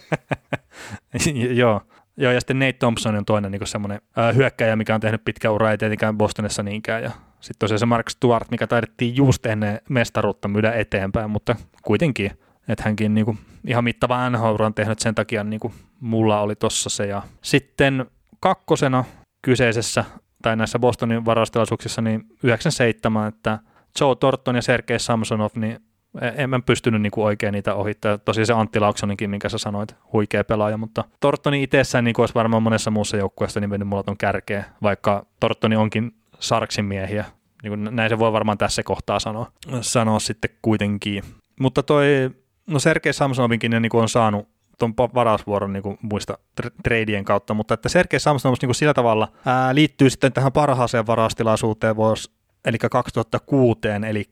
Joo. Joo, ja sitten Nate Thompson on toinen niin semmoinen äh, hyökkäjä, mikä on tehnyt pitkä ura, ei tietenkään Bostonissa niinkään. Ja sitten tosiaan se Mark Stewart, mikä taidettiin just ennen mestaruutta myydä eteenpäin, mutta kuitenkin, että hänkin niin kuin, ihan mittava N H L on tehnyt sen takia, niin kuin mulla oli tossa se. Ja sitten kakkosena kyseisessä, tai näissä Bostonin varaustilaisuuksissa, niin yhdeksänkymmentäseitsemän, että Joe Thornton ja Sergei Samsonov, niin en mä pystynyt niinku oikein niitä ohittaa. Tosiaan se Antti Laaksoninkin, minkä sä sanoit, huikea pelaaja, mutta Thorntoni itsessään niin olisi varmaan monessa muussa joukkueessa niin mennyt mulla ton kärkeä, vaikka Thorntoni onkin Sharksin miehiä. Niin näin se voi varmaan tässä kohtaa sanoa, sanoa sitten kuitenkin. Mutta toi, no Sergei Samsonovinkin niin on saanut tuon varausvuoron niin muista treidien kautta, mutta että Sergei Samsonov niin sillä tavalla ää, liittyy sitten tähän parhaaseen varaustilaisuuteen vuosi, eli kaksituhattakuusi, eli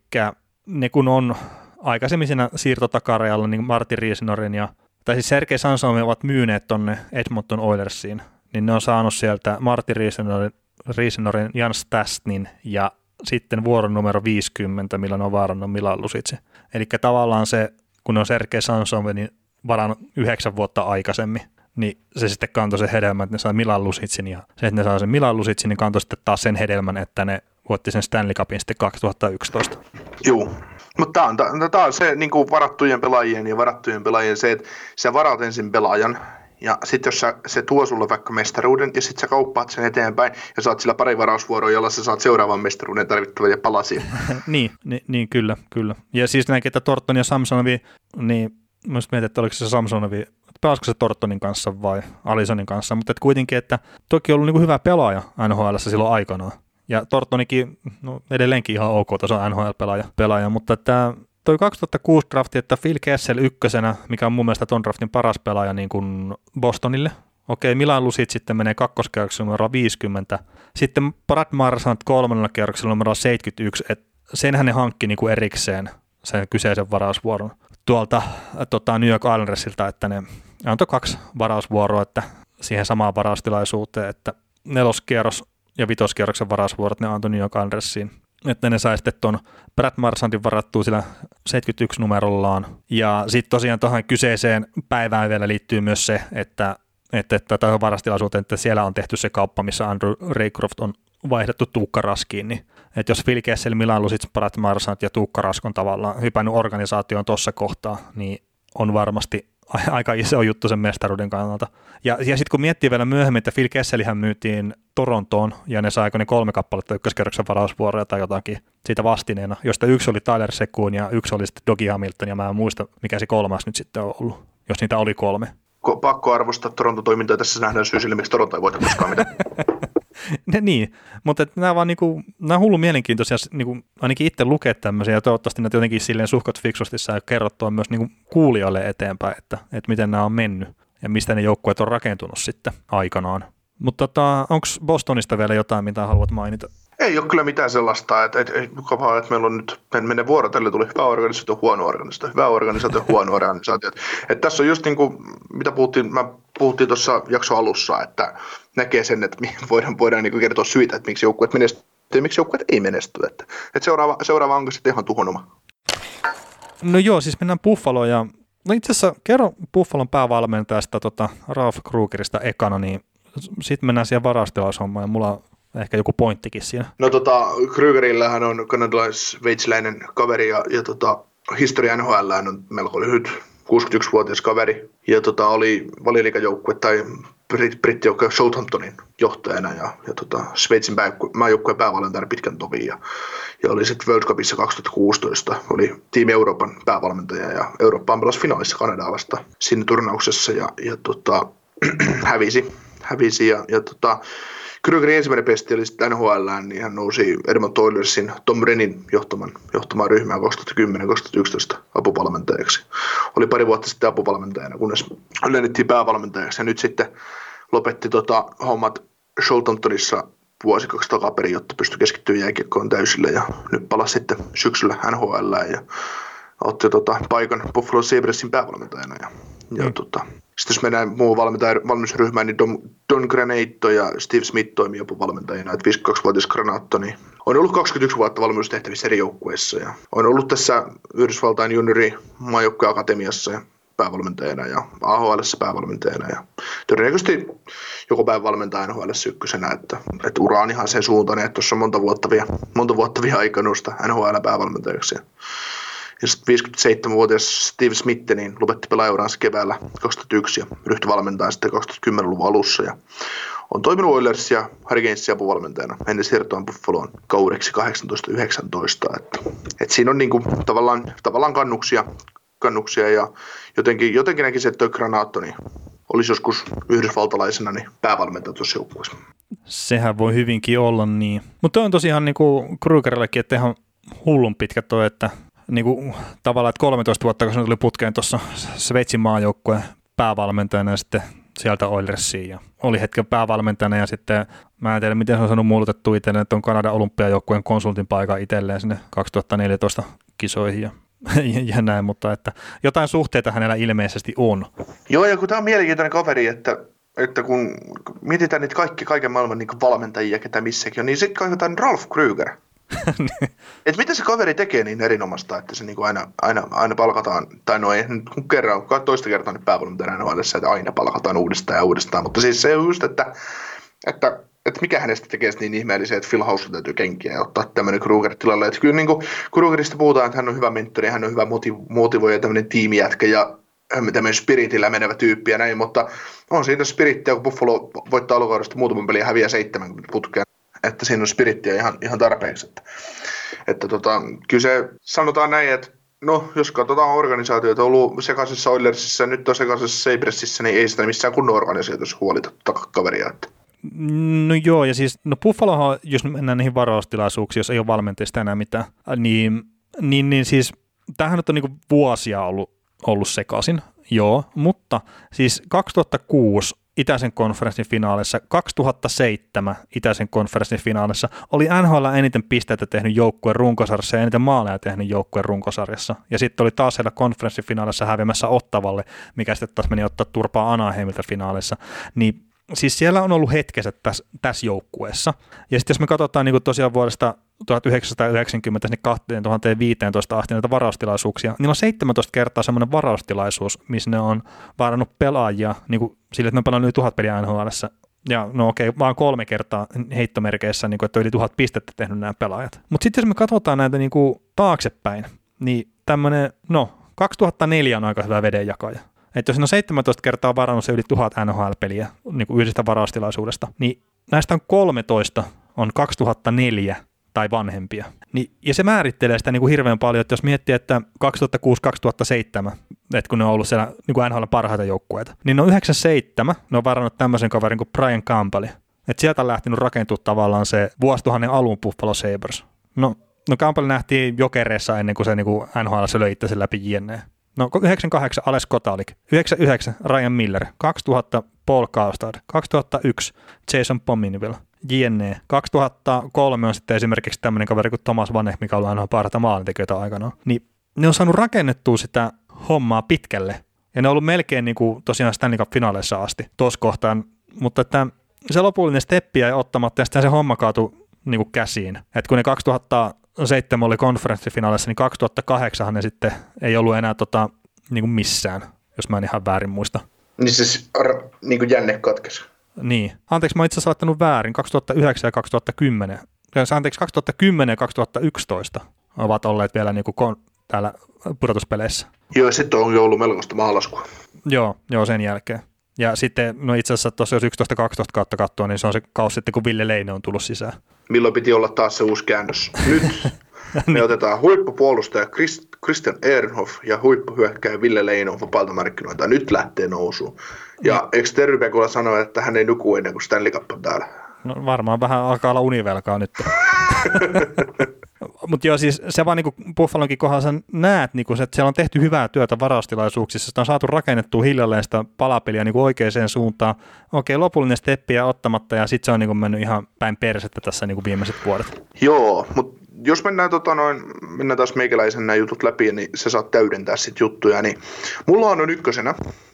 ne kun on aikaisemmin siinä siirtotakarajalla niin Martin Riisinorin ja, tai siis Sergei Samsonovin ovat myyneet tonne Edmonton Oilersiin, niin ne on saanut sieltä Martin Riisinorin, Riisinorin Jan Stastnin ja sitten vuoron numero viisikymmentä, millä ne on varannut Milan Lusitsin. Eli tavallaan se, kun ne on Sergei Samsonovin varannut yhdeksän vuotta aikaisemmin, niin se sitten kantoi sen hedelmän, että ne saa Milan Lusitsin, ja se, että ne saa sen Milan Lusitsin, niin kantoi sitten taas sen hedelmän, että ne voitti sen Stanley Cupin sitten kaksituhattayksitoista. Joo, mutta tämä on, tämä on se niin kuin varattujen pelaajien ja varattujen pelaajien se, että sä varaat ensin pelaajan, ja sitten jos sä, se tuo sulle vaikka mestaruuden, ja sitten sä kauppaat sen eteenpäin, ja saat sillä pari varausvuoroa, jolla sä saat seuraavan mestaruuden tarvittavia palasia. niin, niin, niin, kyllä, kyllä. Ja siis näinkin, että Thornton ja Samsonovi, niin myös mietin, että oliko se Samsonovi, pelasiko se Thorntonin kanssa vai Alisonin kanssa, mutta et kuitenkin, että toki on ollut niin kuin hyvä pelaaja N H L:ssä silloin aikanaan. Ja Thorntonikin, no edelleenkin ihan ok taso N H L-pelaaja, pelaaja, mutta että toi kaksituhattakuusi drafti, että Phil Kessel ykkösenä, mikä on mun mielestä ton draftin paras pelaaja niin kuin Bostonille. Okei, Milan Lucic sitten menee kakkoskierroksella numero viisikymmentä. Sitten Brad Marchand kolmannella kierroksella numero seitsemänkymmentäyksi, että senhän ne hankki niin kuin erikseen sen kyseisen varausvuoron tuolta tota New York Islandersilta, että ne antoi kaksi varausvuoroa että siihen samaan varaustilaisuuteen, että neloskierros ja vitoskierroksen varausvuorot ne antoi New York Islandersiin, että ne sai sitten tuon Brad Marchandin varattua sillä seitsemänkymmentäyksi numerollaan. Ja sitten tosiaan tuohon kyseiseen päivään vielä liittyy myös se, että että, että tähän varastilaisuuteen, että siellä on tehty se kauppa, missä Andrew Raycroft on vaihdettu Tuukka Raskiin, niin että jos Phil Kessel, Milan Lucic, Brad Marchand ja Tuukka Rask on tavallaan hypännyt organisaatioon tuossa kohtaa, niin on varmasti aika iso juttu sen mestaruuden kannalta. Ja, ja sitten kun miettii vielä myöhemmin, että Phil Kesselihän myytiin Torontoon, ja ne sai ne kolme kappaletta ykköskerroksen varausvuoroja tai jotakin siitä vastineena, josta yksi oli Tyler Seguin ja yksi oli sitten Dougie Hamilton, ja mä en muista, mikä se kolmas nyt sitten on ollut, jos niitä oli kolme. Pakko arvostaa Toronton toimintoja, tässä nähdään syy sille, miksi Toronto ei voita koskaan mitään. ne, niin, mutta nämä, vaan niinku, nämä on hullu mielenkiintoisia niinku, ainakin itse lukea tämmöisiä, ja toivottavasti näitä jotenkin silleen suhkot fiksusti saa kerrottua myös niinku kuulijoille eteenpäin, että, että miten nämä on mennyt ja mistä ne joukkueet on rakentunut sitten aikanaan. Mutta tota, onko Bostonista vielä jotain, mitä haluat mainita? Ei ole kyllä mitään sellaista, että, että, että, että meillä on nyt, meidän vuorotelle tuli hyvä organisaatio, huono organisaatio, hyvä organisaatio, huono organisaatio. Että tässä on just niin kuin, mitä puhuttiin, mä puhuttiin tuossa jakson alussa, että näkee sen, että voidaan, voidaan niin kuin kertoa syitä, että miksi joukkueet menestyy ja miksi joukkueet ei menesty. Että, että seuraava, seuraava onko sitten ihan tuhonoma. No joo, siis mennään Buffaloon ja no itse asiassa kerro Buffalon päävalmentajasta tota, Ralph Krugerista ekana, niin sitten mennään siihen varaustilaushommaan ja mulla on ehkä joku pointtikin siinä. No tota, Krugerillähän on kanadalais-sveitsiläinen kaveri ja, ja tota, historia N H L on melko lyhyt, kuusikymmentäyksivuotias kaveri. Ja tota, oli valioliigajoukkue tai brit, brittijoukkue Southamptonin johtajana ja, ja tota, Sveitsin maajoukkueen päävalmentajana pitkän tovin. Ja, ja oli sitten World Cupissa kaksituhattakuusitoista, oli Team Euroopan päävalmentaja ja Eurooppaan pelasi finaalissa Kanadaa vasta siinä turnauksessa ja, ja tota, hävisi. hävisi ja, ja tota, Krugerin ensimmäinen pesti oli sitten N H L:ään, niin hän nousi Edmonton Oilersin Tom Brennin johtaman, johtamaan ryhmään kaksituhattakymmenen kaksituhattayksitoista apupalmentajaksi. Oli pari vuotta sitten apupalmentajana, kunnes lennettiin päävalmentajaksi ja nyt sitten lopetti tota hommat Southamptonissa vuosi kaksi takaperin, jotta pystyi keskittymään jääkiekkoon täysillä ja nyt palasi sitten syksyllä N H L:ään ja otti tota paikan Buffalo Sabresin päävalmentajana ja ja mm. tota, sitten jos mennään muun valmennusryhmään, niin Don, Don Granatto ja Steve Smith toimii apuvalmentajina, että viisikymmentäkaksivuotias Granatto niin on ollut kaksikymmentäyksi vuotta valmennustehtävissä eri joukkueissa ja on ollut tässä Yhdysvaltain juniori maajoukkueen akatemiassa ja päävalmentajana ja A H L:ssä päävalmentajana ja todennäköisesti joko päävalmentaja N H L:ssä ykkösenä, että, että ura on ihan sen suuntainen, että tuossa on monta vuotta vielä, monta vuotta vielä aikaa nousta N H L päävalmentajaksi. Ja, ja sitten viisikymmentäseitsemänvuotias Steve Smith niin lopetti pelaajuransa keväällä kaksituhattayksi ja ryhtyi valmentamaan sitten kaksituhattakymmenluvun alussa ja on toiminut Oilers ja Hurricanesin apuvalmentajana ennen siirtoon Buffaloon kaudeksi kahdeksantoista yhdeksäntoista. Että, että siinä on niinku tavallaan, tavallaan kannuksia, kannuksia ja jotenkin, jotenkin näkisin, että tuo Granaatto niin olisi joskus yhdysvaltalaisena niin päävalmentaja tuossa joukkueessa. Sehän voi hyvinkin olla niin. Mutta on tosiaan niinku Krugerillekin, että ihan hullun pitkä toi, että niinku, tavallaan että kolmetoista vuotta, kun se tuli putkeen tuossa Sveitsin maajoukkueen päävalmentajana ja sitten sieltä Oilersiin ja oli hetken päävalmentajana ja sitten mä en tiedä miten se on saanut muulutettua itselleen, että on Kanadan olympiajoukkueen konsultin paikan itselleen sinne kaksituhattaneljätoista kisoihin ja, ja näin, mutta että jotain suhteita hänellä ilmeisesti on. Joo, ja kun tämä on mielenkiintoinen kaveri, että, että kun mietitään niitä kaikki, kaiken maailman niin valmentajia, ketä missäkin on, niin sitten kaivataan Ralph Kruger. Että mitä se kaveri tekee niin erinomaista, että se niinku aina, aina, aina palkataan, tai no ei kerran, toista kertaa nyt päävalmentajana N H L:ssä, että aina palkataan uudestaan ja uudestaan, mutta siis se on just, että, että, että mikä hänestä tekee niin ihmeellisiä, että Phil Housley täytyy kenkiä ja ottaa tämmöinen Kruger tilalle, että kyllä niin Krugerista puhutaan, että hän on hyvä mentori, hän on hyvä motivoija ja tämmöinen tiimijätkä ja tämmöinen spiritillä menevä tyyppi ja näin, mutta on siinä spirittiä, kun Buffalo voittaa alkukaudesta muutaman pelin ja häviää seitsemänkymmentä putkea. Että siinä on spirittiä ihan, ihan tarpeeksi. Että, että tota, kyllä se sanotaan näin, että no, jos katsotaan organisaatioita, on ollut sekaisessa Oilersissa ja nyt on sekaisessa Sabresissa, niin ei sitä missään kunnon organisaatioissa huolita kaveria. Että. No joo, ja siis no Buffalohan, jos mennään niihin varaustilaisuuksiin, jos ei ole valmentajista enää mitään, niin, niin, niin siis tämähän nyt on niin kuin vuosia ollut, ollut sekaisin, joo, mutta siis kaksituhattakuusi Itäisen konferenssin finaalissa, kaksituhattaseitsemän Itäisen konferenssin finaalissa oli N H L eniten pisteitä tehnyt joukkueen runkosarjassa ja eniten maaleja tehnyt joukkueen runkosarjassa. Ja sitten oli taas siellä konferenssifinaalissa häviämässä Ottavalle, mikä sitten taas meni ottaa turpaa Anaheimilta finaalissa. Niin siis siellä on ollut hetkeset tässä, tässä joukkueessa. Ja sitten jos me katsotaan niin tosiaan vuodesta tuhatyhdeksänsataayhdeksänkymmentä kaksituhattaviisitoista asti näitä varaustilaisuuksia, niillä on seitsemäntoista kertaa semmoinen varaustilaisuus, missä ne on varannut pelaajia niin kuin sille, että ne on pelannut yli tuhat peliä N H L:ssä. Ja no okei, vaan kolme kertaa heittomerkeissä, niin kuin, että on yli tuhat pistettä tehnyt nämä pelaajat. Mutta sitten jos me katsotaan näitä niin kuin taaksepäin, niin tämmöinen, no kaksituhattaneljä on aika hyvä vedenjakaja. Että jos siinä on seitsemäntoista kertaa varannut se yli tuhat N H L-peliä niin kuin yhdestä varaustilaisuudesta, niin näistä on kolmetoista on kaksituhattaneljä tai vanhempia. Niin, ja se määrittelee sitä niin kuin hirveän paljon, että jos miettii, että kaksituhattakuusi kaksituhattaseitsemän, että kun ne on ollut siellä niin kuin N H L parhaita joukkueita, niin ne on yhdeksänkymmentäseitsemän, ne on varannut tämmöisen kaverin kuin Brian Campbell. Että sieltä on lähtenyt rakentua tavallaan se vuosituhannen alun Buffalo Sabres. No, no Campbell nähtiin Jokereissa ennen kuin se niin kuin N H L se löi itse läpi jne. No yhdeksänkymmentäkahdeksan Ales Kotalik, yhdeksänkymmentäyhdeksän Ryan Miller, kaksituhatta Paul Kaustad, kaksituhattayksi Jason Pominville, jne. kaksituhattakolme on sitten esimerkiksi tämmöinen kaveri kuin Thomas Vanek, mikä on aina parhaita maalintekijöitä aikanaan. Niin ne on saanut rakennettua sitä hommaa pitkälle. Ja ne on ollut melkein niin kuin tosiaan Stanley Cup-finaaleissa asti tuossa kohtaan. Mutta että se lopullinen steppi jäi ottamatta ja sitten se homma kaatui niin kuin käsiin. Että kun ne kaksituhattaseitsemän oli konferenssifinaalissa, niin kaksituhattakahdeksan ne sitten ei ollut enää tota, niin kuin missään, jos mä en ihan väärin muista. Niin siis niin kuin jänne katkesi. Niin. Anteeksi, mä oon itse asiassa laittanut väärin. kaksituhattayhdeksän ja kaksituhattakymmenen. Anteeksi, kaksituhattakymmenen ja kaksituhattayksitoista ovat olleet vielä niin kuin kon- täällä pudotuspeleissä. Joo, sitten on jo ollut melkoista maalaskua. Joo, joo, sen jälkeen. Ja sitten, no itse asiassa tuossa jos yksitoista kaksitoista kautta katsoa, niin se on se kausi sitten, kun Ville Leine on tullut sisään. Milloin piti olla taas se uusi käännös? Nyt me otetaan huippupuolustaja Christ, Christian Ehrenhoff ja huippuhyökkäjä Ville Leine on vapaalta markkinoilta. Nyt lähtee nousuun. Ja eikö Terrypekulla sanoa, että hän ei nuku ennen kuin Stanley Cup on täällä? No varmaan vähän alkaa olla univelkaa nyt. Mutta joo, siis se vaan niinku Buffalonkin kohdalla sä näet, niinku se, että siellä on tehty hyvää työtä varaustilaisuuksissa, sitä on saatu rakennettua hiljalleen sitä palapeliä niinku oikeaan suuntaan. Okei, lopullinen steppiä ottamatta ja sitten se on niinku mennyt ihan päin persettä tässä niinku viimeiset vuodet. Joo, mutta jos mennään, tota, noin, mennään taas meikäläisen nämä jutut läpi, niin sä saat täydentää sit juttuja, niin mulla on ykkösenä,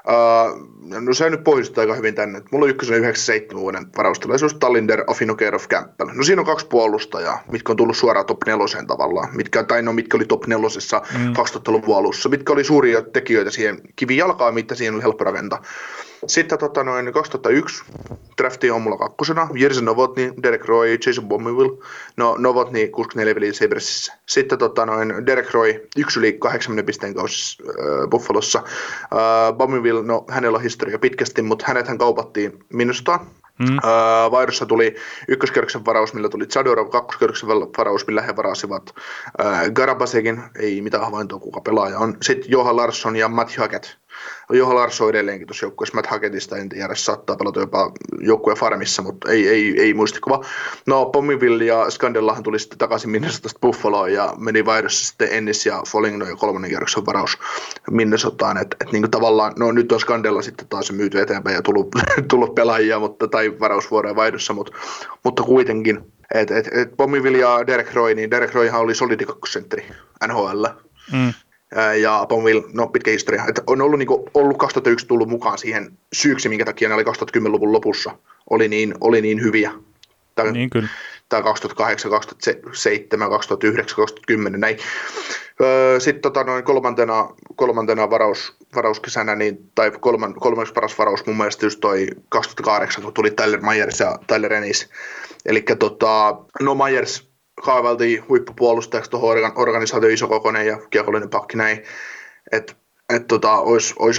uh, no se nyt poistuu aika hyvin tänne, mulla on ykkösenä yhdeksänkymmentäseitsemän vuoden varaustilaisuus Tallinder, Afinokerov, Campbell. No siinä on kaksi puolustajaa, mitkä on tullut suoraan top neloseen tavallaan, mitkä, tai no mitkä oli top nelosessa mm. kaksituhattaluvun alussa, mitkä oli suuria tekijöitä siihen kivijalkaa, mitä siihen oli helppo rakentaa. Sitten tota, noin kaksituhattayksi drafti on mulla kakkosena, Jerzy Novotny, Derek Roy, Jason Bowmanville, no Novotny kuusikymmentäneljä peliä Sabresissä. Sitten tota, noin Derek Roy, yksi yli kahdeksankymmentä pisteen kausi äh, Buffalossa. Äh, Bowmanville, no hänellä on historia pitkästi, mutta hänethän kaupattiin Minnesotaan. Mm. Uh, Vairossa tuli ykköskierroksen varaus, millä tuli Zadorov, kakkoskierroksen varaus, millä he varasivat uh, Garabasekin, ei mitään havaintoa kuka pelaaja on. Sitten Johan Larsson ja Matt Hackett. Johan Larsson edelleenkin tuossa joukkueessa, Matt Hackettista en tiedä, saattaa pelata jopa joukkueen farmissa, mutta ei, ei, ei muistikuva. No Pominville ja Scandellahan tuli sitten takaisin Minnesotasta Buffaloon ja meni vaihdossa sitten Ennis ja Foligno ja kolmannen kierroksen varaus Minnesotaan. Että et niinku tavallaan, no nyt on Scandella sitten taas myyty eteenpäin ja tullut, tullut pelaajia, mutta, tai varausvuoroja vaihdossa, mutta, mutta kuitenkin. Että et, et Pominville ja Derek Roy, niin Derek Royhan oli solidi kakkosentteri N H L. Mm. Ja Pominville, no pitkä historia, että on ollut, niin kuin, ollut kaksituhattayksi tullut mukaan siihen syyksi, minkä takia ne oli kaksituhattakymmenluvun lopussa, oli niin, oli niin hyviä. Tämä, niin kyllä. Tämä kaksituhattakahdeksan, kaksituhattaseitsemän, kaksituhattayhdeksän, kaksituhattakymmenen, näin. Sitten tota, noin kolmantena, kolmantena varaus, varauskesänä, niin, tai kolman, kolmanneksi paras varaus mun mielestä just toi kaksituhattakahdeksan, kun tuli Tyler Myers ja Tyler Ennis. Eli tota, no Myers kaivaltiin huippupuolustajaksi tuohon organisaatio isokokoinen ja kiekollinen pakki näin, että et tota, olisi olis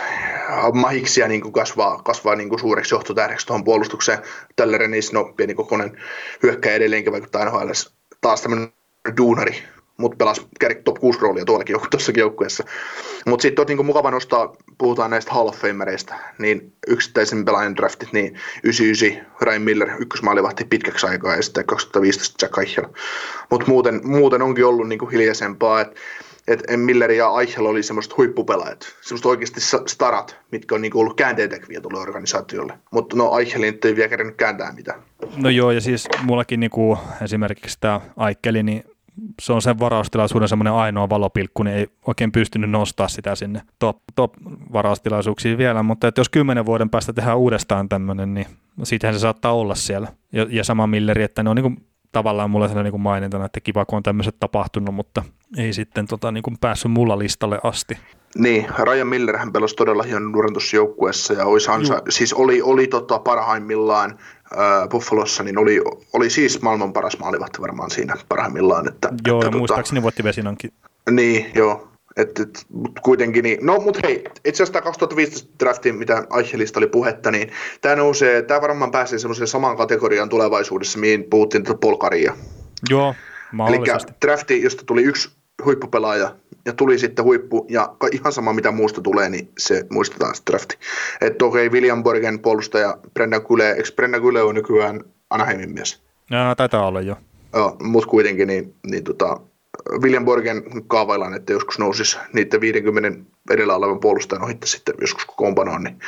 mahiksia niin kasvaa, kasvaa niin suureksi johtotähdeksi tuohon puolustukseen. Tällä Renis, no pienikokoinen hyökkää edelleenkin vaikuttaa N H L taas tämmöinen duunari, mutta pelasi top kuusi roolia tuollakin tuossakin joukkueessa. Mutta sitten on niin mukava nostaa, puhutaan näistä Hall of Famereista, niin yksittäisen pelaajan draftit, niin yhdeksänkymmentäyhdeksän Ryan Miller ykkösmaalivahti pitkäksi aikaa ja sitten kaksituhattaviisitoista Jack Eichel. Mutta muuten, muuten onkin ollut niin hiljaisempaa, että et Miller ja Eichel oli semmoiset huippupelaajat, semmoiset oikeasti starat, mitkä on niin ollut käänteentekviä tuolle organisaatiolle. Mutta no Eichelin ei vielä kerännyt kääntää mitään. No joo, ja siis mullakin niin kuin esimerkiksi tämä Eicheli, niin se on sen varaustilaisuuden semmoinen ainoa valopilkku, niin ei oikein pystynyt nostaa sitä sinne top, top varaustilaisuuksiin vielä, mutta että jos kymmenen vuoden päästä tehdään uudestaan tämmöinen, niin siitähän se saattaa olla siellä. Ja, ja sama Milleri, että ne on niin kuin, tavallaan mulle sellainen niin mainintana, että kiva kun on tämmöiset tapahtunut, mutta ei sitten tota, niin kuin päässyt mulla listalle asti. Niin, Ryan Millerhän pelasi todella hienon nuoren tuossa joukkueessa ja olisi ansa, siis oli, oli tota parhaimmillaan äh, Buffalossa, niin oli, oli siis maailman paras maalivahti varmaan siinä parhaimmillaan. Että, joo, että, ja muistaakseni tota, voitti Vesinankin. Niin, joo. Et, et, mut kuitenkin niin. No mut hei, itse asiassa tämä kaksituhattaviisitoista drafti, mitä Eichelistä oli puhetta, niin tämä nousee, tämä varmaan pääsee semmoiseen samaan kategoriaan tulevaisuudessa, mihin puhuttiin tätä polkaria. Joo, mahdollisesti. Eli drafti, josta tuli yksi huippupelaaja ja tuli sitten huippu ja ihan sama mitä muusta tulee, niin se muistetaan se drafti. Että okei, okay, William Borgen puolustaja Brendan Gule, eikö Brendan Gule on nykyään Anaheimin mies? Jaa, taitaa olla jo. Joo, mutta kuitenkin niin, niin tota, William Borgen kaavaillaan, että joskus nousisi niiden viidenkymmenen edellä olevan puolustajan ohitte sitten joskus kokoonpanoon, niin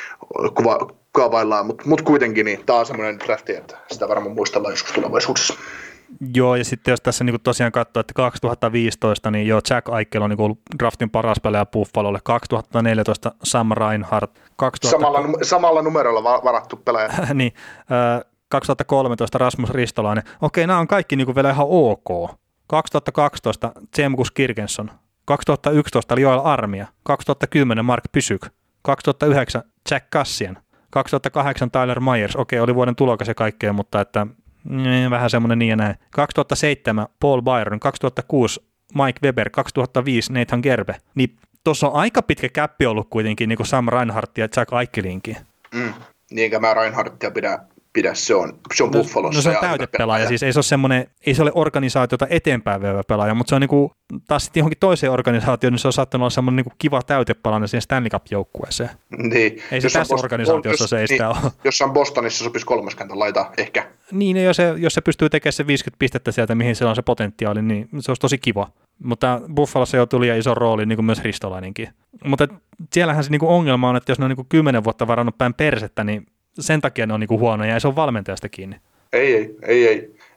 kuva, kaavaillaan, mutta mut kuitenkin niin, tämä on semmoinen drafti, että sitä varmaan muistellaan joskus tulevaisuudessa. Joo, ja sitten jos tässä niin tosiaan katsoo, että kaksituhattaviisitoista, niin joo, Jack Eichel on niin ollut draftin paras pelaaja Buffalolle, kaksituhattaneljätoista Sam Reinhart. kaksituhatta... Samalla, samalla numerolla varattu pelaaja. niin, äh, kaksituhattakolmetoista Rasmus Ristolainen. Okei, nämä on kaikki niin vielä ihan ok. kaksituhattakaksitoista Zemgus Kirkensson, kaksituhattayksitoista oli Joel Armia, kaksituhattakymmenen Mark Pysyk, kaksituhattayhdeksän Jack Cassian, kaksituhattakahdeksan Tyler Myers, okei, oli vuoden tulokas ja kaikkea, mutta että mm, vähän semmoinen niin ja näin. kaksituhattaseitsemän Paul Byron, kaksituhattakuusi Mike Weber, kaksituhattaviisi Nathan Gerbe. Niin tuossa on aika pitkä käppi ollut kuitenkin niin kuin Sam Reinhardt ja Jack Eichelinkin. Mm, niinkä mä Reinhardtia pidä. Pidä, se on, se on Buffalossa. No se on täytepelaaja, siis ei se ole semmoinen, ei se ole organisaatiota eteenpäin vievä pelaaja, mutta se on niinku, taas sitten johonkin toiseen organisaatioon, niin se on saattanut olla semmoinen niinku kiva täytepelaaja siihen Stanley Cup-joukkueeseen. Niin. Ei se jos tässä Boston, organisaatiossa jos, se ei niin, sitä ole. Jossain Bostonissa sopisi kolmaskentän laita ehkä. Niin, jos se, jos se pystyy tekemään se viisikymmentä pistettä sieltä, mihin se on se potentiaali, niin se olisi tosi kiva. Mutta Buffalossa jo tuli iso rooli, niin kuin myös Ristolainenkin. Mutta siellähän se niinku ongelma on, että jos ne on niinku kymmenen vuotta varannut päin persettä, niin sen takia ne on niinku huonoja ja se on valmentajasta kiinni. Ei, ei, ei, ei.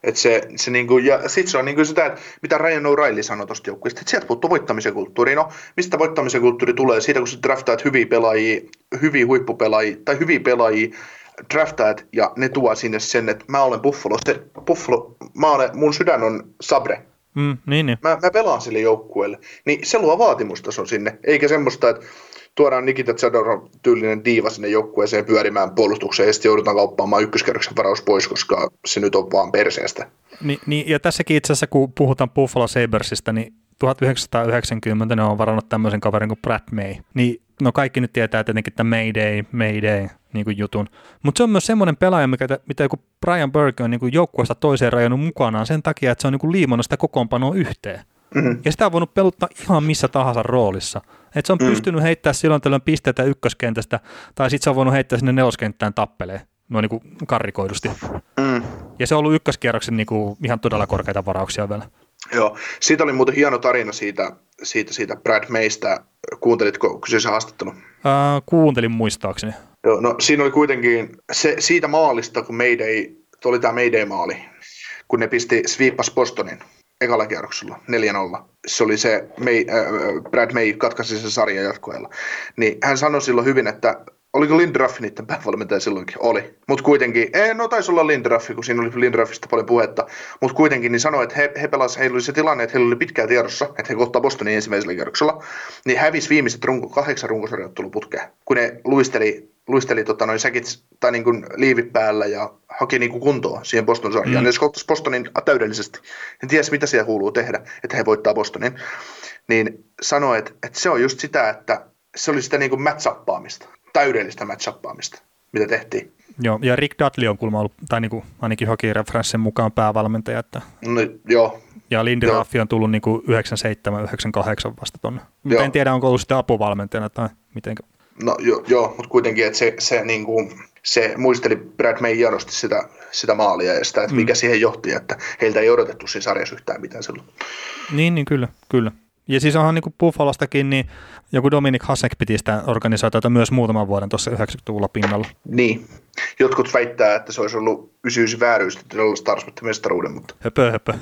Et se, se niinku, ja sitten se on niinku sitä, että mitä Ryan O'Reilly sanoi tuosta joukkueesta, että sieltä puuttuu voittamisen kulttuuri. No, mistä voittamisen kulttuuri tulee? Siitä, kun sä draftaat hyviä pelaajia, hyviä huippupelaajia tai hyviä pelaajia, draftaat ja ne tuo sinne sen, että mä olen Buffalo, se, Buffalo mä olen, mun sydän on Sabre. Mm, niin, niin. Mä, mä pelaan sille joukkueelle. Niin se luo vaatimustason sinne, eikä semmoista, että tuodaan Nikita Zadoron tyylinen diiva sinne joukkueeseen pyörimään puolustukseen ja sitten joudutaan kauppaamaan ykköskerroksen varaus pois, koska se nyt on vaan perseestä. Ni, niin, ja tässäkin itse asiassa, kun puhutaan Buffalo Sabresista, niin tuhatyhdeksänsataayhdeksänkymmentä ne on varannut tämmöisen kaverin kuin Brad May. Niin, no kaikki nyt tietää tietenkin tämän Mayday, Mayday niin kuin jutun. Mutta se on myös semmoinen pelaaja, mikä, mitä joku Brian Burke on niin kuin joukkueesta toiseen rajannut mukanaan sen takia, että se on niin kuin liimannut sitä kokoonpanoa yhteen. Mm-hmm. Ja sitä on voinut peluttaa ihan missä tahansa roolissa. Että se on mm. pystynyt heittämään silloin tällöin pisteitä ykköskentästä, tai sitten se on voinut heittää sinne neloskenttään tappeleen, noin niin kuin karrikoidusti. Mm. Ja se on ollut ykköskierroksen niin kuin ihan todella korkeita varauksia vielä. Joo, siitä oli muuten hieno tarina siitä, siitä, siitä Brad Maystä. Kuuntelitko kyseisen haastattelun? Äh, kuuntelin muistaakseni. Joo, no siinä oli kuitenkin se, siitä maalista, kun Mayday, oli tämä Mayday-maali, kun ne pisti sweepas Bostonin ekalla kierroksella neljä nolla. Se oli se, May, äh, Brad May katkaisi sen sarjan jatkoajalla. Niin hän sanoi silloin hyvin, että oliko Lindruff niiden päävalmentaja silloinkin? Oli. Mutta kuitenkin, ei, no taisi olla Lindruff, kun siinä oli Lindruffista paljon puhetta, mutta kuitenkin niin sanoi, että he, he pelasivat, heillä oli se tilanne, että heillä oli pitkää tiedossa, että he kohtaa Bostonin ensimmäisellä kierroksella, niin hävisi viimeiset runko, kahdeksan runkosarjoitteluputkea, kun ne luisteli, luisteli tota, noin säkit tai niin kuin liivit päällä ja haki niin kuin kuntoa siihen Boston sarjaan. Mm. Ne skottasi Bostonin täydellisesti. Ne tiesi, mitä siellä kuuluu tehdä, että he voittaa Bostonin. Niin sanoi, että, että se on just sitä, että se oli sitä niin kuin match-uppaamista. Täydellistä match-uppaamista, mitä tehtiin. Joo, ja Rick Dudley on kuulemma ollut, tai niin kuin ainakin hockey-referenssin mukaan päävalmentaja. Että no, joo. Ja Lindy Raffi on tullut niin kuin yhdeksänkymmentäseitsemän yhdeksänkymmentäkahdeksan vasta tuonne. Mutta en tiedä, onko ollut sitten apuvalmentajana tai miten. No jo, joo, mutta kuitenkin, että se, se, niin kuin, se muisteli Brad May hienosti sitä, sitä maalia ja sitä, että mikä mm. siihen johti, että heiltä ei odotettu siinä sarjassa yhtään mitään silloin. Niin, niin kyllä, kyllä. Ja siis onhan niin kuin Buffalostakin, niin joku Dominik Hasek piti sitä organisaatiota myös muutaman vuoden tuossa yhdeksänkymmentäluvulla pinnalla. Niin. Jotkut väittää, että se olisi ollut yhdeksänkymmentäyhdeksän vääryys, että se olisi Stars mestaruuden, mutta... Höpö, höpö.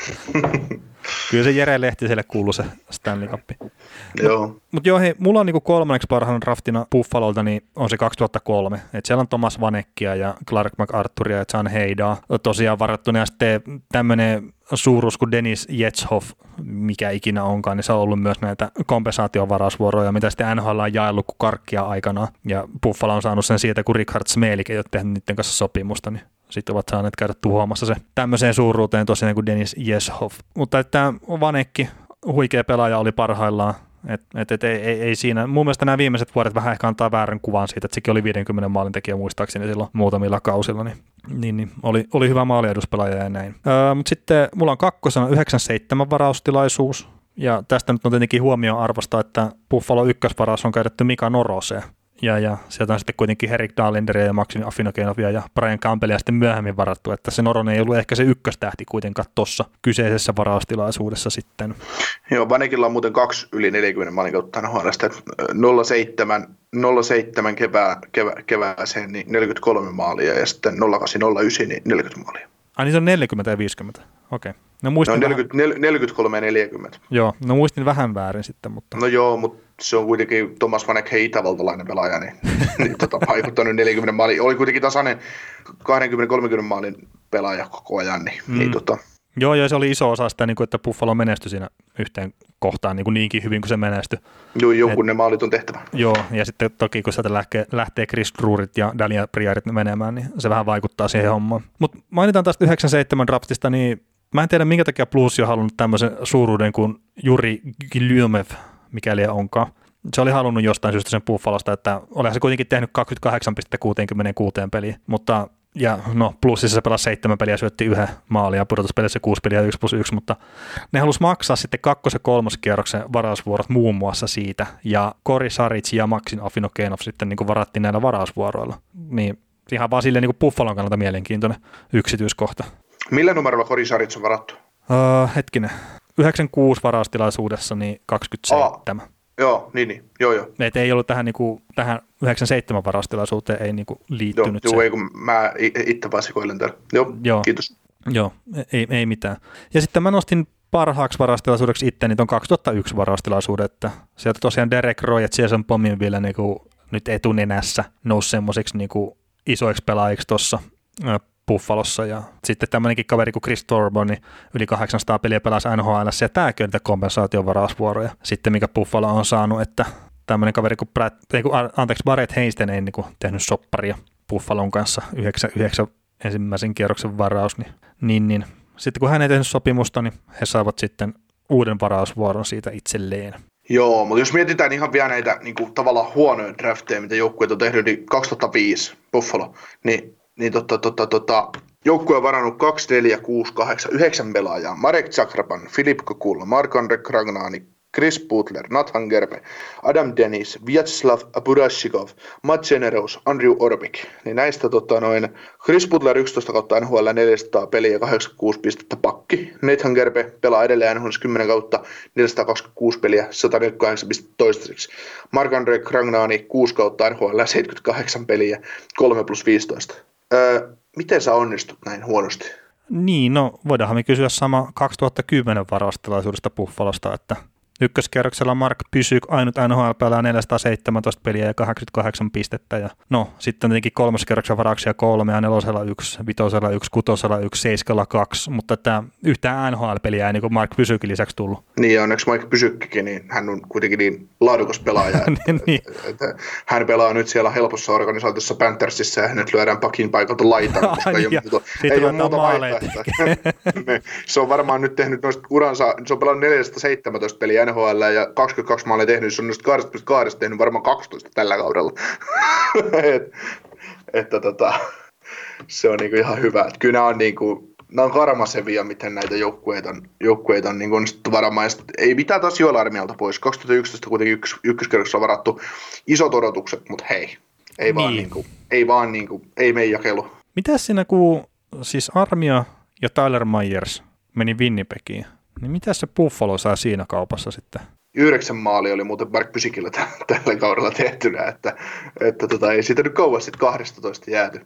Kyllä se Jere Lehtiselle kuului se Stanley Cup. Joo. Mutta mut joo, hei, mulla on niinku kolmanneksi parhaana draftina Buffalolta, niin on se kaksituhattakolme. Et siellä on Thomas Vanekkia ja Clark MacArthuria ja John Heidaa tosiaan varattuna. Ja sitten tämmöinen suuruus kuin Dennis Jetshoff, mikä ikinä onkaan, niin se on ollut myös näitä kompensaatiovarausvuoroja, mitä sitten N H L on jaellut kuin karkkia aikanaan. Ja Buffalo on saanut sen siitä, kun Richard Smelik ei ole tehnyt niiden kanssa sopimusta, niin sitten ovat saaneet käydä tuhoamassa se tämmöiseen suuruuteen tosiaan kuin Dennis Jetshoff. Mutta että Vanekki, huikea pelaaja, oli parhaillaan. Et, et, et, ei, ei, ei siinä. Mun mielestä nämä viimeiset vuodet vähän ehkä antaa väärän kuvan siitä, että sekin oli viidenkymmenen maalin tekijä muistaakseni silloin muutamilla kausilla, niin, niin, niin oli, oli hyvä maalieduspelaaja ja näin. Öö, mutta sitten mulla on kakkosena yhdeksänkymmentäseitsemän varaustilaisuus, ja tästä nyt on tietenkin huomioon arvosta, että Buffalo ykkösvaraus on käytetty Mika Noroseen. Ja, ja sieltä on sitten kuitenkin Henrik Dahlinderia ja Maxim Afinogenovia ja Brian Campbellia sitten myöhemmin varattu, että se Noronen ei ollut ehkä se ykköstähti kuitenkaan tuossa kyseisessä varaustilaisuudessa sitten. Joo, Vanekilla on muuten kaksi yli neljäkymmentä maalin kautta N H L:stä, nolla seitsemän, nolla seitsemän kevää, kevää, kevääseen niin neljäkymmentäkolme maalia ja sitten nolla kahdeksan nolla yhdeksän niin neljäkymmentä maalia. Ai niin se on neljäkymmentä ja viisikymmentä, okei. Okay. No, no neljäkymmentä, vähän... neljäkymmentäkolme ja neljäkymmentä. Joo, no muistin vähän väärin sitten, mutta... No joo, mutta se on kuitenkin Thomas Vanek itävaltalainen pelaaja, niin, niin tota, vaikuttanut neljäkymmentä maalin. Oli kuitenkin tasainen kaksikymmentä kolmekymmentä maalin pelaaja koko ajan, niin, mm. niin tota... Joo, ja se oli iso osa sitä, että Buffalo menestyi siinä yhteen kohtaan niin kuin niinkin hyvin kuin se menestyi. Joo, joku ne maalit on tehtävä. Joo, ja sitten toki kun sieltä lähtee, lähtee Chris Drurit ja Daniel Briarit menemään, niin se vähän vaikuttaa siihen hommaan. Mutta mainitaan tästä yhdeksänkymmentäseitsemän draftista, niin mä en tiedä minkä takia Blues on halunnut tämmöisen suuruuden kuin Juri Glymov, mikäli onkaan. Se oli halunnut jostain syystä sen Buffalosta, että olihan se kuitenkin tehnyt kaksikymmentäkahdeksan pilkku kuusikymmentäkuusi peliä, mutta ja no Plusissa se pelasi seitsemän peliä ja syötti yhden maalin ja pudotuspelissä kuusi peliä yksi plus yksi, mutta ne halusi maksaa sitten kakkos- ja kolmoskierroksen varausvuorot muun muassa siitä, ja Kori Saric ja Maxim Afinogenov sitten niin kuin varattiin näillä varausvuoroilla. Niin ihan vaan silleen niin kuin Buffalon kannalta mielenkiintoinen yksityiskohta. Millä numerolla Kori Saric on varattu? Uh, hetkinen, yhdeksänkymmentäkuusi varaustilaisuudessa niin kaksikymmentäseitsemän. Oh. Joo, niin, niin. Joo, joo. Et ei ollut tähän, niinku, tähän yhdeksänkymmentäseitsemän varaustilaisuuteen ei niinku liittynyt joo, se. Joo, ei kun mä itse vasikoilen täällä. Joo, joo, kiitos. Joo, ei, ei mitään. Ja sitten mä nostin parhaaksi varastilaisuudeksi itteni tuon kaksituhattayksi varastilaisuuden, että sieltä tosiaan Derek Roy ja Jason Pominville niin kuin nyt etunenässä nousi semmoisiksi niin kuin isoiksi pelaajiksi tuossa Buffalossa, ja sitten tämmöinenkin kaveri kuin Chris Thorburn, niin yli kahdeksansataa peliä pelasi N H L:ssä, ja tämäkin on niitä kompensaation varausvuoroja. Sitten mikä Buffalo on saanut, että tämmöinen kaveri kuin, Brad, ei kun anteeksi, Barrett Heinstein ei niin kuin tehnyt sopparia Buffalon kanssa yhdeksän, yhdeksän ensimmäisen kierroksen varaus, niin, niin, niin sitten kun hän ei tehnyt sopimusta, niin he saavat sitten uuden varausvuoron siitä itselleen. Joo, mutta jos mietitään ihan vielä näitä niin kuin, tavallaan huonoja drafteja, mitä joukkueet on tehnyt, niin kaksituhattaviisi Buffalo, niin, niin tota, tota, tota, joukkue on varannut kaksi, neljä, kuusi, kahdeksan, yhdeksän pelaajaa. Marek Zagraban, Filip Kokul, Mark-Andre Kragnani, Chris Butler, Nathan Gerbe, Adam Dennis, Vyacheslav Burashikov, Matt Generous, Andrew Orbik. Niin näistä tota, noin, Chris Butler yksitoista kautta N H L neljäsataa peliä ja kahdeksankymmentäkuusi pistettä pakki. Nathan Gerbe pelaa edelleen N H L kymmenen kautta neljäsataakaksikymmentäkuusi peliä, sata neljäkymmentäkahdeksan pistettä toistaiseksi. Mark-Andre Kragnani kuusi kautta N H L seitsemänkymmentäkahdeksan peliä, kolme plus viisitoista. Öö, miten sä onnistut näin huonosti? Niin, no voidaanhan me kysyä sama kaksituhattakymmenen varastilaisuudesta Buffalosta, että ykköskierroksella Mark Pysyk ainut N H L-pelaa neljäsataaseitsemäntoista peliä ja kahdeksankymmentäkahdeksan pistettä. Ja no, sitten tietenkin kolmoskierroksen varauksia kolme ja nelosella yksi, vitosella yksi, kutosella yksi, seiskalla kaksi, mutta tämä yhtään N H L-peliä ei niin kuin Mark Pysykin lisäksi tullut. Niin, ja onneksi Mike Pysykkikin, niin hän on kuitenkin niin laadukas pelaaja, että, niin. että hän pelaa nyt siellä helpossa organisaatiossa Panthersissa ja hänet lyödään pakin paikalta laitaan, koska ei ole muuta, ei ole muuta vaihtoehtoa. Se on varmaan nyt tehnyt noista uransa, se on pelannut neljäsataaseitsemäntoista peliä N H L ja kaksikymmentäkaksi maalia tehnyt, se on noista kahdeksantoista tehnyt varmaan kaksitoista tällä kaudella. Et, että tota, se on niinku ihan hyvä. Et kyllä nämä on, niinku, nämä on karmasevia, miten näitä joukkueita on, joukkueita on niinku onnistuttu varaamaan. Ei mitään taas Joel-armialta pois. kaksituhattayksitoista kuitenkin yks, ykköskerroksessa on varattu isot odotukset, mutta hei, ei niin. vaan, niinku, ei, vaan niinku, ei mene jakelu. Mitäs siinä, kun siis Armia ja Tyler Myers meni Winnipegiin, niin mitä se Buffalo saa siinä kaupassa sitten? Yhdeksän maali oli muuten Mark Pysykillä t- tällä kaudella tehtynä, että, että tota, ei siitä nyt kauan sitten kahdestatoista jääty.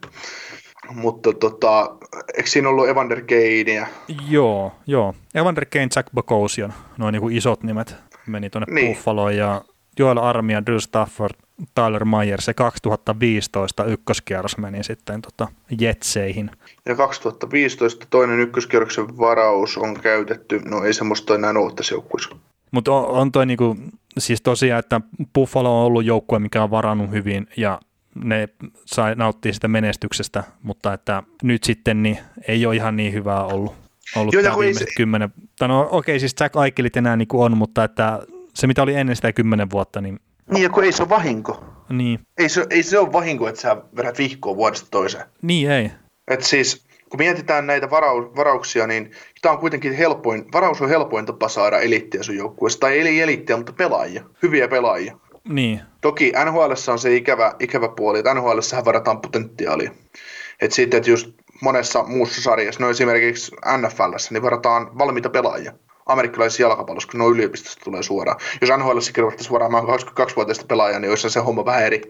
Mutta tota, eikö siinä ollut Evander Kaneia? Joo, joo. Evander Kane, Jack Bogosian, noin niin kuin isot nimet meni tuonne niin. Buffaloon, ja Joel Armia, Drew Stafford, Tyler Myers, se kaksituhattaviisitoista ykköskierros meni sitten tota Jetseihin. Ja kaksituhattaviisitoista toinen ykköskierroksen varaus on käytetty, no ei semmoista enää ole tässä joukkueessa. Mutta on, on toi niinku, siis tosiaan, että Buffalo on ollut joukkue, mikä on varannut hyvin, ja ne sai nauttia sitä menestyksestä, mutta että nyt sitten niin ei ole ihan niin hyvää ollut, ollut tämä viimeiset se... kymmenen. Tai no okei, okay, siis Jack Eikelit enää niin kuin on, mutta että se mitä oli ennen sitä kymmenen vuotta, niin... Niin, ja kun ei se ole vahinko. Niin. Ei se, ei se ole vahinko, että sä vedät vihkoa vuodesta toiseen. Niin, ei. Että siis, kun mietitään näitä varau- varauksia, niin tämä on kuitenkin helpoin, varaus on helpoin tapa saada eliittiä sun joukkueesta. Tai ei eliittiä, mutta pelaajia. Hyviä pelaajia. Niin. Toki N H L:ssä on se ikävä, ikävä puoli, että N H L:ssähän varataan potentiaalia. Että sitten, että just monessa muussa sarjassa, no esimerkiksi N F L:ssä, niin varataan valmiita pelaajia. Amerikkalaisessa jalkapallossa, kun nuo yliopistosta tulee suoraan. Jos N H L:ssä kirjoittaisi varaamaan kaksikymmentäkaksivuotiaista pelaajaa, niin olisi se homma vähän eri.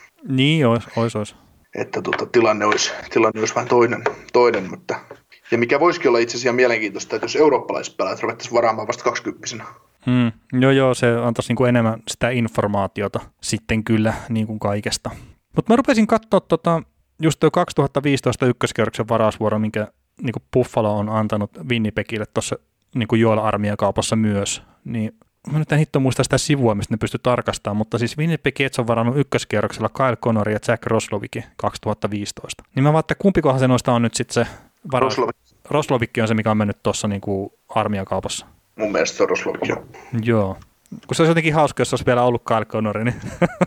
Niin, olisi, olisi, olisi. Että tuota, tilanne, olisi, tilanne olisi vähän toinen, toinen, mutta... Ja mikä voisikin olla itse asiassa mielenkiintoista, että jos eurooppalaiset pelaajat ruvettaisiin varaamaan vasta kaksikymppisenä. Hmm. Joo, joo, se antaisi niinku enemmän sitä informaatiota sitten kyllä niin kuin kaikesta. Mutta mä rupesin katsoa tota, just tuo kaksituhattaviisitoista ykköskierroksen varausvuoro, minkä niinku Buffalo on antanut Winnipegille tuossa niinku Joel Armia-kaupassa myös. Niin mä nyt en hitto muista sitä sivua, mistä ne pystyi tarkastamaan, mutta siis Winnipeg Jets on varannut ykköskierroksella Kyle Connor ja Jack Roslovicki kaksituhattaviisitoista. Niin mä vaan, että kumpikohan se noista on nyt sitten se varaus? Roslovik. Roslovicki on se, mikä on mennyt tuossa niinku Armia-kaupassa. Mun mielestä se on Roslovicki, joo. Joo. Kun se olisi jotenkin hauska, jos olisi vielä ollut Kyle Connor, niin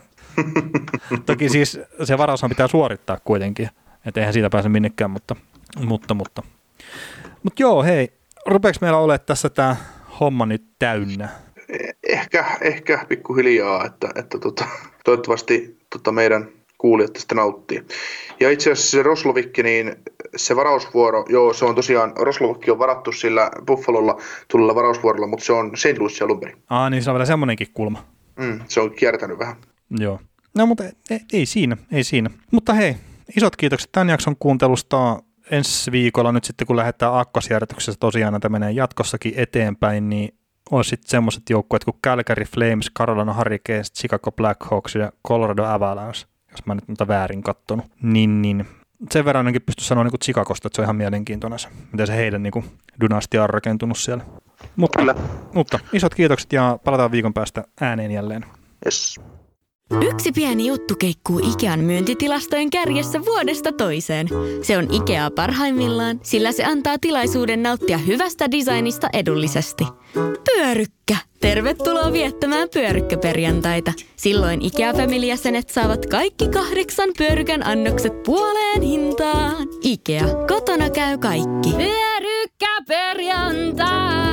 toki siis se varaushan pitää suorittaa kuitenkin, että eihän siitä pääse minnekään, mutta, mutta, mutta. Mutta joo, hei, rupeeko meillä olemaan tässä tämä homma nyt täynnä? Ehkä, ehkä pikkuhiljaa, että, että tota, toivottavasti tota meidän kuulijat tästä nauttii. Ja itse asiassa se Roslovicki, niin se varausvuoro, joo, se on tosiaan, Roslovicki on varattu sillä Buffalolla tulilla varausvuorolla, mutta se on Saint Louis alun perin. Aa, niin se on vielä semmoinenkin kulma. Mm, se on kiertänyt vähän. Joo. No, mutta ei, ei siinä, ei siinä. Mutta hei, isot kiitokset tämän jakson kuuntelusta. ensi viikolla nyt sitten, kun lähdetään aakkosjärjestyksessä tosiaan näitä menee jatkossakin eteenpäin, niin on sitten semmoiset joukkueet kuin Calgary Flames, Carolina Hurricanes, Chicago Blackhawks ja Colorado Avalanche, jos mä nyt noita väärin kattonut. Niin, niin. Sen verran ainakin pysty sanoa niin kuin Chicagosta, että se on ihan mielenkiintoinen se, miten se heidän niin kuin dynastia on rakentunut siellä. Mutta, Kyllä. mutta isot kiitokset ja palataan viikon päästä ääneen jälleen. Yes. Yksi pieni juttu keikkuu Ikean myyntitilastojen kärjessä vuodesta toiseen. Se on Ikea parhaimmillaan, sillä se antaa tilaisuuden nauttia hyvästä designista edullisesti. Pyörykkä! Tervetuloa viettämään pyörykkäperjantaita. Silloin Ikea-familijäsenet saavat kaikki kahdeksan pyörykän annokset puoleen hintaan. Ikea, kotona käy kaikki. Pyörykkäperjantai!